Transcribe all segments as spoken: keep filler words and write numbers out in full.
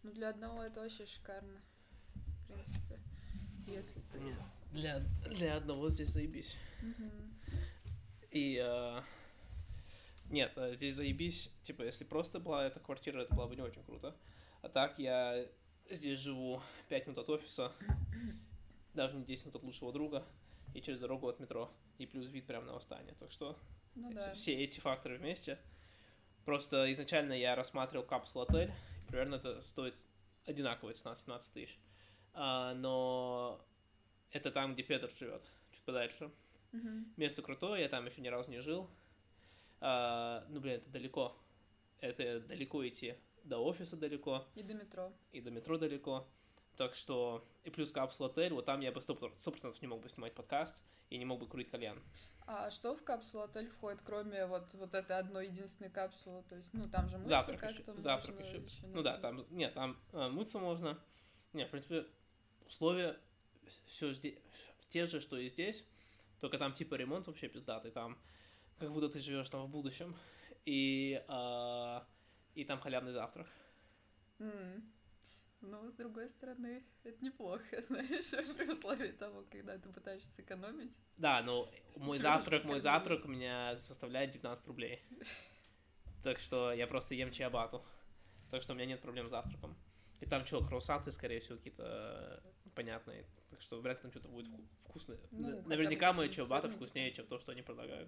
Ну, для одного это вообще шикарно, в принципе, если ты... Нет, для, для одного здесь заебись. Угу. И... э, Нет, э, здесь заебись, типа, если просто была эта квартира, это было бы не очень круто. А так я здесь живу пять минут от офиса, даже не десять минут от лучшего друга, и через дорогу от метро, и плюс вид прямо на Восстание. Так что Ну если да. все эти факторы вместе. Просто изначально я рассматривал капсул-отель, примерно это стоит одинаковая цена, семнадцать тысяч. А, но это там, где Петр живет, чуть подальше. Угу. Место крутое, я там еще ни разу не жил. А, ну, блин, это далеко. Это далеко идти. До офиса далеко. И до метро. И до метро далеко. Так что... И плюс капсула-отель. Вот там я бы сто процентов не мог бы снимать подкаст и не мог бы курить кальян. А что в капсулу-отель входит, кроме вот, вот этой одной единственной капсулы? То есть, ну, там же мыться Завтрак как-то еще. можно. Завтрак еще. еще Ну да, там... Нет, там э, мыться можно. Нет, в принципе, условия все здесь... те же, что и здесь. Только там типа ремонт вообще пиздатый. Там как будто ты живешь там в будущем. И... Э, и там халявный завтрак. Mm. Ну, с другой стороны, это неплохо, знаешь, при условии того, когда ты пытаешься сэкономить. Да, но мой завтрак, мой завтрак у меня составляет девятнадцать рублей. Так что я просто ем чиабату. Так что у меня нет проблем с завтраком. И там что, круассанты, скорее всего, какие-то понятные. Так что вряд ли там что-то будет вкусное. Ну, наверняка моя чиабата вкуснее, чем то, что они предлагают.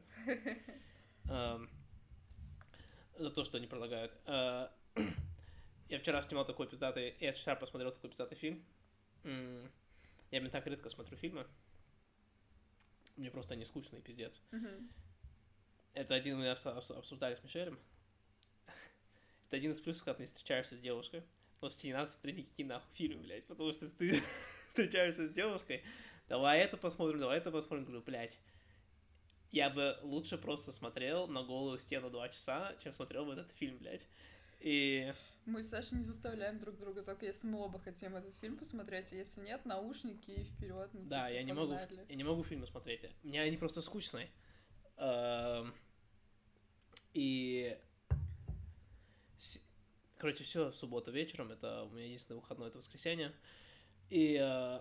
За то, что они предлагают. Я вчера снимал такой пиздатый... Я вчера посмотрел такой пиздатый фильм. Я, блин, так редко смотрю фильмы. Мне просто они скучные, пиздец. Uh-huh. Это один мы обсуждали с Мишелем. Это один из плюсов, когда ты встречаешься с девушкой. Просто не надо смотреть никакие нахуй фильмы, блядь. Потому что ты встречаешься с девушкой. Давай это посмотрим, давай это посмотрим. Говорю, блядь. Я бы лучше просто смотрел на голую стену два часа, чем смотрел бы этот фильм, блядь. И... Мы с Сашей не заставляем друг друга, только если мы оба хотим этот фильм посмотреть, а если нет, наушники и вперед. Ну, да, типа, я не могу, я не могу фильмы смотреть. Мне они просто скучные. И... Короче, все, суббота вечером, это у меня единственный выходной, это воскресенье. И...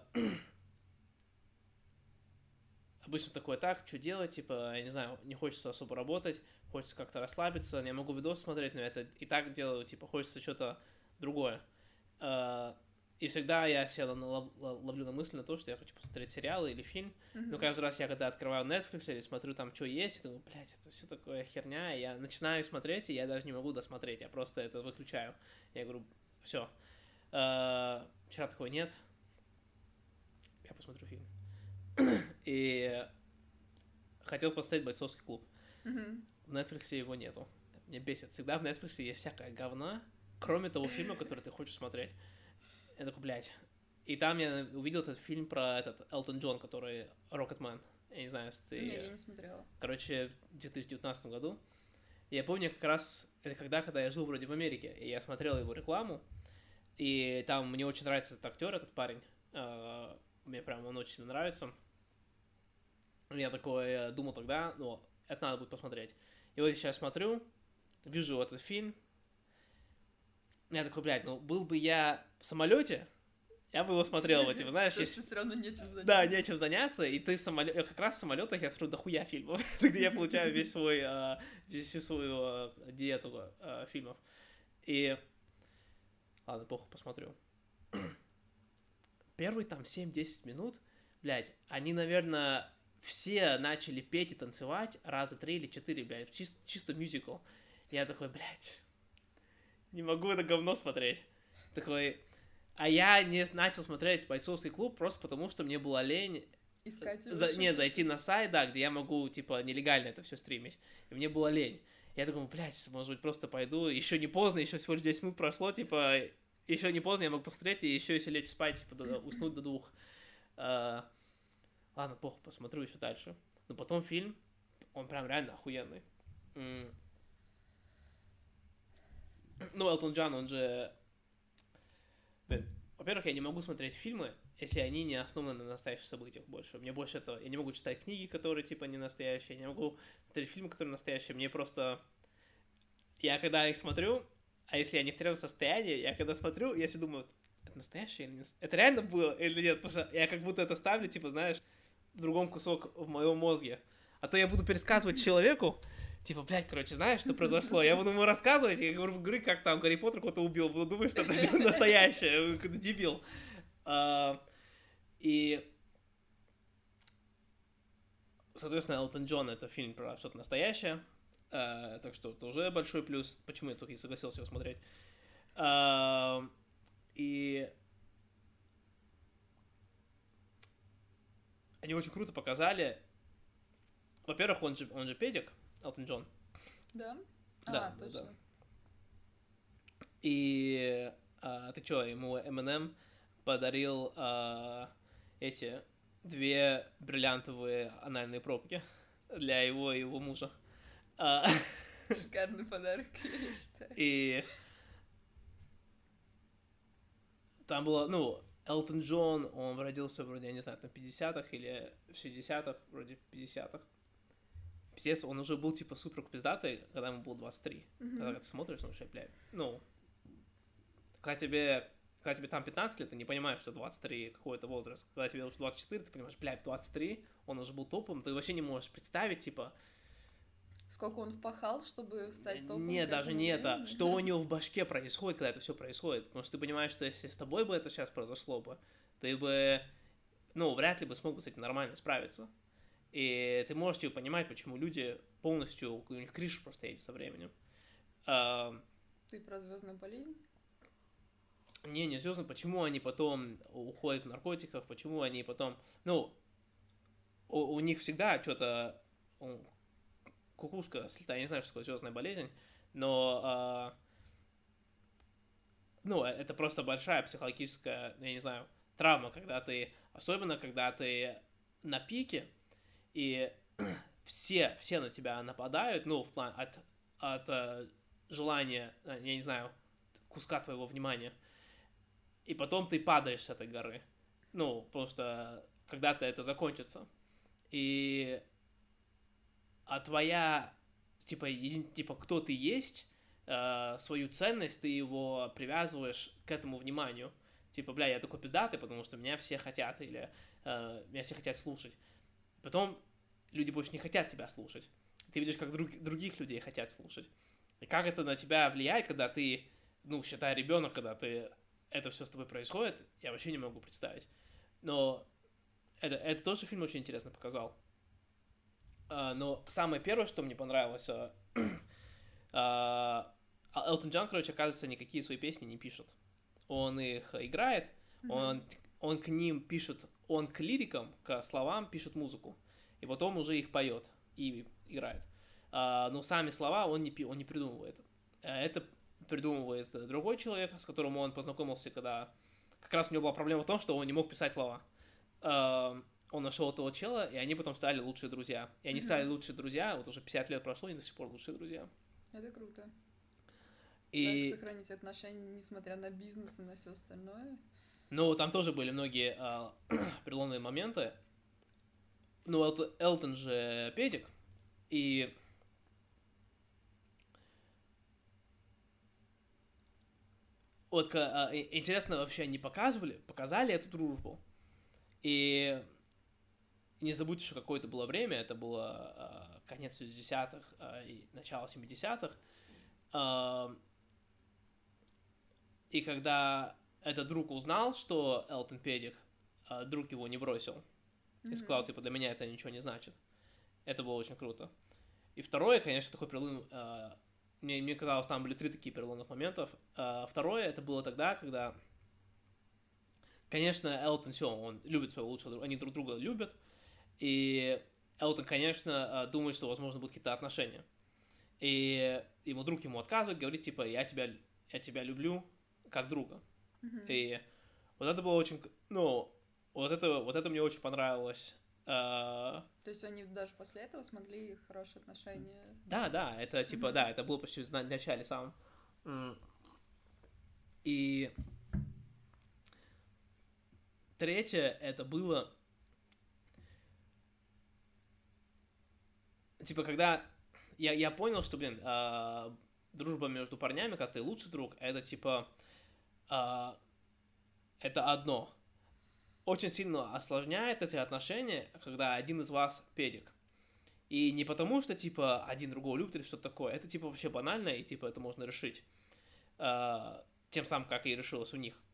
Обычно такое так, что делать, типа, я не знаю, не хочется особо работать, хочется как-то расслабиться, я могу видос смотреть, но я это и так делаю, типа, хочется что-то другое. И всегда я себя ловлю на мысль на то, что я хочу посмотреть сериалы или фильм, mm-hmm. но каждый раз я, когда открываю Netflix или смотрю там, что есть, я думаю, блядь, это все такое херня, и я начинаю смотреть, и я даже не могу досмотреть, я просто это выключаю. Я говорю, все. Вчера такого нет, я посмотрю фильм. И хотел посмотреть «Бойцовский клуб». Mm-hmm. В Netflix его нету. Меня бесит. Всегда в Netflix есть всякая говна, кроме того фильма, который ты хочешь смотреть. Я такой, блядь. И там я увидел этот фильм про этот Элтон Джон, который Rocketman. Я не знаю, если ты... Не, я не смотрела. Короче, в две тысячи девятнадцатом году. Я помню как раз... Это когда, когда я жил вроде в Америке, и я смотрел его рекламу. И там мне очень нравится этот актер, этот парень. Мне прям он очень нравится. Я такой думал тогда, ну, это надо будет посмотреть. И вот я сейчас смотрю, вижу этот фильм. Я такой, блядь, ну, был бы я в самолете, я бы его смотрел, вот, типа, знаешь, если... все равно нечем заняться. Да, нечем заняться, и ты в самолете... Как раз в самолетах я смотрю дохуя фильмов, где я получаю весь свой, всю свою диету фильмов. И... Ладно, похуй, посмотрю. Первые там семь-десять минут, блядь, они, наверное... Все начали петь и танцевать раза три или четыре, блядь, чисто, чисто мюзикл. Я такой, блядь, не могу это говно смотреть. Такой, а я не начал смотреть «Бойцовский клуб» просто потому, что мне было лень... Искать За... Нет, зайти на сайт, да, где я могу, типа, нелегально это все стримить. И мне было лень. Я такой, блядь, может быть, просто пойду, еще не поздно, еще всего лишь десять минут прошло, типа, еще не поздно, я могу посмотреть, и еще если лечь спать, типа, до... уснуть до двух. Ладно, похуй, посмотрю еще дальше. Но потом фильм, он прям реально охуенный. Mm. Ну, Элтон Джон, он же... Блин, во-первых, я не могу смотреть фильмы, если они не основаны на настоящих событиях больше. Мне больше этого... Я не могу читать книги, которые, типа, не настоящие. Я не могу смотреть фильмы, которые настоящие. Мне просто... Я когда их смотрю, А если я не в трезвом состоянии, я когда смотрю, я себе думаю, это настоящее или не... Это реально было или нет? Потому что я как будто это ставлю, типа, знаешь, в другом кусок в моем мозге. А то я буду пересказывать человеку, типа, блядь, короче, знаешь, что произошло? Я буду ему рассказывать, и говорю, как там Гарри Поттер кого-то убил, буду думать, что это настоящее, какой-то дебил. И, соответственно, Элтон Джон — это фильм про что-то настоящее, так что это уже большой плюс, почему я только и согласился его смотреть. И они очень круто показали. Во-первых, он же, он же педик, Элтон Джон. Да? Да, а, точно. Да. И а, ты чё, ему Eminem подарил а, эти две бриллиантовые анальные пробки для его и его мужа. А, Шикарный подарок, я считаю. И там было, ну, Элтон Джон, он родился вроде, я не знаю, там в пятидесятых или в шестидесятых, вроде в пятидесятых. Пиздец, он уже был, типа, супер пиздатый, когда ему было двадцать три. Mm-hmm. Когда ты смотришь, ну, вообще, блядь, ну, когда тебе, когда тебе там пятнадцать лет, ты не понимаешь, что двадцать три какой-то возраст. Когда тебе уже двадцать четыре, ты понимаешь, блядь, двадцать три, он уже был топовым, ты вообще не можешь представить, типа... Сколько он впахал, чтобы стать топовым? Нет, даже не это. Что у него в башке происходит, когда это все происходит. Потому что ты понимаешь, что если с тобой бы это сейчас произошло бы, ты бы, ну, вряд ли бы смог бы с этим нормально справиться. И ты можешь, типа, понимать, почему люди полностью, у них крыша просто едет со временем. А... Ты про звездную болезнь? Не, не звездную. Почему они потом уходят в наркотиках, почему они потом... Ну, у, у них всегда что-то... Кукушка слетает, я не знаю, что такое звездная болезнь, но... А... Ну, это просто большая психологическая, я не знаю, травма, когда ты... Особенно, когда ты на пике, и все, все на тебя нападают, ну, в плане от, от uh, желания, я не знаю, куска твоего внимания. И потом ты падаешь с этой горы. Ну, просто когда-то это закончится. И... А твоя, типа, еди, типа кто ты есть, э, свою ценность, ты его привязываешь к этому вниманию. Типа, бля, я такой пиздатый, потому что меня все хотят, или э, меня все хотят слушать. Потом люди больше не хотят тебя слушать. Ты видишь, как друг, других людей хотят слушать. И как это на тебя влияет, когда ты, ну, считай, ребенок, когда ты, это все с тобой происходит, я вообще не могу представить. Но это, это тоже фильм очень интересно показал. Uh, но самое первое, что мне понравилось, uh, uh, Элтон Джон, короче, оказывается, никакие свои песни не пишет. Он их играет, mm-hmm. он, он к ним пишет, он к лирикам, к словам пишет музыку, и потом уже их поет и играет. Uh, но сами слова он не, он не придумывает. Uh, это придумывает другой человек, с которым он познакомился, когда как раз у него была проблема в том, что он не мог писать слова. Uh, Он нашел этого чела, и они потом стали лучшие друзья. И они mm-hmm. стали лучшие друзья, вот уже пятьдесят лет прошло, и до сих пор лучшие друзья. Это круто. И... Как сохранить отношения, несмотря на бизнес и на все остальное. Ну, там тоже были многие э, переломные моменты. Ну, Эл- Элтон же педик, и... Вот э, интересно, вообще они показывали, показали эту дружбу. И... Не забудьте, что какое-то было время, это было э, конец шестидесятых э, и начало семидесятых. Э, и когда этот друг узнал, что Элтон педик, э, друг его не бросил. Mm-hmm. И сказал, типа, для меня это ничего не значит. Это было очень круто. И второе, конечно, такой перелом... Э, мне, мне казалось, там были три такие переломных моментов. Э, второе, это было тогда, когда... Конечно, Элтон, все, он любит своего лучшего друга, они друг друга любят. И Элтон, конечно, думает, что, возможно, будут какие-то отношения. И ему друг ему отказывает, говорит, типа, я тебя, я тебя люблю как друга. Mm-hmm. И вот это было очень... Ну, вот это, вот это мне очень понравилось. То есть они даже после этого смогли хорошие отношения? Да, да, это типа, mm-hmm. да, это было почти в начале самом. И третье, это было... Типа, когда я, я понял, что, блин, э, дружба между парнями, когда ты лучший друг, это типа а, это одно. Очень сильно осложняет эти отношения, когда один из вас педик. И не потому, что, типа, один другого любит или что-то такое. Это, типа, вообще банально, и, типа, это можно решить. А, тем самым, как и решилось у них.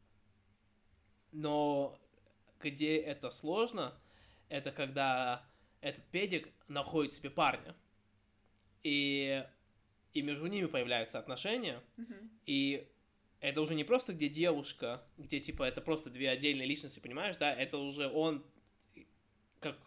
Но где это сложно, это когда этот педик находит себе парня. И, и между ними появляются отношения. Mm-hmm. И это уже не просто где девушка, где, типа, это просто две отдельные личности, понимаешь, да? Это уже он как...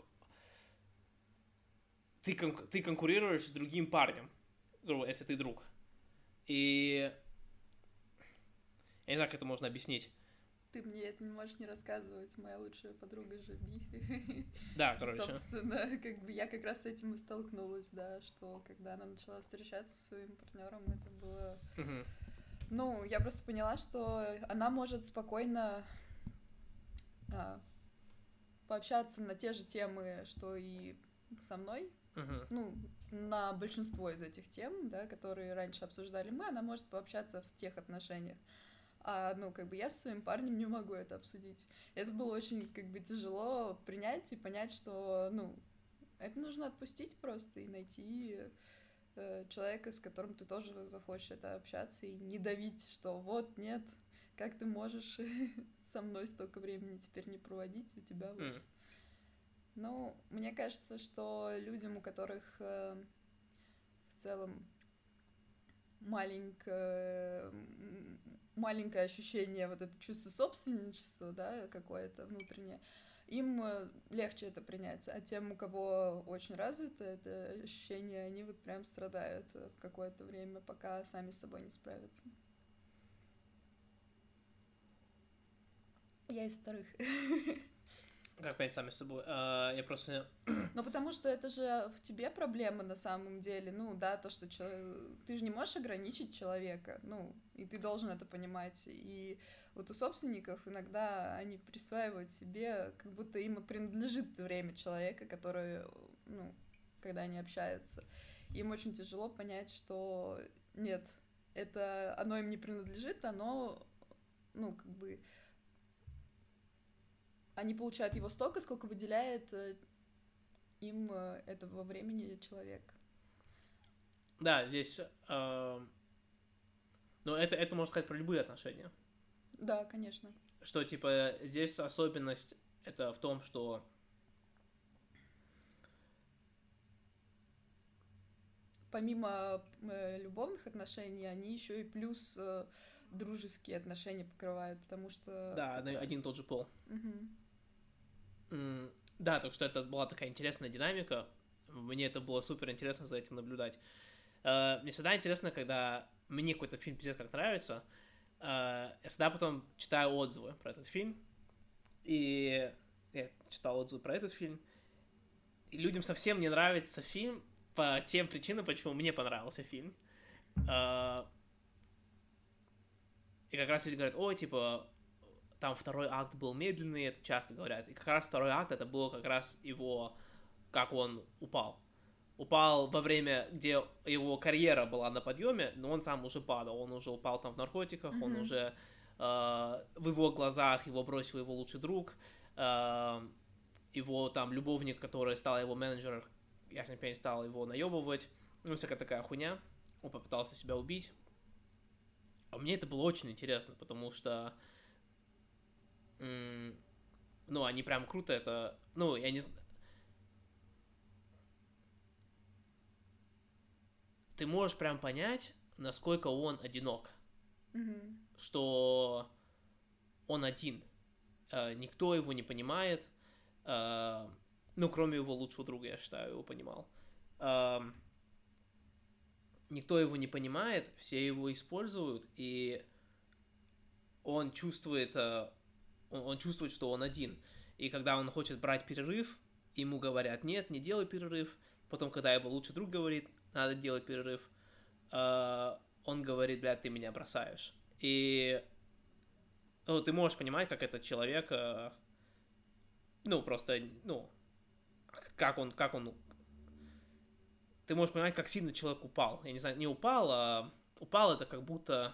Ты, кон- ты конкурируешь с другим парнем, если ты друг. И... Я не знаю, как это можно объяснить. Ты мне это не можешь не рассказывать, моя лучшая подруга же би. Да, короче. Собственно, как бы я как раз с этим и столкнулась, да, что когда она начала встречаться со своим партнером, это было... Угу. Ну, я просто поняла, что она может спокойно а, пообщаться на те же темы, что и со мной. Uh-huh. Ну, на большинство из этих тем, да, которые раньше обсуждали мы, она может пообщаться в тех отношениях. А, ну, как бы я со своим парнем не могу это обсудить. Это было очень, как бы, тяжело принять и понять, что, ну, это нужно отпустить просто и найти э, человека, с которым ты тоже захочешь это общаться, и не давить, что вот, нет, как ты можешь со мной столько времени теперь не проводить, у тебя вот... Mm. Ну, мне кажется, что людям, у которых э, в целом маленькое, маленькое ощущение, вот это чувство собственничества, да, какое-то внутреннее, им легче это принять. А тем, у кого очень развито это ощущение, они вот прям страдают какое-то время, пока сами с собой не справятся. Я из вторых. Как понять сами с собой? Uh, я просто... Ну, потому что это же в тебе проблема на самом деле. Ну, да, то, что чел... ты же не можешь ограничить человека. Ну, и ты должен это понимать. И вот у собственников иногда они присваивают себе, как будто им принадлежит время человека, который, ну, когда они общаются. Им очень тяжело понять, что нет, это оно им не принадлежит, оно, ну, как бы... Они получают его столько, сколько выделяет им этого времени человек. Да, здесь... Э, ну, это, это можно сказать про любые отношения. Да, конечно. Что, типа, здесь особенность это в том, что... Помимо э, любовных отношений, они еще и плюс э, дружеские отношения покрывают, потому что... Да, один раз... и тот же пол. Угу. Mm, да, так что это была такая интересная динамика. Мне это было супер интересно за этим наблюдать. Uh, мне всегда интересно, когда мне какой-то фильм пиздец как нравится, uh, я всегда потом читаю отзывы про этот фильм. И я читал отзывы про этот фильм. И людям совсем не нравится фильм по тем причинам, почему мне понравился фильм. Uh, и как раз люди говорят, ой, типа... Там второй акт был медленный, это часто говорят. И как раз второй акт, это было как раз его, как он упал. Упал во время, где его карьера была на подъеме, но он сам уже падал. Он уже упал там в наркотиках, mm-hmm. он уже... Э, в его глазах его бросил его лучший друг. Э, его там любовник, который стал его менеджером, ясный пень, стал его наебывать. Ну, всякая такая хуйня. Он попытался себя убить. А мне это было очень интересно, потому что... Ну, они прям круто это... Ну, я не знаю... Ты можешь прям понять, насколько он одинок. Mm-hmm. Что он один. Э, никто его не понимает. Э, ну, кроме его лучшего друга, я считаю, его понимал. Э, никто его не понимает, все его используют, и он чувствует... Э, Он чувствует, что он один. И когда он хочет брать перерыв, ему говорят, нет, не делай перерыв. Потом, когда его лучший друг говорит, надо делать перерыв, он говорит, блядь, ты меня бросаешь. И ну, ты можешь понимать, как этот человек, ну, просто, ну, как он, как он ты можешь понимать, как сильно человек упал. Я не знаю, не упал, а упал это как будто...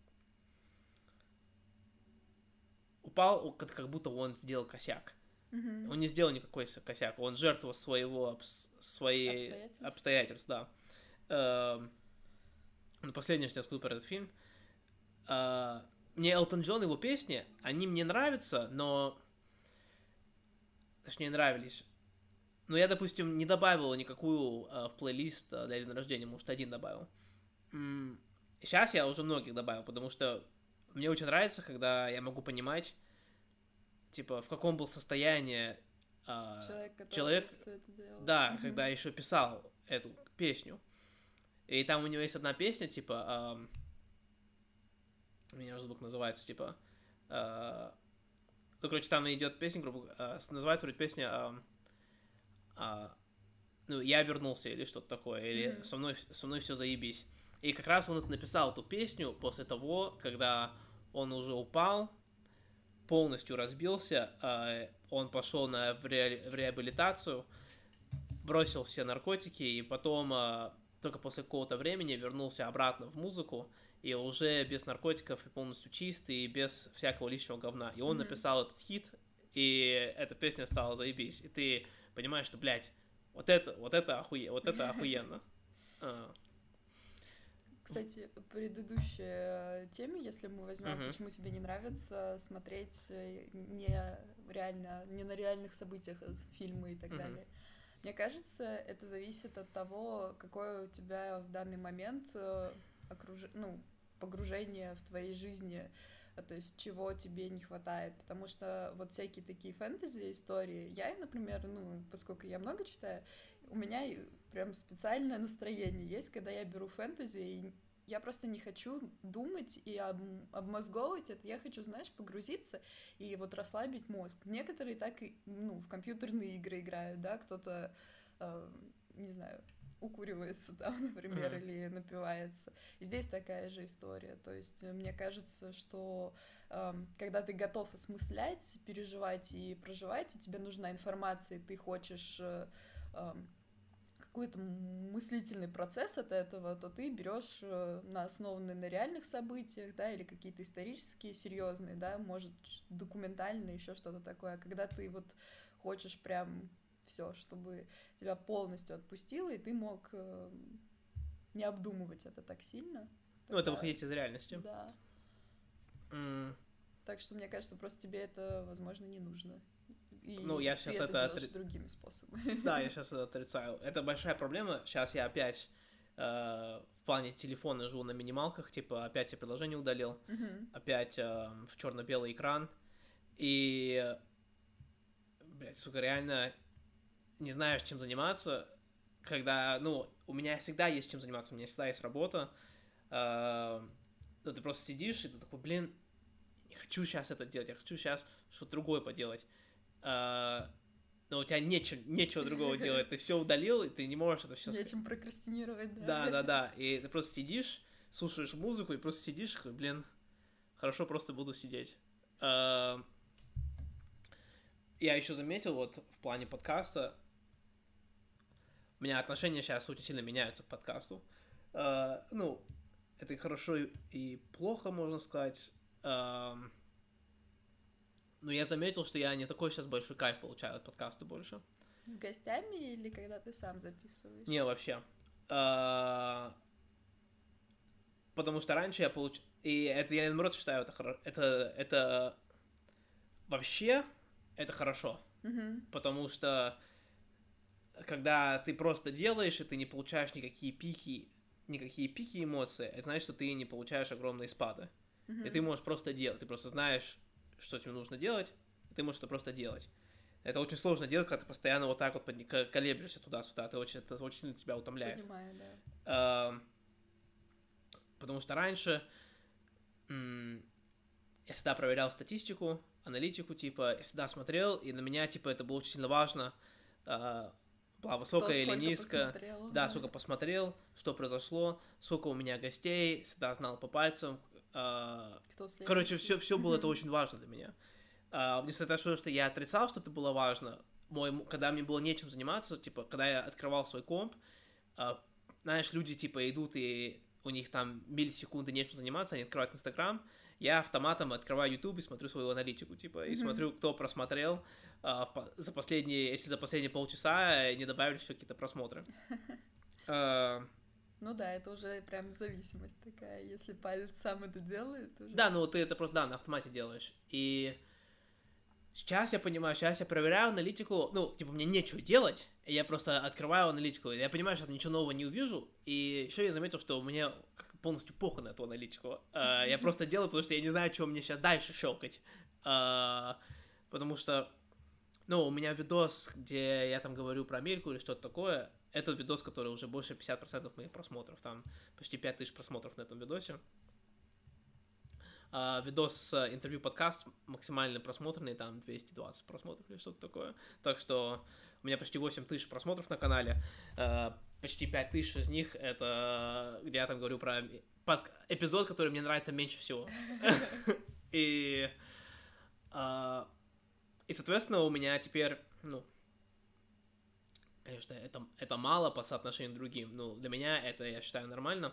Упал, как будто он сделал косяк. Mm-hmm. Он не сделал никакой косяк. Он жертва своего... своей обстоятельств, обстоятельств да. Uh, ну, последнее, что я скажу про этот фильм. Uh, мне Элтон Джон, его песни, они мне нравятся, но... Точнее, нравились. Но я, допустим, не добавил никакую uh, в плейлист uh, для дня рождения, может, один добавил. Mm. Сейчас я уже многих добавил, потому что мне очень нравится, когда я могу понимать, типа, в каком был состоянии uh, человек, который человек, все это делал. Да, mm-hmm. когда еще писал эту песню. И там у него есть одна песня, типа, эм, у меня уже звук называется, типа, э, ну, короче, там идет песня, грубо э, называется вроде песня, э, э, ну, я вернулся, или что-то такое, или mm-hmm. со мной, со мной все заебись. И как раз он написал эту песню после того, когда он уже упал, полностью разбился, э, он пошел на, в, ре, в реабилитацию, бросил все наркотики, и потом... Э, только после какого-то времени вернулся обратно в музыку, и уже без наркотиков, и полностью чистый, и без всякого лишнего говна. И он mm-hmm. написал этот хит, и эта песня стала заебись. И ты понимаешь, что, блядь, вот это, вот это, охуе... вот это охуенно. Кстати, предыдущая теме, если мы возьмем, uh-huh. почему тебе не нравится смотреть не реально, не на реальных событиях фильмы и так uh-huh. далее. Мне кажется, это зависит от того, какое у тебя в данный момент окруж... ну, погружение в твоей жизни, то есть чего тебе не хватает, потому что вот всякие такие фэнтези истории, я, например, ну, поскольку я много читаю, у меня прям специальное настроение есть, когда я беру фэнтези, и я просто не хочу думать и об, обмозговывать это, я хочу, знаешь, погрузиться и вот расслабить мозг. Некоторые так и, ну, в компьютерные игры играют, да, кто-то, э, не знаю, укуривается там, например, mm-hmm. или напивается. И здесь такая же история, то есть мне кажется, что э, когда ты готов осмыслять, переживать и проживать, и тебе нужна информация, и ты хочешь... Э, э, какой-то мыслительный процесс от этого, то ты берешь на основанные на реальных событиях, да, или какие-то исторические, серьезные, да, может, документальные, еще что-то такое. Когда ты вот хочешь прям все, чтобы тебя полностью отпустило, и ты мог не обдумывать это так сильно. Ну, это выходить из реальности. Да. Mm. Так что, мне кажется, просто тебе это, возможно, не нужно. И ну, я сейчас это, это отри... другими способами. Да, я сейчас это отрицаю. Это большая проблема. Сейчас я опять э, в плане телефона живу на минималках, типа опять все приложения удалил, uh-huh. опять э, в черно-белый экран. И, блядь, сука, реально не знаешь, чем заниматься, когда, ну, у меня всегда есть чем заниматься, у меня всегда есть работа. Э, ну, ты просто сидишь, и ты такой, блин, не хочу сейчас это делать, я хочу сейчас что-то другое поделать. Uh, но у тебя нечего, нечего другого делать, ты все удалил, и ты не можешь это все... Нечем прокрастинировать, да. Да, да, да, и ты просто сидишь, слушаешь музыку, и просто сидишь, и, блин, хорошо, просто буду сидеть. Uh, я еще заметил, вот, в плане подкаста, у меня отношения сейчас очень сильно меняются к подкасту. Uh, ну, это и хорошо, и плохо, можно сказать. Uh, Но я заметил, что я не такой сейчас большой кайф получаю от подкаста больше. С гостями или когда ты сам записываешь? Не, вообще. А... Потому что раньше я получал... И это я, наоборот, считаю, это, хоро... это, это... Вообще, это хорошо. Mm-hmm. Потому что когда ты просто делаешь, и ты не получаешь никакие пики, никакие пики эмоций, это значит, что ты не получаешь огромные спады. Mm-hmm. И ты можешь просто делать. Ты просто знаешь... что тебе нужно делать, и ты можешь это просто делать. Это очень сложно делать, когда ты постоянно вот так вот колеблешься туда-сюда, это очень, это очень сильно тебя утомляет. Понимаю, да. А, потому что раньше м- я всегда проверял статистику, аналитику, типа, я всегда смотрел, и на меня, типа, это было очень сильно важно, а, была высокая или низкая. Да, да, сколько посмотрел, что произошло, сколько у меня гостей, всегда знал по пальцам. Uh, короче, все, все было mm-hmm. это очень важно для меня. Uh, несмотря на то, что я отрицал, что это было важно, мой, когда мне было нечем заниматься, типа, когда я открывал свой комп, а, знаешь, люди, типа, идут, и у них там миллисекунды нечем заниматься, они открывают Инстаграм, я автоматом открываю YouTube и смотрю свою аналитику, типа, и mm-hmm. смотрю, кто просмотрел а, в, за последние, если за последние полчаса не добавили еще какие-то просмотры. uh, Ну да, это уже прям зависимость такая, если палец сам это делает. Уже... Да, ну ты это просто, да, на автомате делаешь. И сейчас я понимаю, сейчас я проверяю аналитику, ну, типа, мне нечего делать, я просто открываю аналитику, я понимаю, что я ничего нового не увижу, и еще я заметил, что мне полностью похуй на эту аналитику. Uh, я просто делаю, потому что я не знаю, что мне сейчас дальше щелкать. Uh, потому что, ну, у меня видос, где я там говорю про Америку или что-то такое, это видос, который уже больше пятьдесят процентов моих просмотров, там почти пять тысяч просмотров на этом видосе. Uh, видос интервью-подкаст максимально просмотренный, там двести двадцать просмотров или что-то такое. Так что у меня почти восемь тысяч просмотров на канале. Uh, почти пять тысяч из них это где я там говорю про под... эпизод, который мне нравится меньше всего. И, uh, и, соответственно, у меня теперь, ну, конечно, это, это мало по соотношению к другим. Ну, для меня это, я считаю, нормально.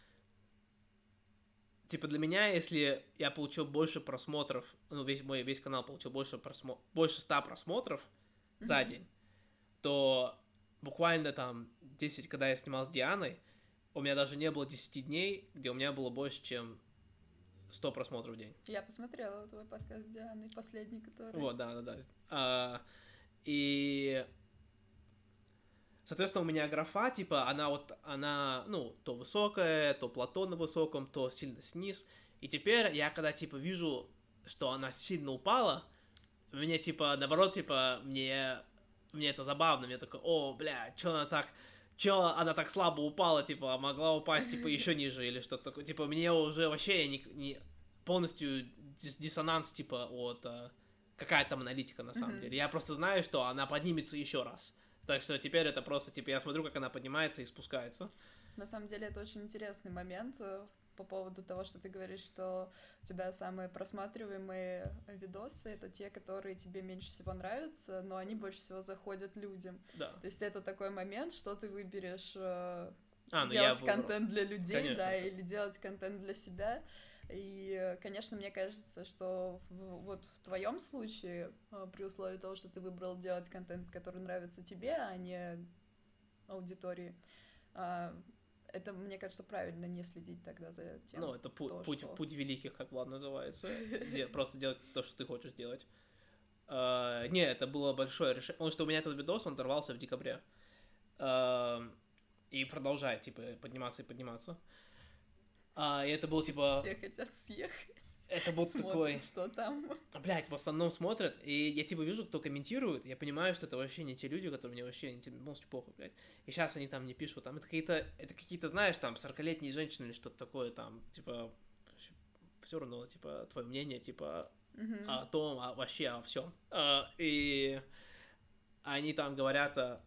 Типа, для меня, если я получил больше просмотров, ну, весь мой весь канал получил больше, просмо... больше ста просмотров mm-hmm. за день, то буквально там десять, когда я снимал с Дианой, у меня даже не было десять дней, где у меня было больше, чем сто просмотров в день. Я посмотрела твой подкаст с Дианой, последний, который... Вот, да-да-да. А, и... Соответственно, у меня графа, типа, она вот, она, ну, то высокая, то плато на высоком, то сильно сниз. И теперь я, когда, типа, вижу, что она сильно упала, мне, типа, наоборот, типа, мне, мне это забавно. Мне такой, о, бля, чё она так, чё она так слабо упала, типа, могла упасть, типа, еще ниже или что-то такое. Типа, мне уже вообще не, не полностью дис- диссонанс, типа, от, а, какая там аналитика на самом mm-hmm. деле. Я просто знаю, что она поднимется еще раз. Так что теперь это просто, типа, я смотрю, как она поднимается и спускается. На самом деле это очень интересный момент по поводу того, что ты говоришь, что у тебя самые просматриваемые видосы — это те, которые тебе меньше всего нравятся, но они больше всего заходят людям. Да. То есть это такой момент, что ты выберешь а, ну делать контент для людей, Конечно. да, или делать контент для себя. И, конечно, мне кажется, что в, вот в твоем случае, при условии того, что ты выбрал делать контент, который нравится тебе, а не аудитории, это, мне кажется, правильно не следить тогда за тем. Ну, это пу- то, путь, что... путь великих, как Влад называется. Просто делать то, что ты хочешь делать. Не, это было большое решение, потому что у меня этот видос, он взорвался в декабре. И продолжает, типа, подниматься и подниматься. А, и это был, типа... Все хотят съехать. Это был Смотрят, такой... что там. Блядь, в основном смотрят, и я, типа, вижу, кто комментирует, я понимаю, что это вообще не те люди, которые мне вообще не те, полностью похуй, блядь. И сейчас они там не пишут, там, это какие-то, это какие-то, знаешь, там, сорокалетние женщины или что-то такое, там, типа, все равно, типа, твое мнение, типа, mm-hmm. о том, о, вообще о всем. А, и они там говорят, а...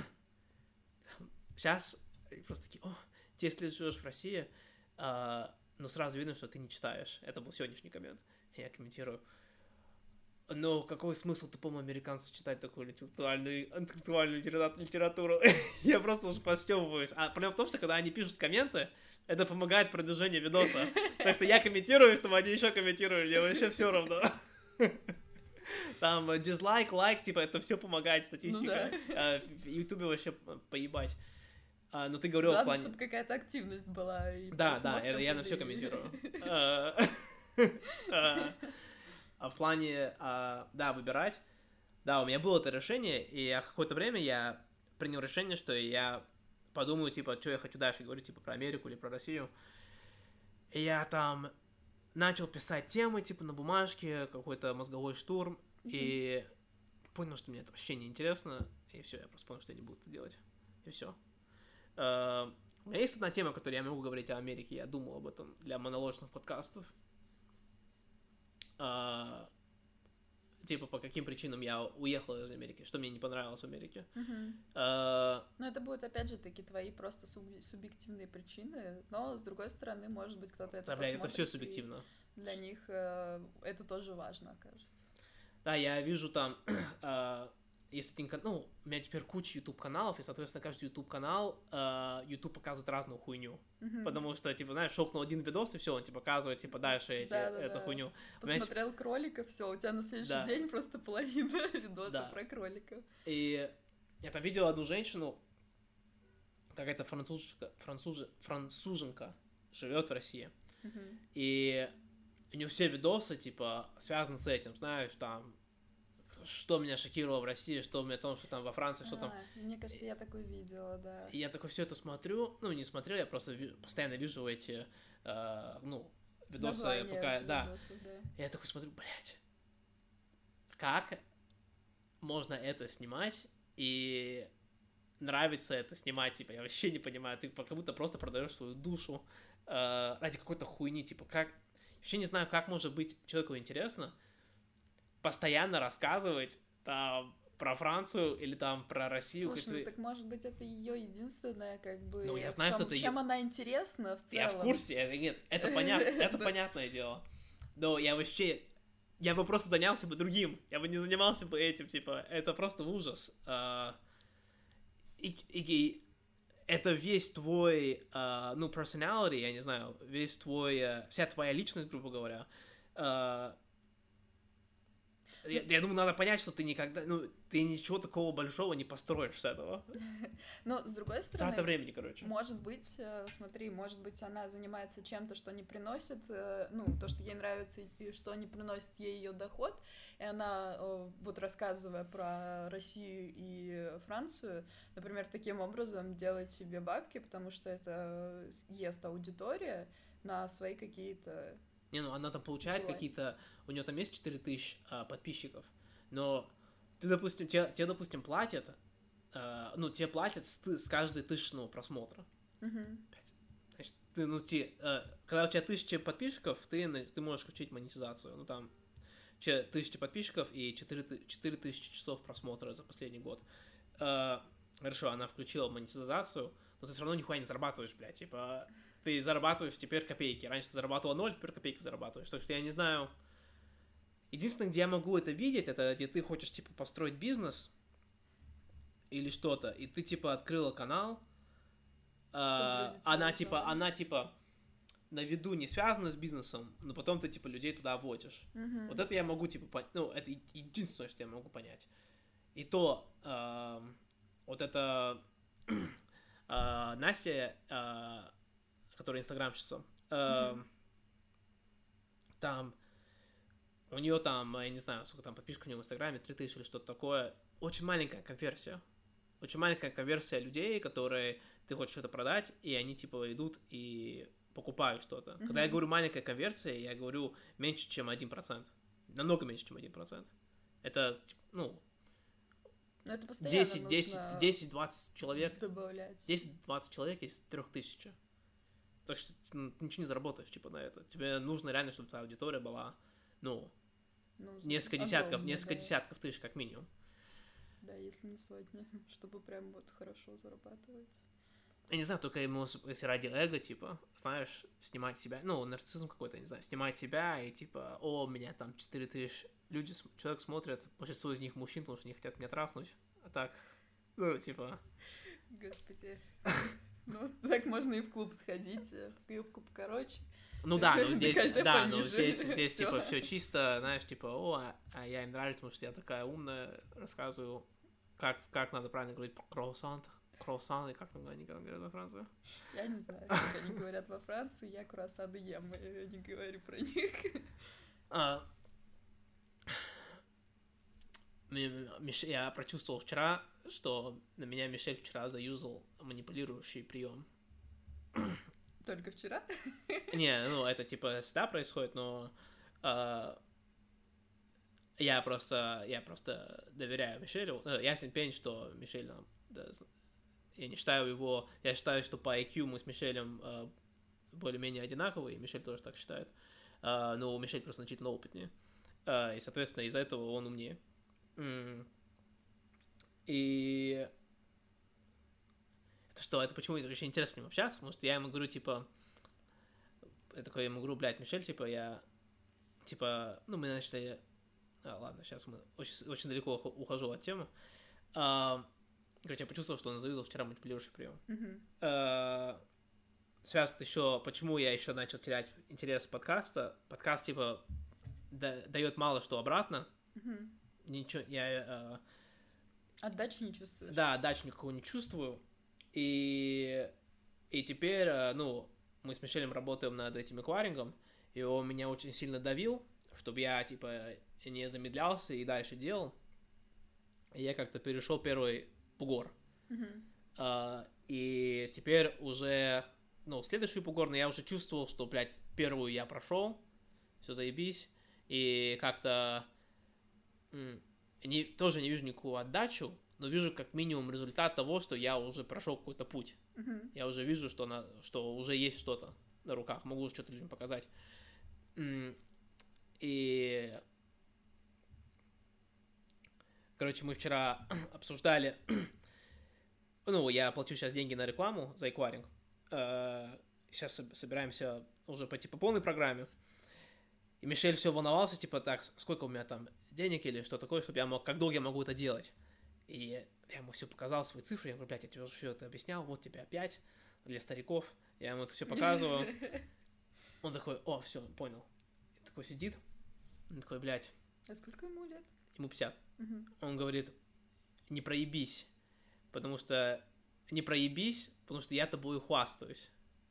сейчас просто такие, о, ты, если живешь в России... Uh, ну, сразу видно, что ты не читаешь. Это был сегодняшний коммент. Я комментирую. Но какой смысл тупому американцу читать такую интеллектуальную, интеллектуальную литературу? Я просто уже постёбываюсь. А проблема в том, что когда они пишут комменты, это помогает продвижению видоса. Так что я комментирую, чтобы они еще комментировали. Мне вообще все равно. Там дизлайк, лайк, типа, это все помогает, статистика. Ну, да. В Ютубе вообще поебать. А, ну, ты говорил Главное, в плане... чтобы какая-то активность была. И да, да, это я на все комментирую. А в плане, да, выбирать, да, у меня было это решение, и какое-то время я принял решение, что я подумаю, типа, что я хочу дальше говорить, типа, про Америку или про Россию. И я там начал писать темы, типа, на бумажке, какой-то мозговой штурм, и понял, что мне это вообще не интересно, и все, я просто понял, что я не буду это делать, и все. Uh, у меня есть одна тема, о которой я могу говорить о Америке, я думал об этом для монологичных подкастов. Uh, типа, по каким причинам я уехал из Америки, что мне не понравилось в Америке. Uh-huh. Uh, ну, это будут, опять же, таки твои просто суб- субъективные причины, но, с другой стороны, может быть, кто-то это да, посмотрит. это все субъективно. Для них uh, это тоже важно, кажется. Да, я вижу там... Uh, есть один канал, ну, у меня теперь куча YouTube-каналов, и, соответственно, каждый YouTube-канал, э, YouTube показывает разную хуйню. Mm-hmm. Потому что, типа, знаешь, шокнул один видос, и все, он тебе показывает, типа, дальше эти, да, да, эту да. хуйню. Посмотрел меня... кролика, все, у тебя на следующий да. день просто половина видосов да. про кролика. И я там видел одну женщину, какая-то француженка, француж... француженка живет в России. Mm-hmm. И у нее все видосы, типа, связаны с этим, знаешь, там, что меня шокировало в России, что у меня там, что там во Франции, что а, там... Мне кажется, я такое видела, да. И я такой все это смотрю, ну, не смотрел, я просто ви- постоянно вижу эти, э, ну, видосы, название пока... видосов, да. да. И я такой смотрю, блядь, как можно это снимать, и нравится это снимать, типа, я вообще не понимаю, ты как будто просто продаешь свою душу э, ради какой-то хуйни, типа, как... Вообще не знаю, как может быть человеку интересно постоянно рассказывать там про Францию или там про Россию. Слушай, ну так может быть это ее единственное, как бы... Ну, я знаю, чем, что это... Чем она интересна в целом. Я в курсе, нет, это понятно, это понятное дело. Но я вообще... Я бы просто занялся бы другим. Я бы не занимался бы этим, типа, это просто ужас. И, и это весь твой, ну, personality, я не знаю, весь твой... Вся твоя личность, грубо говоря, Я, я думаю, надо понять, что ты никогда, ну, ты ничего такого большого не построишь с этого. Но, с другой стороны... Трата времени, короче. Может быть, смотри, может быть, она занимается чем-то, что не приносит, ну, то, что ей нравится, и что не приносит ей ее доход, и она, вот рассказывая про Россию и Францию, например, таким образом делает себе бабки, потому что это ест аудитория на свои какие-то... Не, ну она там получает Желание. какие-то... У нее там есть четыре тысячи а, подписчиков, но ты, допустим, тебе, тебе допустим, платят, а, ну, тебе платят с, с каждой тысячного просмотра. Uh-huh. Значит, ты, ну, те, а, когда у тебя тысяча подписчиков, ты, ты можешь включить монетизацию. Ну, там, тысяча подписчиков и четыре тысячи часов просмотра за последний год. А, хорошо, она включила монетизацию, но ты все равно нихуя не зарабатываешь, блядь, типа... Ты зарабатываешь теперь копейки. Раньше ты зарабатывала ноль, теперь копейки зарабатываешь. Так что я не знаю... Единственное, где я могу это видеть, это где ты хочешь, типа, построить бизнес или что-то, и ты, типа, открыла канал, э, она, типа, канал? она, типа, на виду не связана с бизнесом, но потом ты, типа, людей туда вводишь. Mm-hmm. Вот это я могу, типа, понять. Ну, это единственное, что я могу понять. И то, э, вот это... э, Настя... Э, которая инстаграмщица, mm-hmm. э, там, у нее там, я не знаю, сколько там подписчиков у нее в инстаграме, три тысячи или что-то такое, очень маленькая конверсия, очень маленькая конверсия людей, которые ты хочешь что-то продать, и они, типа, идут и покупают что-то. Mm-hmm. Когда я говорю маленькая конверсия, я говорю меньше, чем один процент, намного меньше, чем один процент. Это, ну, это десять-двадцать человек, добавлять. десять-двадцать человек из трех тысяч. Так что ну, ты ничего не заработаешь, типа, на это. Тебе нужно реально, чтобы твоя аудитория была, ну, ну несколько десятков, огромный, несколько да. десятков тысяч, как минимум. Да, если не сотни, чтобы прям вот хорошо зарабатывать. Я не знаю, только ему, если ради эго, типа, знаешь, снимать себя, ну, нарциссизм какой-то, не знаю, снимать себя и, типа, о, меня там четыре тысячи люди, человек смотрят, большинство из них мужчин, потому что они хотят меня трахнуть, а так, ну, типа... Господи... Ну, так можно и в клуб сходить, юбку покороче. Ну да, но здесь, да, но здесь, здесь типа, все чисто, знаешь, типа, о, а я им нравится, потому что я такая умная, рассказываю, как, как надо правильно говорить про круассан, круассан, и как они говорят во Франции. Я не знаю, как они говорят во Франции, я круассаны ем, я не говорю про них. А, я прочувствовал вчера, что на меня Мишель вчера заюзал манипулирующий прием. Только вчера? Не, ну это типа всегда происходит, но э, я просто я просто доверяю Мишелю. Ясен пень, что Мишель нам, да, я не считаю его, я считаю, что по ай кью мы с Мишелем э, более-менее одинаковые, и Мишель тоже так считает. Э, но Мишель просто значительно опытнее, э, и соответственно из-за этого он умнее. И это что, это почему это очень интересно с ним общаться, потому что я ему говорю, типа, я такой ему говорю, блядь, Мишель, типа, я, типа, ну, мы начали А, ладно, сейчас мы очень, очень далеко ухожу от темы. А, короче, я почувствовал, что он завязал вчера манипулирующий прием. Mm-hmm. А, связывает еще, почему я еще начал терять интерес подкаста. Подкаст, типа, да, дает мало что обратно. Mm-hmm. Ничего, я... А, отдачи не чувствуешь? Да, отдачи никакого не чувствую. И, и теперь, ну, мы с Мишелем работаем над этим эквайрингом, и он меня очень сильно давил, чтобы я, типа, не замедлялся и дальше делал. И я как-то перешел первый бугор. Mm-hmm. Uh, и теперь уже, ну, следующий бугор, но я уже чувствовал, что, блядь, первую я прошел, все заебись, и как-то м- не, тоже не вижу никакую отдачу, но вижу как минимум результат того, что я уже прошел какой-то путь. Mm-hmm. Я уже вижу, что, на, что уже есть что-то на руках, могу уже что-то людям показать. М- и... Короче, мы вчера обсуждали... Ну, я плачу сейчас деньги на рекламу за эквайринг. Сейчас собираемся уже пойти по полной программе. И Мишель все волновался, типа, так, сколько у меня там денег или что такое, чтобы я мог, как долго я могу это делать. И я ему все показал, свои цифры. Я говорю, блядь, я тебе уже все это объяснял, вот тебе опять для стариков. Я ему это все показываю. Он такой, о, все, понял. И такой сидит. Он такой, блядь. А сколько ему лет? Ему пятьдесят. Угу. Он говорит, не проебись, потому что не проебись, потому что я тобой хвастаюсь.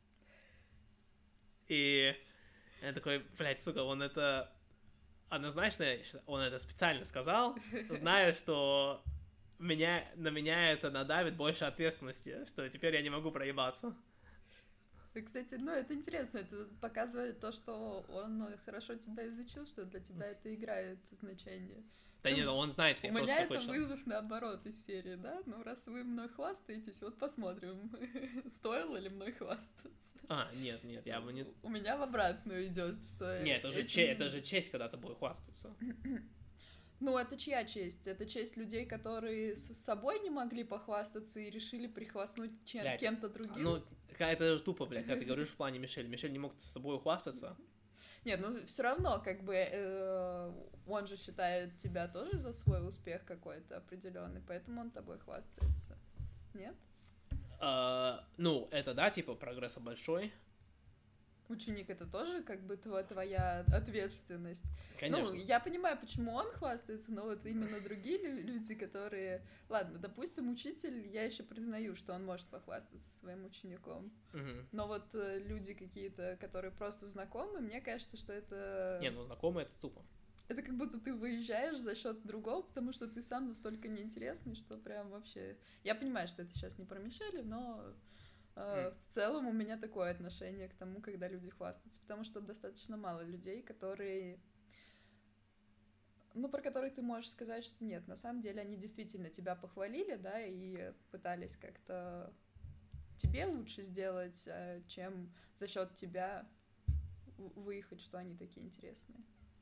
И я такой, блядь, сука, он это однозначно, он это специально сказал, зная, что меня, на меня это надавит больше ответственности, что теперь я не могу проебаться. Кстати, ну, это интересно, это показывает то, что он хорошо тебя изучил, что для тебя это играет значение. Да нет, он знает, что я просто такой человек. У меня это вызов наоборот из серии, да? Ну, раз вы мной хвастаетесь, вот посмотрим, стоило ли мной хвастаться. А, нет, нет, я бы не... У меня в обратную идет, что... Нет, это же, этим... че- это же честь, когда тобой хвастаются. Ну, это чья честь? Это честь людей, которые с собой не могли похвастаться и решили прихвастнуть чем- блядь, кем-то другим? Ну, это же тупо, блядь, когда ты говоришь в плане Мишель. Мишель не мог с собой хвастаться. Нет, ну все равно, как бы, э, он же считает тебя тоже за свой успех какой-то определенный, поэтому он тобой хвастается. Нет? Uh, ну, это да, типа, прогресса большой. Ученик — это тоже как бы твоя ответственность. Конечно. Ну, я понимаю, почему он хвастается, но вот именно другие люди, которые... Ладно, допустим, учитель, я еще признаю, что он может похвастаться своим учеником. Угу. Но вот э, люди какие-то, которые просто знакомы, мне кажется, что это... Не, ну знакомые — это тупо. Это как будто ты выезжаешь за счет другого, потому что ты сам настолько неинтересный, что прям вообще... Я понимаю, что это сейчас не про Мишеля, но... Uh, mm. В целом у меня такое отношение к тому, когда люди хвастаются, потому что достаточно мало людей, которые, ну, про которые ты можешь сказать, что нет, на самом деле они действительно тебя похвалили, да, и пытались как-то тебе лучше сделать, чем за счет тебя выехать, что они такие интересные.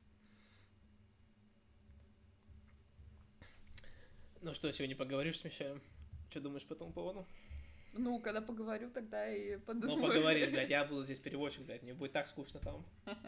Ну что, сегодня поговоришь с Мишелем? Что думаешь по этому поводу? Ну, когда поговорю, тогда и подумаю. Ну, поговоришь, блядь, я буду здесь переводчик, блядь, мне будет так скучно там.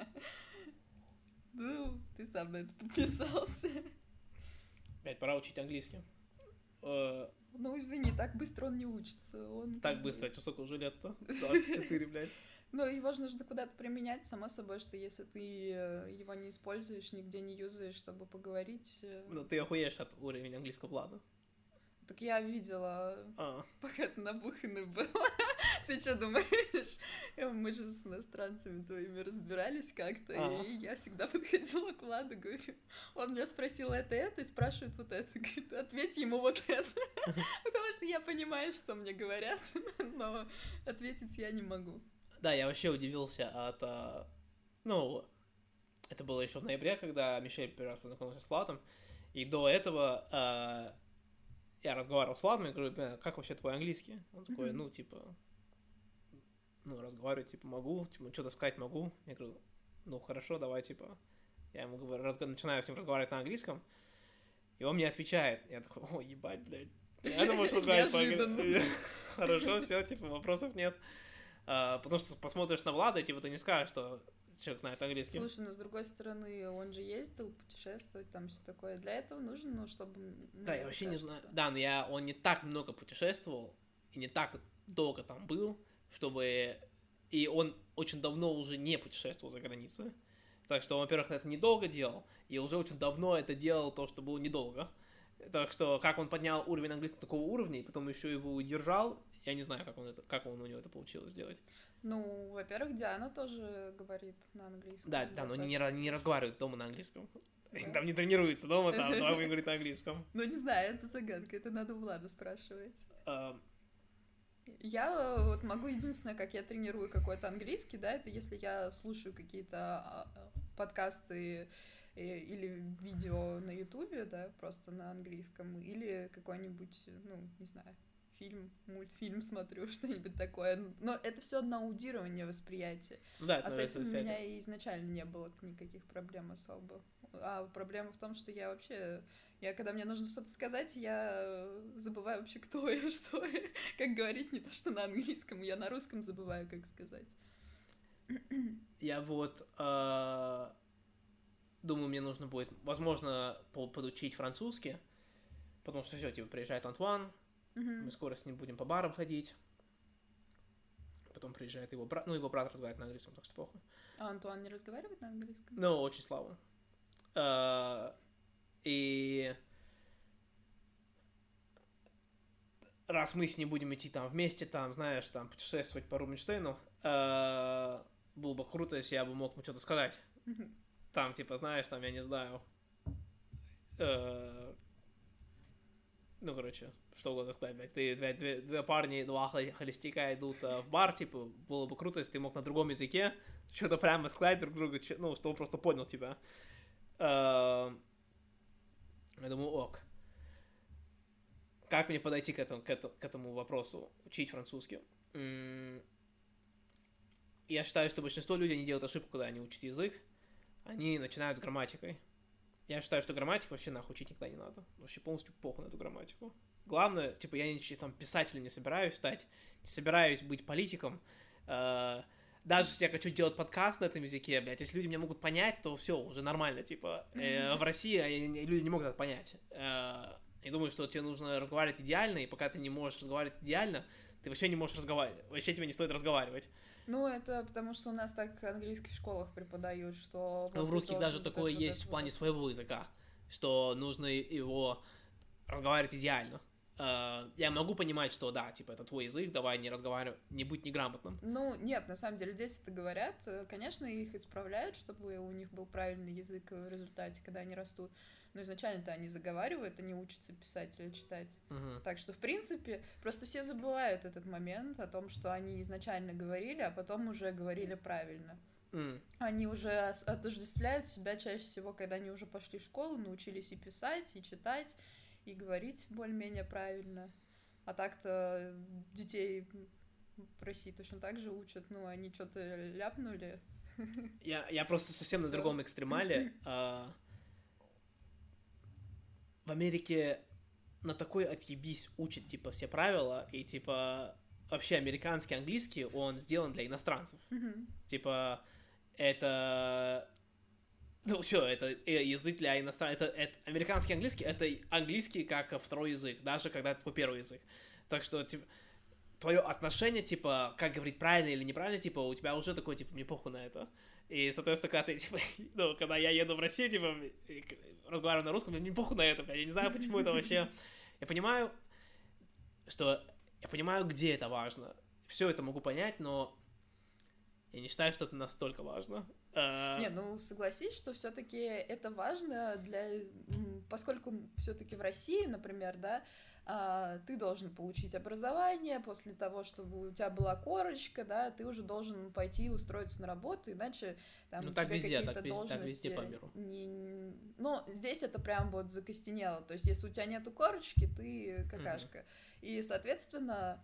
Ну, ты сам на это подписался. Блядь, пора учить английский. Ну, извини, так быстро он не учится. Он... Так быстро, что сколько уже лет-то? двадцать четыре, блядь. Ну, его же нужно куда-то применять, само собой, что если ты его не используешь, нигде не юзаешь, чтобы поговорить... Ну, ты охуеешь от уровня английского Влада. Так я видела, а. пока ты набуханный был. Ты что думаешь? Мы же с иностранцами твоими разбирались как-то, а. и я всегда подходила к Владу, говорю, он меня спросил это, это, и спрашивает вот это. Говорит, ответь ему вот это. Потому что я понимаю, что мне говорят, но ответить я не могу. Да, я вообще удивился от... Ну, это было еще в ноябре, когда Мишель первый раз познакомился с Владом, и до этого... Я разговаривал с Владом, я говорю, как вообще твой английский? Он такой, ну, типа, ну, разговаривать, типа, могу, типа, что-то сказать могу. Я говорю, ну, хорошо, давай, типа, я ему говорю, раз... начинаю с ним разговаривать на английском, и он мне отвечает. Я такой, о, ебать, блядь, реально можешь разговаривать по-английски? Хорошо, все, типа, вопросов нет. А, потому что посмотришь на Влада, типа, ты не скажешь, что человек знает английский. Слушай, но с другой стороны, он же ездил путешествовать, там все такое. Для этого нужно, ну, чтобы... Да, я вообще кажется... не знаю. Да, но я, он не так много путешествовал и не так долго там был, чтобы... И он очень давно уже не путешествовал за границей. Так что, во-первых, это недолго делал, и уже очень давно это делал то, что было недолго. Так что, как он поднял уровень английского такого уровня, и потом еще его удержал, я не знаю, как он, это, как он у него это получилось сделать. Ну, во-первых, Диана тоже говорит на английском. Да, да, но они не, не разговаривают дома на английском. Да. Там не тренируются дома, там, дома говорит на английском. Ну, не знаю, это загадка, это надо у Влада спрашивать. Я вот могу, единственное, как я тренирую какой-то английский, да, это если я слушаю какие-то подкасты или видео на ютубе, да, просто на английском, или какой-нибудь, ну, не знаю, фильм, мультфильм смотрю, что-нибудь такое. Но это все на аудирование восприятия. Да, а с этим у меня и изначально не было никаких проблем особо. А проблема в том, что я вообще... Я, когда мне нужно что-то сказать, я забываю вообще, кто я, что я. Как говорить, не то, что на английском, я на русском забываю, как сказать. Я вот... Э, думаю, мне нужно будет, возможно, подучить французский, потому что все, типа, приезжает Антуан, mm-hmm. мы скоро с ним будем по барам ходить. Потом приезжает его брат, ну, его брат разговаривает на английском, так что похуй. А Антуан не разговаривает на английском? Ну, очень слабо. Uh, и раз мы с ним будем идти там вместе, там, знаешь, там, путешествовать по Рубинштейну, uh, было бы круто, если я бы мог ему что-то сказать. Mm-hmm. Там, типа, знаешь, там, я не знаю, uh, ну, короче, что угодно сказать, блядь, ты, две, две, две парни, два холостяка идут uh, в бар, типа, было бы круто, если ты мог на другом языке что-то прямо сказать друг другу, ну, чтобы он просто понял тебя. Uh, я думаю, ок. Как мне подойти к этому, к этому, к этому вопросу, учить французский? Mm. Я считаю, что большинство людей не делают ошибку, когда они учат язык, они начинают с грамматикой. Я считаю, что грамматику вообще нахуй учить никогда не надо. Вообще полностью похуй на эту грамматику. Главное, типа, я не, там, писателем не собираюсь стать, не собираюсь быть политиком. Uh, Даже если я хочу делать подкаст на этом языке, блядь, если люди меня могут понять, то все, уже нормально, типа, э, в России люди не могут это понять. Э, я думаю, что тебе нужно разговаривать идеально, и пока ты не можешь разговаривать идеально, ты вообще не можешь разговаривать, вообще тебе не стоит разговаривать. Ну, это потому что у нас так английский в школах преподают, что... Ну, в русских даже такое вот есть вот в плане вот. Своего языка, что нужно его разговаривать идеально. Uh, я могу понимать, что да, типа, это твой язык, давай не разговаривай, не будь неграмотным. Ну, нет, на самом деле, дети это говорят, конечно, их исправляют, чтобы у них был правильный язык в результате, когда они растут, но изначально-то они заговаривают, они учатся писать или читать. Uh-huh. Так что, в принципе, просто все забывают этот момент о том, что они изначально говорили, а потом уже говорили правильно. Mm. Они уже отождествляют себя чаще всего, когда они уже пошли в школу, научились и писать, и читать, и говорить более-менее правильно. А так-то детей в России точно так же учат. Ну, они что-то ляпнули. Я, я просто совсем на другом экстремале. В Америке на такой отъебись учат, типа, все правила, и, типа, вообще американский английский, он сделан для иностранцев. Типа, это... Ну, все, это язык для иностранцев. Это, это американский английский, это английский как второй язык, даже когда это твой первый язык. Так что, типа, твое отношение, типа, как говорить правильно или неправильно, типа, у тебя уже такой, типа, мне похуй на это. И, соответственно, когда ты, типа, ну, когда я еду в Россию, типа, разговариваю на русском, мне похуй на это, я не знаю, почему это вообще... Я понимаю, что... Я понимаю, где это важно. Все это могу понять, но я не считаю, что это настолько важно. Не, ну согласись, что все-таки это важно для, поскольку все-таки в России, например, да, ты должен получить образование, после того, чтобы у тебя была корочка, да, ты уже должен пойти устроиться на работу, иначе там ну, у так тебя везде, какие-то так везде, должности... так везде по миру. Не... Ну, здесь это прям вот закостенело, то есть если у тебя нету корочки, ты какашка. Mm-hmm. И, соответственно,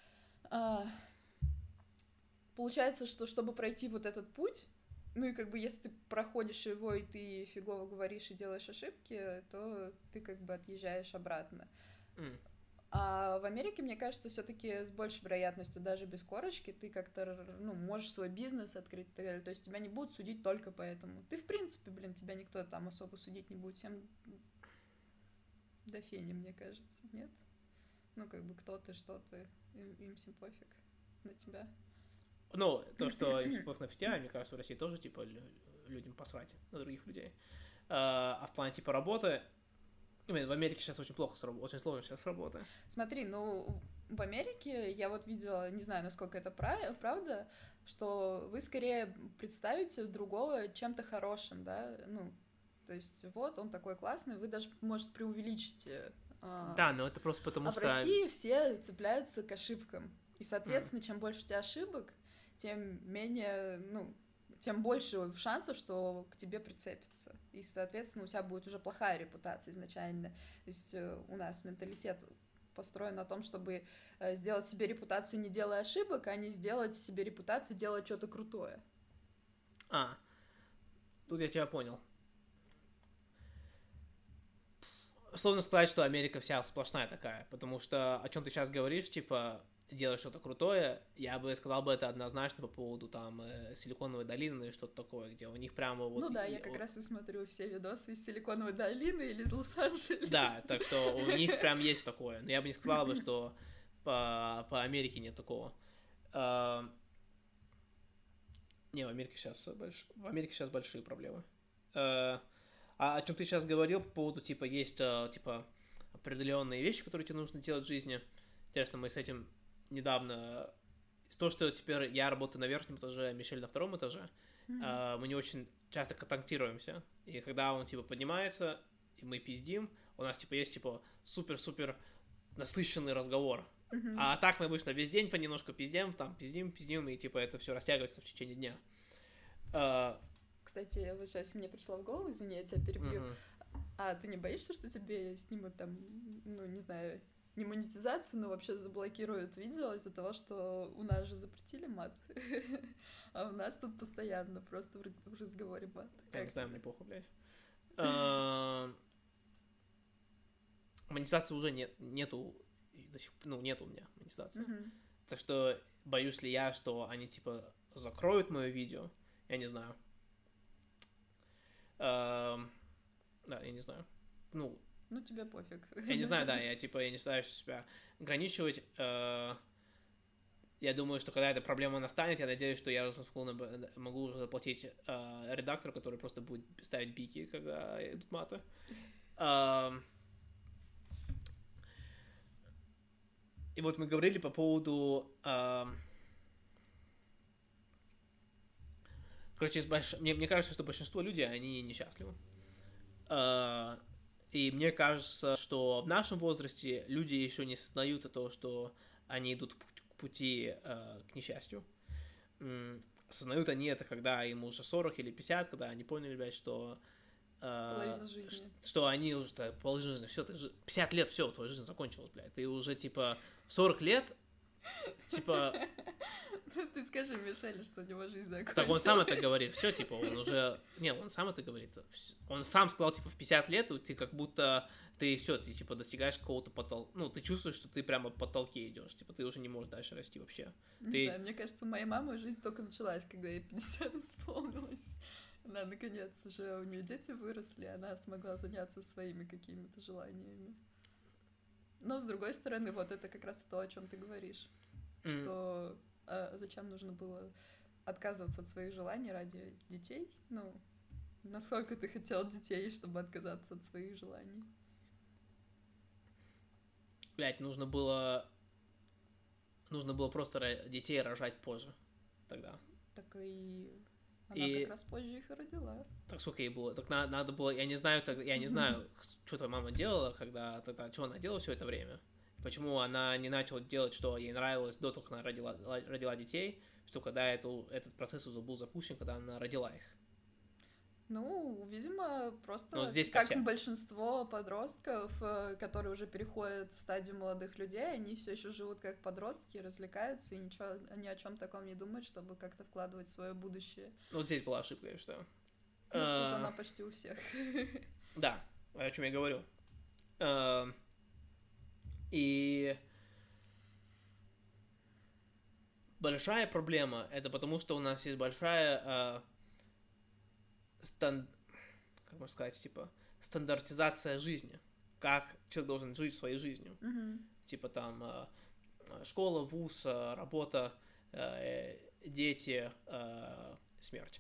получается, что чтобы пройти вот этот путь, ну и как бы если ты проходишь его, и ты фигово говоришь и делаешь ошибки, то ты как бы отъезжаешь обратно. Mm. А в Америке, мне кажется, все-таки с большей вероятностью, даже без корочки, ты как-то, ну, можешь свой бизнес открыть и так далее. То есть тебя не будут судить только поэтому. Ты, в принципе, блин, тебя никто там особо судить не будет. Всем до фени, мне кажется, нет? Ну, как бы, кто ты, что ты, им, им всем пофиг на тебя. Ну, то, что им всем пофиг на тебя, мне кажется, в России тоже, типа, людям посрать на других людей. А, а в плане, типа, работы... В Америке сейчас очень плохо, очень сложно сейчас с работой. Смотри, ну, в Америке я вот видела, не знаю, насколько это прав- правда, что вы скорее представите другого чем-то хорошим, да, ну, то есть вот он такой классный, вы даже, может, преувеличите. Да, но это просто потому, а что... А в России все цепляются к ошибкам, и, соответственно, mm. чем больше у тебя ошибок, тем менее, ну, тем больше шансов, что к тебе прицепится. И, соответственно, у тебя будет уже плохая репутация изначально. То есть у нас менталитет построен на том, чтобы сделать себе репутацию, не делая ошибок, а не сделать себе репутацию, делая что-то крутое. А, тут я тебя понял. Сложно сказать, что Америка вся сплошная такая, потому что о чем ты сейчас говоришь, типа... делать что-то крутое, я бы сказал бы это однозначно по поводу там э, Силиконовой долины и что-то такое, где у них прямо вот... Ну да, я как вот... раз и смотрю все видосы из Силиконовой долины или из Лос-Анджелеса. Да, так что у них прям есть такое, но я бы не сказал бы, что по, по Америке нет такого. Uh, не, в Америке сейчас больш... в Америке сейчас большие проблемы. Uh, а о чем ты сейчас говорил по поводу, типа, есть, uh, типа, определенные вещи, которые тебе нужно делать в жизни. Интересно, мы с этим недавно, из того, что теперь я работаю на верхнем этаже, Мишель на втором этаже, mm-hmm. uh, мы не очень часто контактируемся, и когда он, типа, поднимается, и мы пиздим, у нас, типа, есть, типа, супер-супер насыщенный разговор, mm-hmm. а так мы обычно весь день понемножку пиздим, там, пиздим, пиздим, и, типа, это все растягивается в течение дня. Uh, Кстати, вот сейчас мне пришло в голову, извини, я тебя перебью, mm-hmm. а ты не боишься, что тебе снимут там, ну, не знаю... не монетизацию, но вообще заблокируют видео из-за того, что у нас же запретили мат, а у нас тут постоянно просто в разговоре мат. Я не знаю, мне похуй, блядь. Монетизации уже нету, до сих пор, ну, нету у меня монетизации. Так что боюсь ли я, что они, типа, закроют мое видео? Я не знаю. Да, я не знаю. Ну, Ну, тебе пофиг. Я не знаю, да, я, типа, я не стараюсь себя ограничивать. Я думаю, что когда эта проблема настанет, я надеюсь, что я уже могу уже заплатить редактору, который просто будет ставить бики, когда идут маты. И вот мы говорили по поводу... Короче, больш... мне, мне кажется, что большинство людей, они несчастливы. И мне кажется, что в нашем возрасте люди еще не осознают то, что они идут к пути э, к несчастью. М- осознают они это, когда им уже сорок или пятьдесят, когда они поняли, блядь, что... Э, жизни. Что они уже... Да, половина жизни, все, ты ж... пятьдесят лет, все, твоя жизнь закончилась, блядь. Ты уже, типа, в сорок лет, типа... Ты скажи Мишелю, что у него жизнь закончилась. Так он сам это говорит, все, типа, он уже... Не, он сам это говорит. Он сам сказал, типа, в пятьдесят лет, ты как будто ты все, ты, типа, достигаешь какого-то потолка. Ну, ты чувствуешь, что ты прямо по потолке идешь, типа, ты уже не можешь дальше расти вообще. Не ты... знаю, мне кажется, у моей мамы жизнь только началась, когда ей пятьдесят исполнилось. Она, наконец, уже у нее дети выросли, она смогла заняться своими какими-то желаниями. Но, с другой стороны, вот это как раз то, о чем ты говоришь. Mm. Что... А зачем нужно было отказываться от своих желаний ради детей? Ну, насколько ты хотел детей, чтобы отказаться от своих желаний? Блять, нужно было... Нужно было просто детей рожать позже тогда. Так и... Она и... как раз позже их и родила. Так сколько ей было? Так надо, надо было... Я не знаю, так... я не знаю, что твоя мама делала, когда... Тогда... Что она делала все это время? Почему она не начала делать, что ей нравилось до того, как она родила, родила детей, что когда это, этот процесс уже был запущен, когда она родила их? Ну, видимо, просто ну, здесь как косяк. Большинство подростков, которые уже переходят в стадию молодых людей, они все еще живут как подростки, развлекаются и ничего, ни о чем таком не думают, чтобы как-то вкладывать в свое будущее. Вот здесь была ошибка, я считаю. Ну, тут она почти у всех. Да, о чем я говорю. И большая проблема, это потому, что у нас есть большая э, стан... как можно сказать, типа, стандартизация жизни. Как человек должен жить своей жизнью. Mm-hmm. Типа там э, школа, вуз, э, работа, э, дети, э, смерть.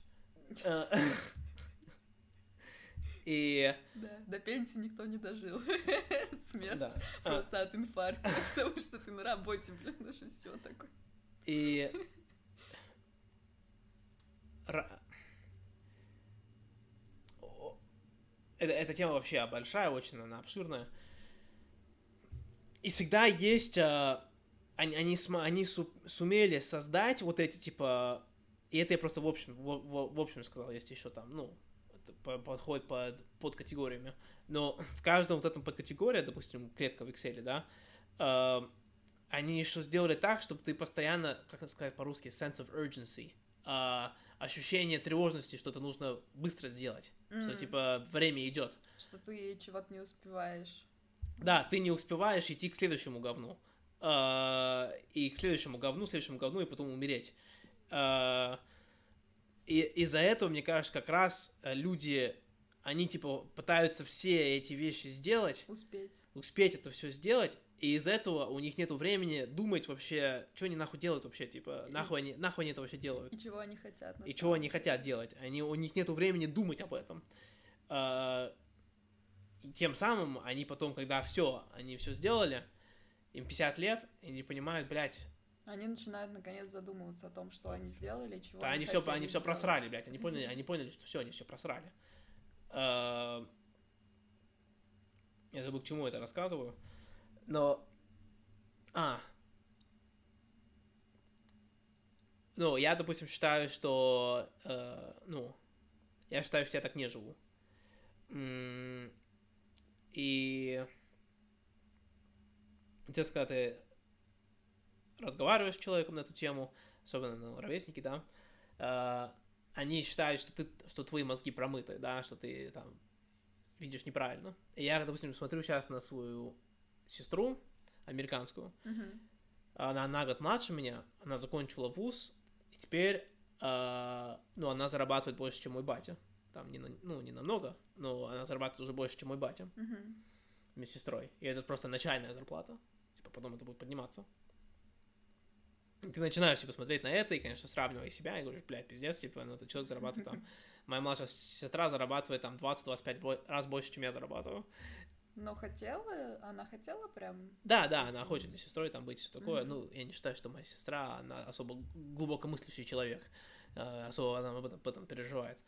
И... Да, до пенсии никто не дожил. Смерть Да. просто а. от инфаркта, потому что ты на работе, блин, ну что все такое. И... Это, эта тема вообще большая, очень она обширная. И всегда есть... Э, они они, они су, сумели создать вот эти, типа... И это я просто в общем, в, в, в общем сказал, есть еще там, ну... подходит под, под категориями. Но в каждом вот этом подкатегории, допустим, клетка в Excel, да, э, они еще сделали так, чтобы ты постоянно, как это сказать по-русски, sense of urgency, э, ощущение тревожности, что-то нужно быстро сделать, mm. что, типа, время идет. Что ты чего-то не успеваешь. Да, ты не успеваешь идти к следующему говну. Э, и к следующему говну, следующему говну, и потом умереть. Э, И из-за этого, мне кажется, как раз люди, они, типа, пытаются все эти вещи сделать. Успеть. Успеть это все сделать, и из-за этого у них нету времени думать вообще, что они нахуй делают вообще, типа, и... нахуй, они, нахуй они это вообще делают. И чего они хотят. И чего они хотят делать. Они, у них нету времени думать об этом. И тем самым они потом, когда все, они все сделали, им пятьдесят лет, и не понимают, блядь, они начинают наконец задумываться о том, что они сделали, чего да, они, они все, они все сделать. просрали, блядь, они поняли, они поняли, что все, они все просрали. Я забыл, к чему это рассказываю, но, а, ну, я, допустим, считаю, что, э, ну, я считаю, что я так не живу, и, интересно, когда ты разговариваешь с человеком на эту тему, особенно, ну, ровесники, да, э, они считают, что ты, что твои мозги промыты, да, что ты там видишь неправильно. И я, допустим, смотрю сейчас на свою сестру американскую, mm-hmm. она на год младше меня, она закончила вуз, и теперь, э, ну, она зарабатывает больше, чем мой батя, там, не на, ну, не намного, но она зарабатывает уже больше, чем мой батя, mm-hmm. вместе с сестрой, и это просто начальная зарплата, типа, потом это будет подниматься. Ты начинаешь, типа, смотреть на это и, конечно, сравнивая себя, и говоришь, блядь, пиздец, типа, ну, этот человек зарабатывает там, моя младшая сестра зарабатывает там двадцать-двадцать пять раз больше, чем я зарабатываю. Но хотела, она хотела прям... Да, да, она хочет с сестрой там быть, все такое, mm-hmm. ну, я не считаю, что моя сестра, она особо глубоко мыслящий человек, особо она об этом, об этом переживает.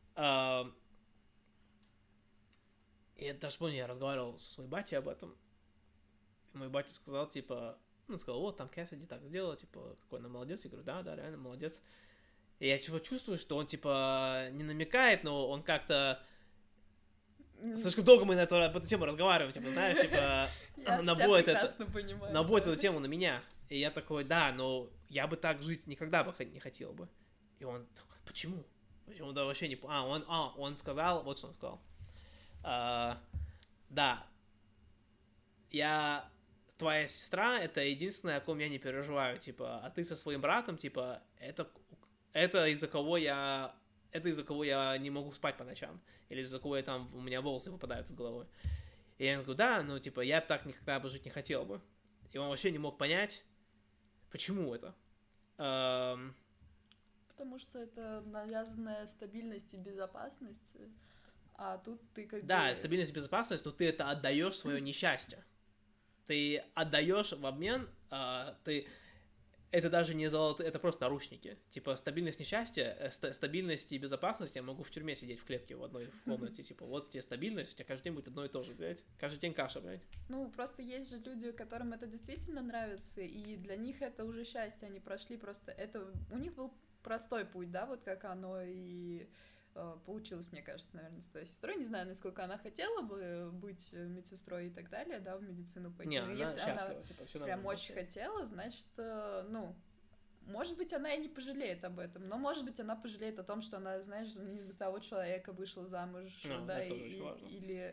И я даже помню, я разговаривал со своей батей об этом, и мой батя сказал, типа... Он сказал, вот, там Кэссиди так сделала, типа, какой она молодец. Я говорю, да, да, реально молодец. И я типа чувствую, что он, типа, не намекает, но он как-то... Слишком долго мы на эту, эту тему разговариваем, типа, знаешь, типа, наводит, это, наводит эту тему на меня. И я такой, да, но я бы так жить никогда бы не хотел бы. И он, почему? Почему? Да вообще не... А, он, а, он сказал, вот что он сказал. А, да, я... Твоя сестра — это единственное, о ком я не переживаю, типа, а ты со своим братом, типа, это, это из-за кого я, это из-за кого я не могу спать по ночам, или из-за кого я там, у меня волосы выпадают с головы. И я говорю, да, ну, типа, я так никогда бы жить не хотел бы. И он вообще не мог понять, почему это. Эм... Потому что это навязанная стабильность и безопасность, а тут ты как да, бы... Да, стабильность и безопасность, но ты это отдаешь свое несчастье. Ты отдаешь в обмен, а, ты... Это даже не золото, это просто наручники. Типа, стабильность несчастья, ст- стабильность и безопасность, я могу в тюрьме сидеть в клетке в одной комнате. Типа, вот тебе стабильность, у тебя каждый день будет одно и то же, блядь. Каждый день каша, блядь. Ну, просто есть же люди, которым это действительно нравится, и для них это уже счастье. Они прошли просто... Это... У них был простой путь, да, вот как оно и... получилось, мне кажется, наверное, с твоей сестрой. Не знаю, насколько она хотела бы быть медсестрой и так далее, да, в медицину пойти. Не, но она если счастлива, она типа, все прям очень хотела, значит, ну, может быть, она и не пожалеет об этом, но, может быть, она пожалеет о том, что она, знаешь, не за того человека вышла замуж, no, да, это и, очень важно. или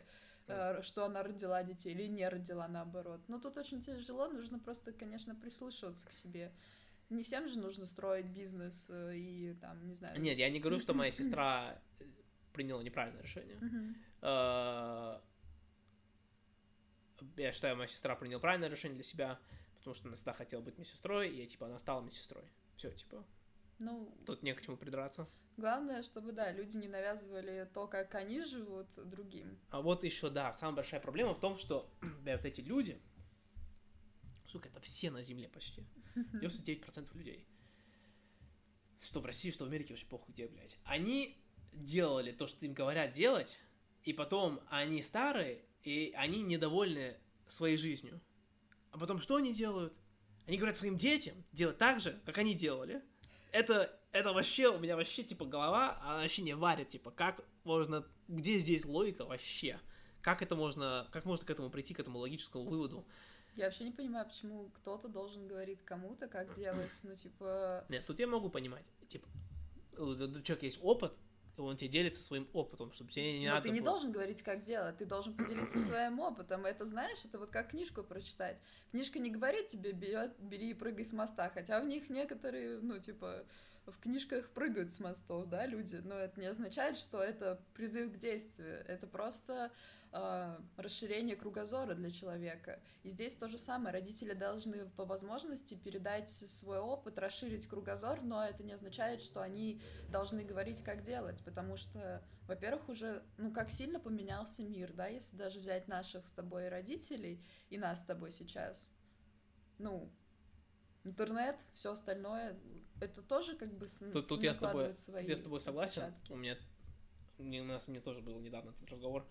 э, что она родила детей или не родила, наоборот. Но тут очень тяжело, нужно просто, конечно, прислушиваться к себе. Не всем же нужно строить бизнес э, и там, не знаю... Нет, я не говорю, что моя сестра приняла неправильное решение. Uh, я считаю, моя сестра приняла правильное решение для себя, потому что она всегда хотела быть медсестрой, и типа она стала медсестрой. Все, типа. Ну, тут не к чему придраться. Главное, чтобы, да, люди не навязывали то, как они живут, другим. А вот еще, да, самая большая проблема в том, что да, вот эти люди, сука, это все на Земле почти, девяносто девять процентов людей, что в России, что в Америке, вообще похуй где, блядь, они делали то, что им говорят делать, и потом они старые, и они недовольны своей жизнью. А потом что они делают? Они говорят своим детям делать так же, как они делали. Это, это вообще, у меня вообще, типа, голова, она вообще не варит, типа, как можно, где здесь логика вообще? Как это можно, как можно к этому прийти, к этому логическому выводу? Я вообще не понимаю, почему кто-то должен говорить кому-то, как делать, ну, типа... Нет, тут я могу понимать, типа, у человека есть опыт, он тебе делится своим опытом, чтобы тебе не Но надо... ты не было... должен говорить, как делать, ты должен поделиться своим опытом. Это, знаешь, это вот как книжку прочитать. Книжка не говорит тебе, бери, бери и прыгай с моста, хотя в них некоторые, ну, типа, в книжках прыгают с мостов, да, люди, но это не означает, что это призыв к действию, это просто э, расширение кругозора для человека. И здесь то же самое, родители должны по возможности передать свой опыт, расширить кругозор, но это не означает, что они должны говорить, как делать, потому что, во-первых, уже, ну, как сильно поменялся мир, да, если даже взять наших с тобой родителей и нас с тобой сейчас, ну, интернет, все остальное, это тоже как бы с, тут, тут, я с тобой, свои тут я с тобой согласен. отпечатки. У меня, у нас мне тоже был недавно этот разговор.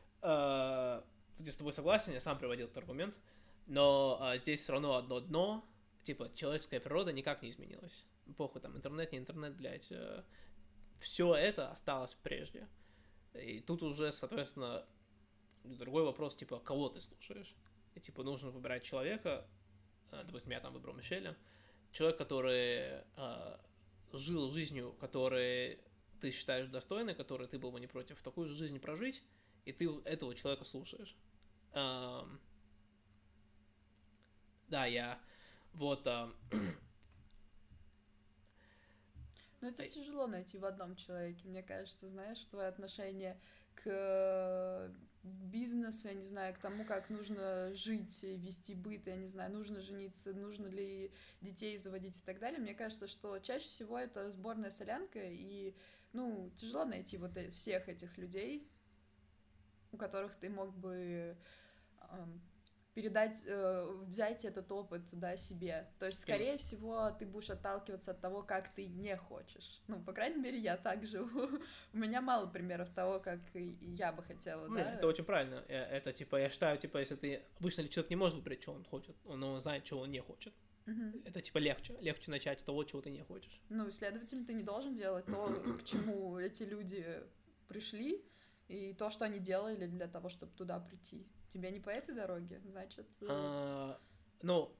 Uh, тут я с тобой согласен, я сам приводил этот аргумент, но uh, здесь все равно одно дно, типа человеческая природа никак не изменилась. Похуй там интернет, не интернет, блядь. Uh, все это осталось прежде. И тут уже, соответственно, другой вопрос, типа, кого ты слушаешь? И, типа, нужно выбирать человека. Допустим, я там выбрал Мишеля. Человек, который э, жил жизнью, которой ты считаешь достойной, которой ты был бы не против такую же жизнь прожить, и ты этого человека слушаешь. Эм, да, я вот... Э, Ну, это тяжело найти в одном человеке. Мне кажется, знаешь, твое отношение к бизнесу, я не знаю, к тому, как нужно жить, вести быт, я не знаю, нужно жениться, нужно ли детей заводить и так далее. Мне кажется, что чаще всего это сборная солянка, и, ну, тяжело найти вот всех этих людей, у которых ты мог бы э, передать, э, взять этот опыт, да, себе. То есть, скорее и... всего, ты будешь отталкиваться от того, как ты не хочешь. Ну, по крайней мере, я так живу. У меня мало примеров того, как я бы хотела, ну, да. Это очень правильно. Это, типа, я считаю, типа, если ты... Обычно ли человек не может выбрать, что он хочет, он знает, чего он не хочет. Угу. Это, типа, легче. Легче начать с того, чего ты не хочешь. Ну, следовательно, ты не должен делать то, к чему эти люди пришли, и то, что они делали для того, чтобы туда прийти. Тебе не по этой дороге, значит... А, ну...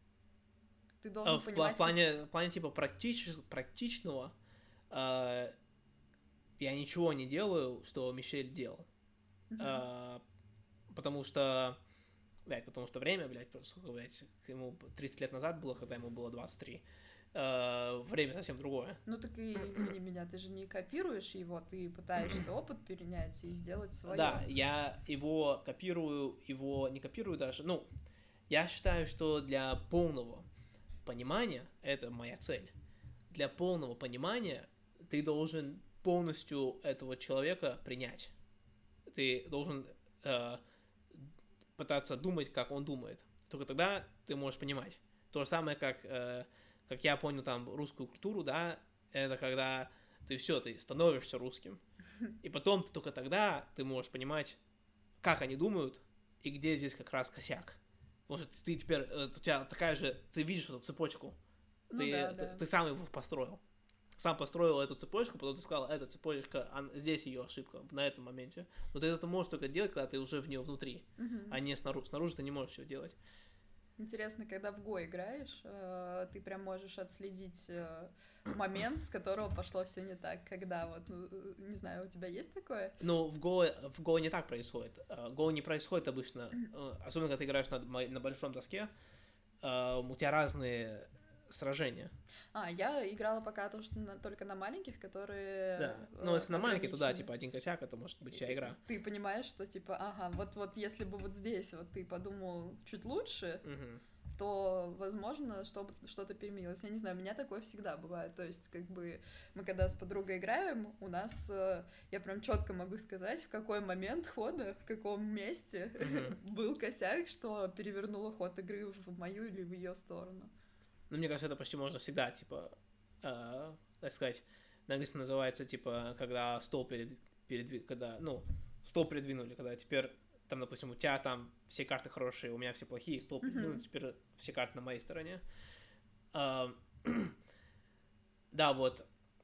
Ты должен в, понимать... В плане, как... в плане типа, практич, практичного а, я ничего не делаю, что Мишель делал. Uh-huh. А, потому что... Блядь, потому что время, блядь, сколько, блядь, ему тридцать лет назад было, когда ему было двадцать три. Uh, время совсем другое. Ну так и, извини меня, ты же не копируешь его, ты пытаешься опыт перенять и сделать свое. Да, я его копирую, его не копирую даже. Ну, я считаю, что для полного понимания, это моя цель, для полного понимания ты должен полностью этого человека принять. Ты должен uh, пытаться думать, как он думает. Только тогда ты можешь понимать. То же самое, как... Uh, как я понял там русскую культуру, да, это когда ты все, ты становишься русским. И потом ты только тогда ты можешь понимать, как они думают, и где здесь как раз косяк. Потому что ты теперь, у тебя такая же, ты видишь эту цепочку, ну, ты, да, ты, да. ты сам его построил. Сам построил эту цепочку, потом ты сказал, эта цепочка, здесь ее ошибка, на этом моменте. Но ты это можешь только делать, когда ты уже в нее внутри, uh-huh. а не снаружи. Снаружи ты не можешь ее делать. Интересно, когда в Го играешь, э, ты прям можешь отследить э, момент, с которого пошло все не так. Когда вот, ну, не знаю, у тебя есть такое? Ну, в Go, в Go не так происходит. Go не происходит обычно, особенно когда ты играешь на, на большом доске, у тебя разные сражения. А, я играла пока то, что на, только на маленьких, которые... Да, ну если на маленьких, то да, типа один косяк, это может быть вся игра. Ты понимаешь, что типа, ага, вот, вот если бы вот здесь вот ты подумал чуть лучше, угу. то, возможно, что, что-то переменилось. Я не знаю, у меня такое всегда бывает. То есть, как бы, мы когда с подругой играем, у нас, я прям четко могу сказать, в какой момент хода, в каком месте uh-huh. был косяк, что перевернуло ход игры в мою или в ее сторону. Ну, мне кажется, это почти можно всегда, типа, э, так сказать, на английском называется, типа, когда стол перед, передвинули, когда, ну, стол передвинули, когда теперь, там, допустим, у тебя там все карты хорошие, у меня все плохие, стол передвинули, uh-huh. теперь все карты на моей стороне. Uh, да, вот,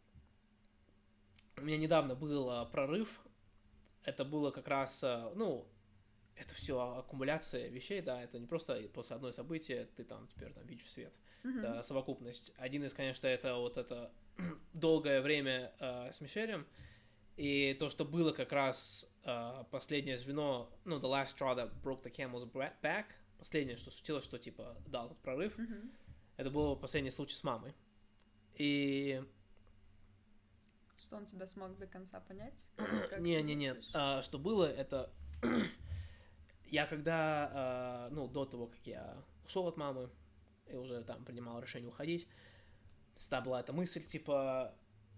у меня недавно был uh, прорыв, это было как раз, uh, ну, это все аккумуляция вещей, да, это не просто после одной события ты там теперь там видишь свет. Mm-hmm. Это совокупность. Один из, конечно, это вот это долгое время э, с Мишелем, и то, что было как раз э, последнее звено, ну, the last straw that broke the camel's back, последнее, что случилось, что, типа, дал этот прорыв, mm-hmm. это был последний случай с мамой. И... Что он тебя смог до конца понять? Не-не-не, а, что было, это... Я когда, ну, до того, как я ушел от мамы, и уже там принимал решение уходить, всегда была эта мысль, типа,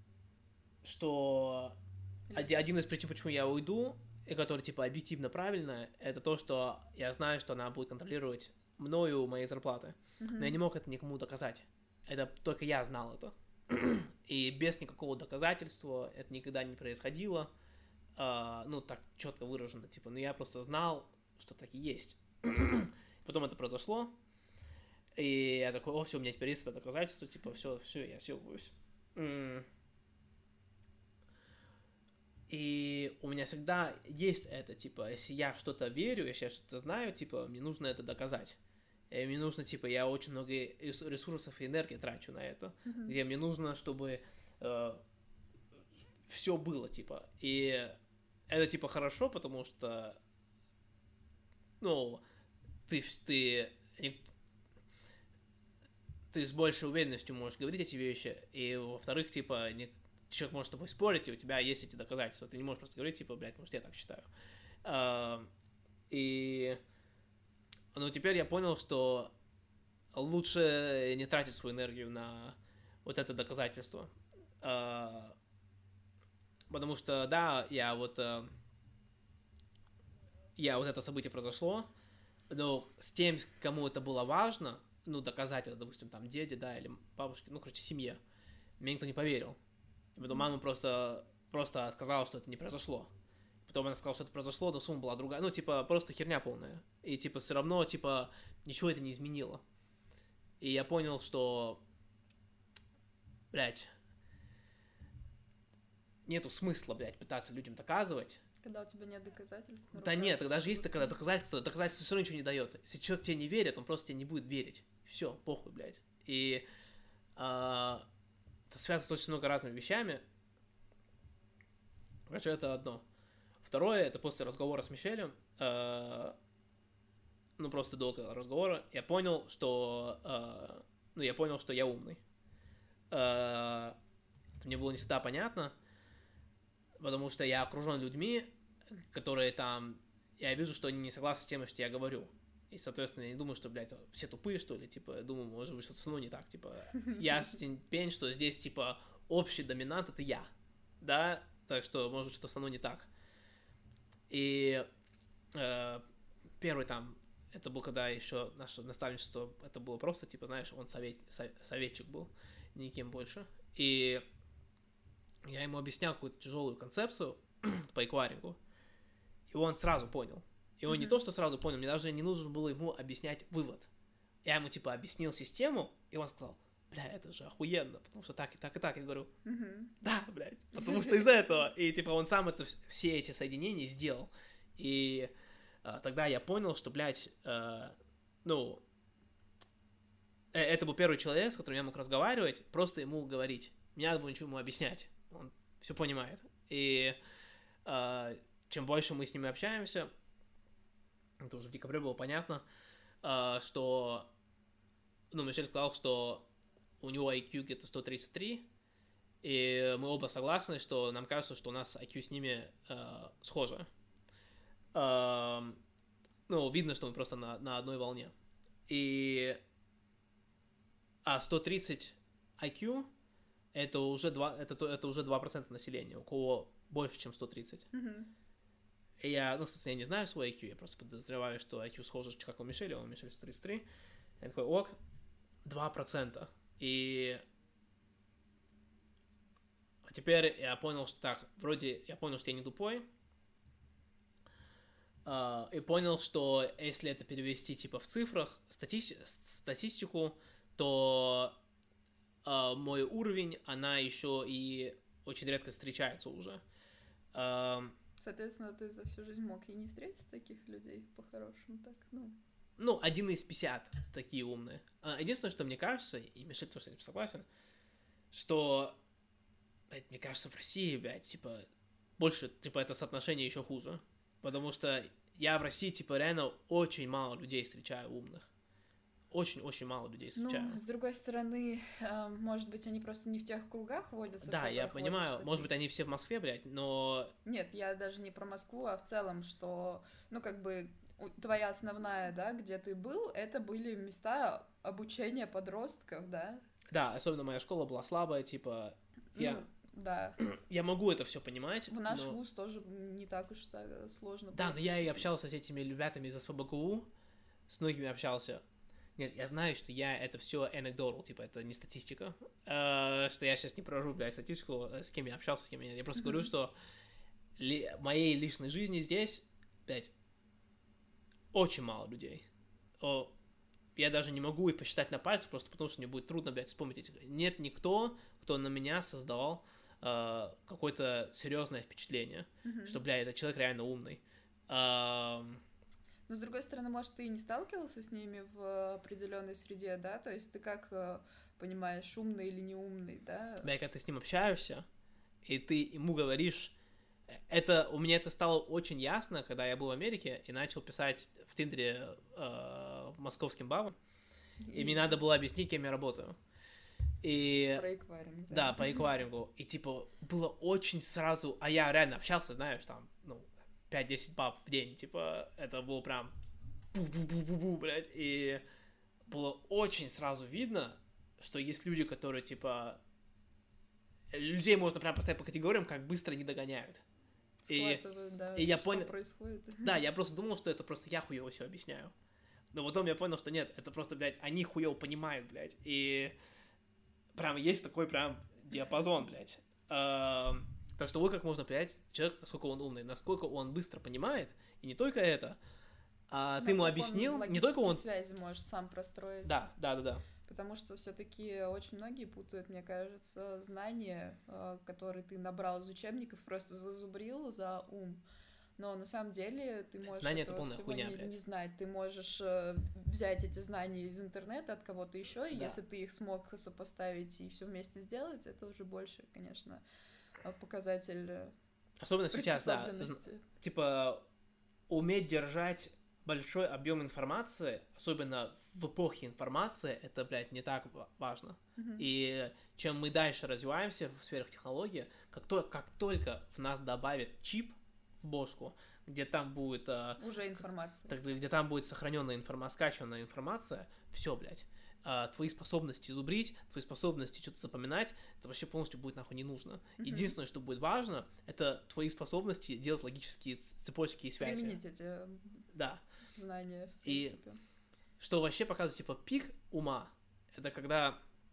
что один из причин, почему я уйду, и который, типа, объективно правильно, это то, что я знаю, что она будет контролировать мною мои зарплаты. Mm-hmm. Но я не мог это никому доказать. Это только я знал это. И без никакого доказательства это никогда не происходило. Uh, ну, так четко выражено, типа, но я просто знал, что так и есть. Потом это произошло, и я такой, о, все, у меня теперь есть это доказательство, типа, все, все, я съебываюсь. Mm. И у меня всегда есть это, типа, если я в что-то верю, если я что-то знаю, типа, мне нужно это доказать. И мне нужно, типа, я очень много ресурсов и энергии трачу на это, mm-hmm. где мне нужно, чтобы uh, все было, типа, и это, типа, хорошо, потому что, ну, ты, ты, ты с большей уверенностью можешь говорить эти вещи, и, во-вторых, типа, не, человек может с тобой спорить, и у тебя есть эти доказательства, ты не можешь просто говорить, типа, блядь, может, я так считаю. А, и, ну, теперь я понял, что лучше не тратить свою энергию на вот это доказательство. А, Потому что, да, я вот... Э, я вот это событие произошло, но с тем, кому это было важно, ну, доказать это, допустим, там, деде, да, или бабушке, ну, короче, семье, мне никто не поверил. И потом мама просто, просто сказала, что это не произошло. Потом она сказала, что это произошло, но сумма была другая. Ну, типа, просто херня полная. И, типа, все равно, типа, ничего это не изменило. И я понял, что... Блядь... Нету смысла, блядь, пытаться людям доказывать. Когда у тебя нет доказательств. Да нет, тогда же есть когда доказательства, доказательства все равно ничего не дает. Если человек тебе не верит, он просто тебе не будет верить. Все, похуй, блядь. И а, это связано очень много разными вещами. Короче, это одно. Второе, это после разговора с Мишелем, а, ну просто долгого разговора, я понял, что, а, ну я понял, что я умный. А, это мне было не всегда понятно. Потому что я окружен людьми, которые там... Я вижу, что они не согласны с тем, что я говорю. И, соответственно, я не думаю, что, блядь, все тупые, что ли. Типа, я думаю, может быть, что-то со мной не так. Типа, я пень, что здесь, типа, общий доминант — это я. Да? Так что, может быть, что-то со мной не так. И э, первый там... Это был, когда еще наше наставничество... Это было просто, типа, знаешь, он совет, советчик был. Никем больше. И... Я ему объяснял какую-то тяжелую концепцию по эквайрингу, и он сразу понял. И он mm-hmm. не то, что сразу понял, мне даже не нужно было ему объяснять вывод. Я ему, типа, объяснил систему, и он сказал, бля, это же охуенно, потому что так и так и так. Я говорю, mm-hmm. да, блядь, потому что из-за этого. И, типа, он сам это, все эти соединения сделал. И а, тогда я понял, что, блядь, а, ну, это был первый человек, с которым я мог разговаривать, просто ему говорить. Не надо было ничего ему объяснять. Он все понимает. И э, чем больше мы с ними общаемся, это уже в декабре было понятно, э, что, ну, Мишель сказал, что у него ай кью где-то сто тридцать три, и мы оба согласны, что нам кажется, что у нас ай кью с ними э, схоже. Э, ну, видно, что мы просто на, на одной волне. И а сто тридцать ай кью это уже два, это, это уже два процента населения, у кого больше, чем сто тридцать. Mm-hmm. И я, ну, кстати, я не знаю свой ай кью, я просто подозреваю, что ай кью схоже, как у Мишеля, у Мишеля сто тридцать три. Я такой, ок, два процента. И а теперь я понял, что так, вроде я понял, что я не тупой, Uh, и понял, что если это перевести типа в цифрах, стати- статистику, то uh, мой уровень, она еще и очень редко встречается уже. Uh, Соответственно, ты за всю жизнь мог и не встретить таких людей, по-хорошему, так, ну... Ну, один из пятьдесят такие умные. Uh, единственное, что мне кажется, и Мишель тоже с этим согласен, что, блядь, мне кажется, в России, блядь, типа, больше, типа, это соотношение еще хуже. Потому что я в России, типа, реально очень мало людей встречаю умных. Очень-очень мало людей встречаю. Ну, с другой стороны, э, может быть, они просто не в тех кругах водятся. Да, я понимаю. Может быть, они все в Москве, блядь, но... Нет, я даже не про Москву, а в целом, что, ну, как бы, твоя основная, да, где ты был, это были места обучения подростков, да? Да, особенно моя школа была слабая, типа... Ну, я... Да. Я могу это все понимать. В наш но... вуз тоже не так уж так сложно. Да, но я и общался с этими ребятами из эс вэ бэ ка у, с многими общался. Нет, я знаю, что я это все anecdotal, типа это не статистика, э, что я сейчас не провожу, блядь, статистику, с кем я общался, с кем я. Я просто mm-hmm. говорю, что ли, моей личной жизни здесь, блядь, очень мало людей. О, я даже не могу их посчитать на пальцах, просто потому что мне будет трудно, блядь, вспомнить этих. Нет никто, кто на меня создавал Uh, какое-то серьезное впечатление, mm-hmm. что, бля, этот человек реально умный. Uh... Но, с другой стороны, может, ты и не сталкивался с ними в определенной среде, да? То есть ты как понимаешь, умный или не умный, да? Бля, когда ты с ним общаешься, и ты ему говоришь... Это, у меня это стало очень ясно, когда я был в Америке и начал писать в Тиндере uh, московским бабам, и... и мне надо было объяснить, кем я работаю. И... Про эквайринг, да. Да, по эквайрингу. И, типа, было очень сразу... А я реально общался, знаешь, там, ну, пять-десять баб в день. Типа, это было прям... Бу-бу-бу-бу-бу, блядь. И было очень сразу видно, что есть люди, которые, типа... Людей можно прям поставить по категориям, как быстро они догоняют. И, да, и я что понял... происходит. Да, я просто думал, что это просто я хуёво все объясняю. Но потом я понял, что нет, это просто, блядь, они хуёво понимают, блядь. И... Прям есть такой прям диапазон, блядь. Uh, так что вот как можно понять человек, насколько он умный, насколько он быстро понимает, и не только это, а ты ему объяснил, не только он... связи может сам простроить. Да, да, да, да. Потому что все-таки очень многие путают, мне кажется, знания, которые ты набрал из учебников, просто зазубрил за ум. Но на самом деле ты можешь знания этого это всего хуйня, не, блядь. не знать. Ты можешь э, взять эти знания из интернета от кого-то еще, и да. если ты их смог сопоставить и все вместе сделать, это уже больше, конечно, показатель особенно сейчас, да, типа уметь держать большой объем информации, особенно в эпохе информации, это, блядь, не так важно. Mm-hmm. И чем мы дальше развиваемся в сферах технологии, как, то, как только в нас добавят чип в бошку, где там будет... Уже информация. Где там будет сохраненная информация, скачанная информация, все, блядь. Твои способности зубрить, твои способности что-то запоминать, это вообще полностью будет нахуй не нужно. Mm-hmm. Единственное, что будет важно, это твои способности делать логические цепочки и связи. Применить эти да. знания, в и принципе. Что вообще показывает, типа, пик ума, это когда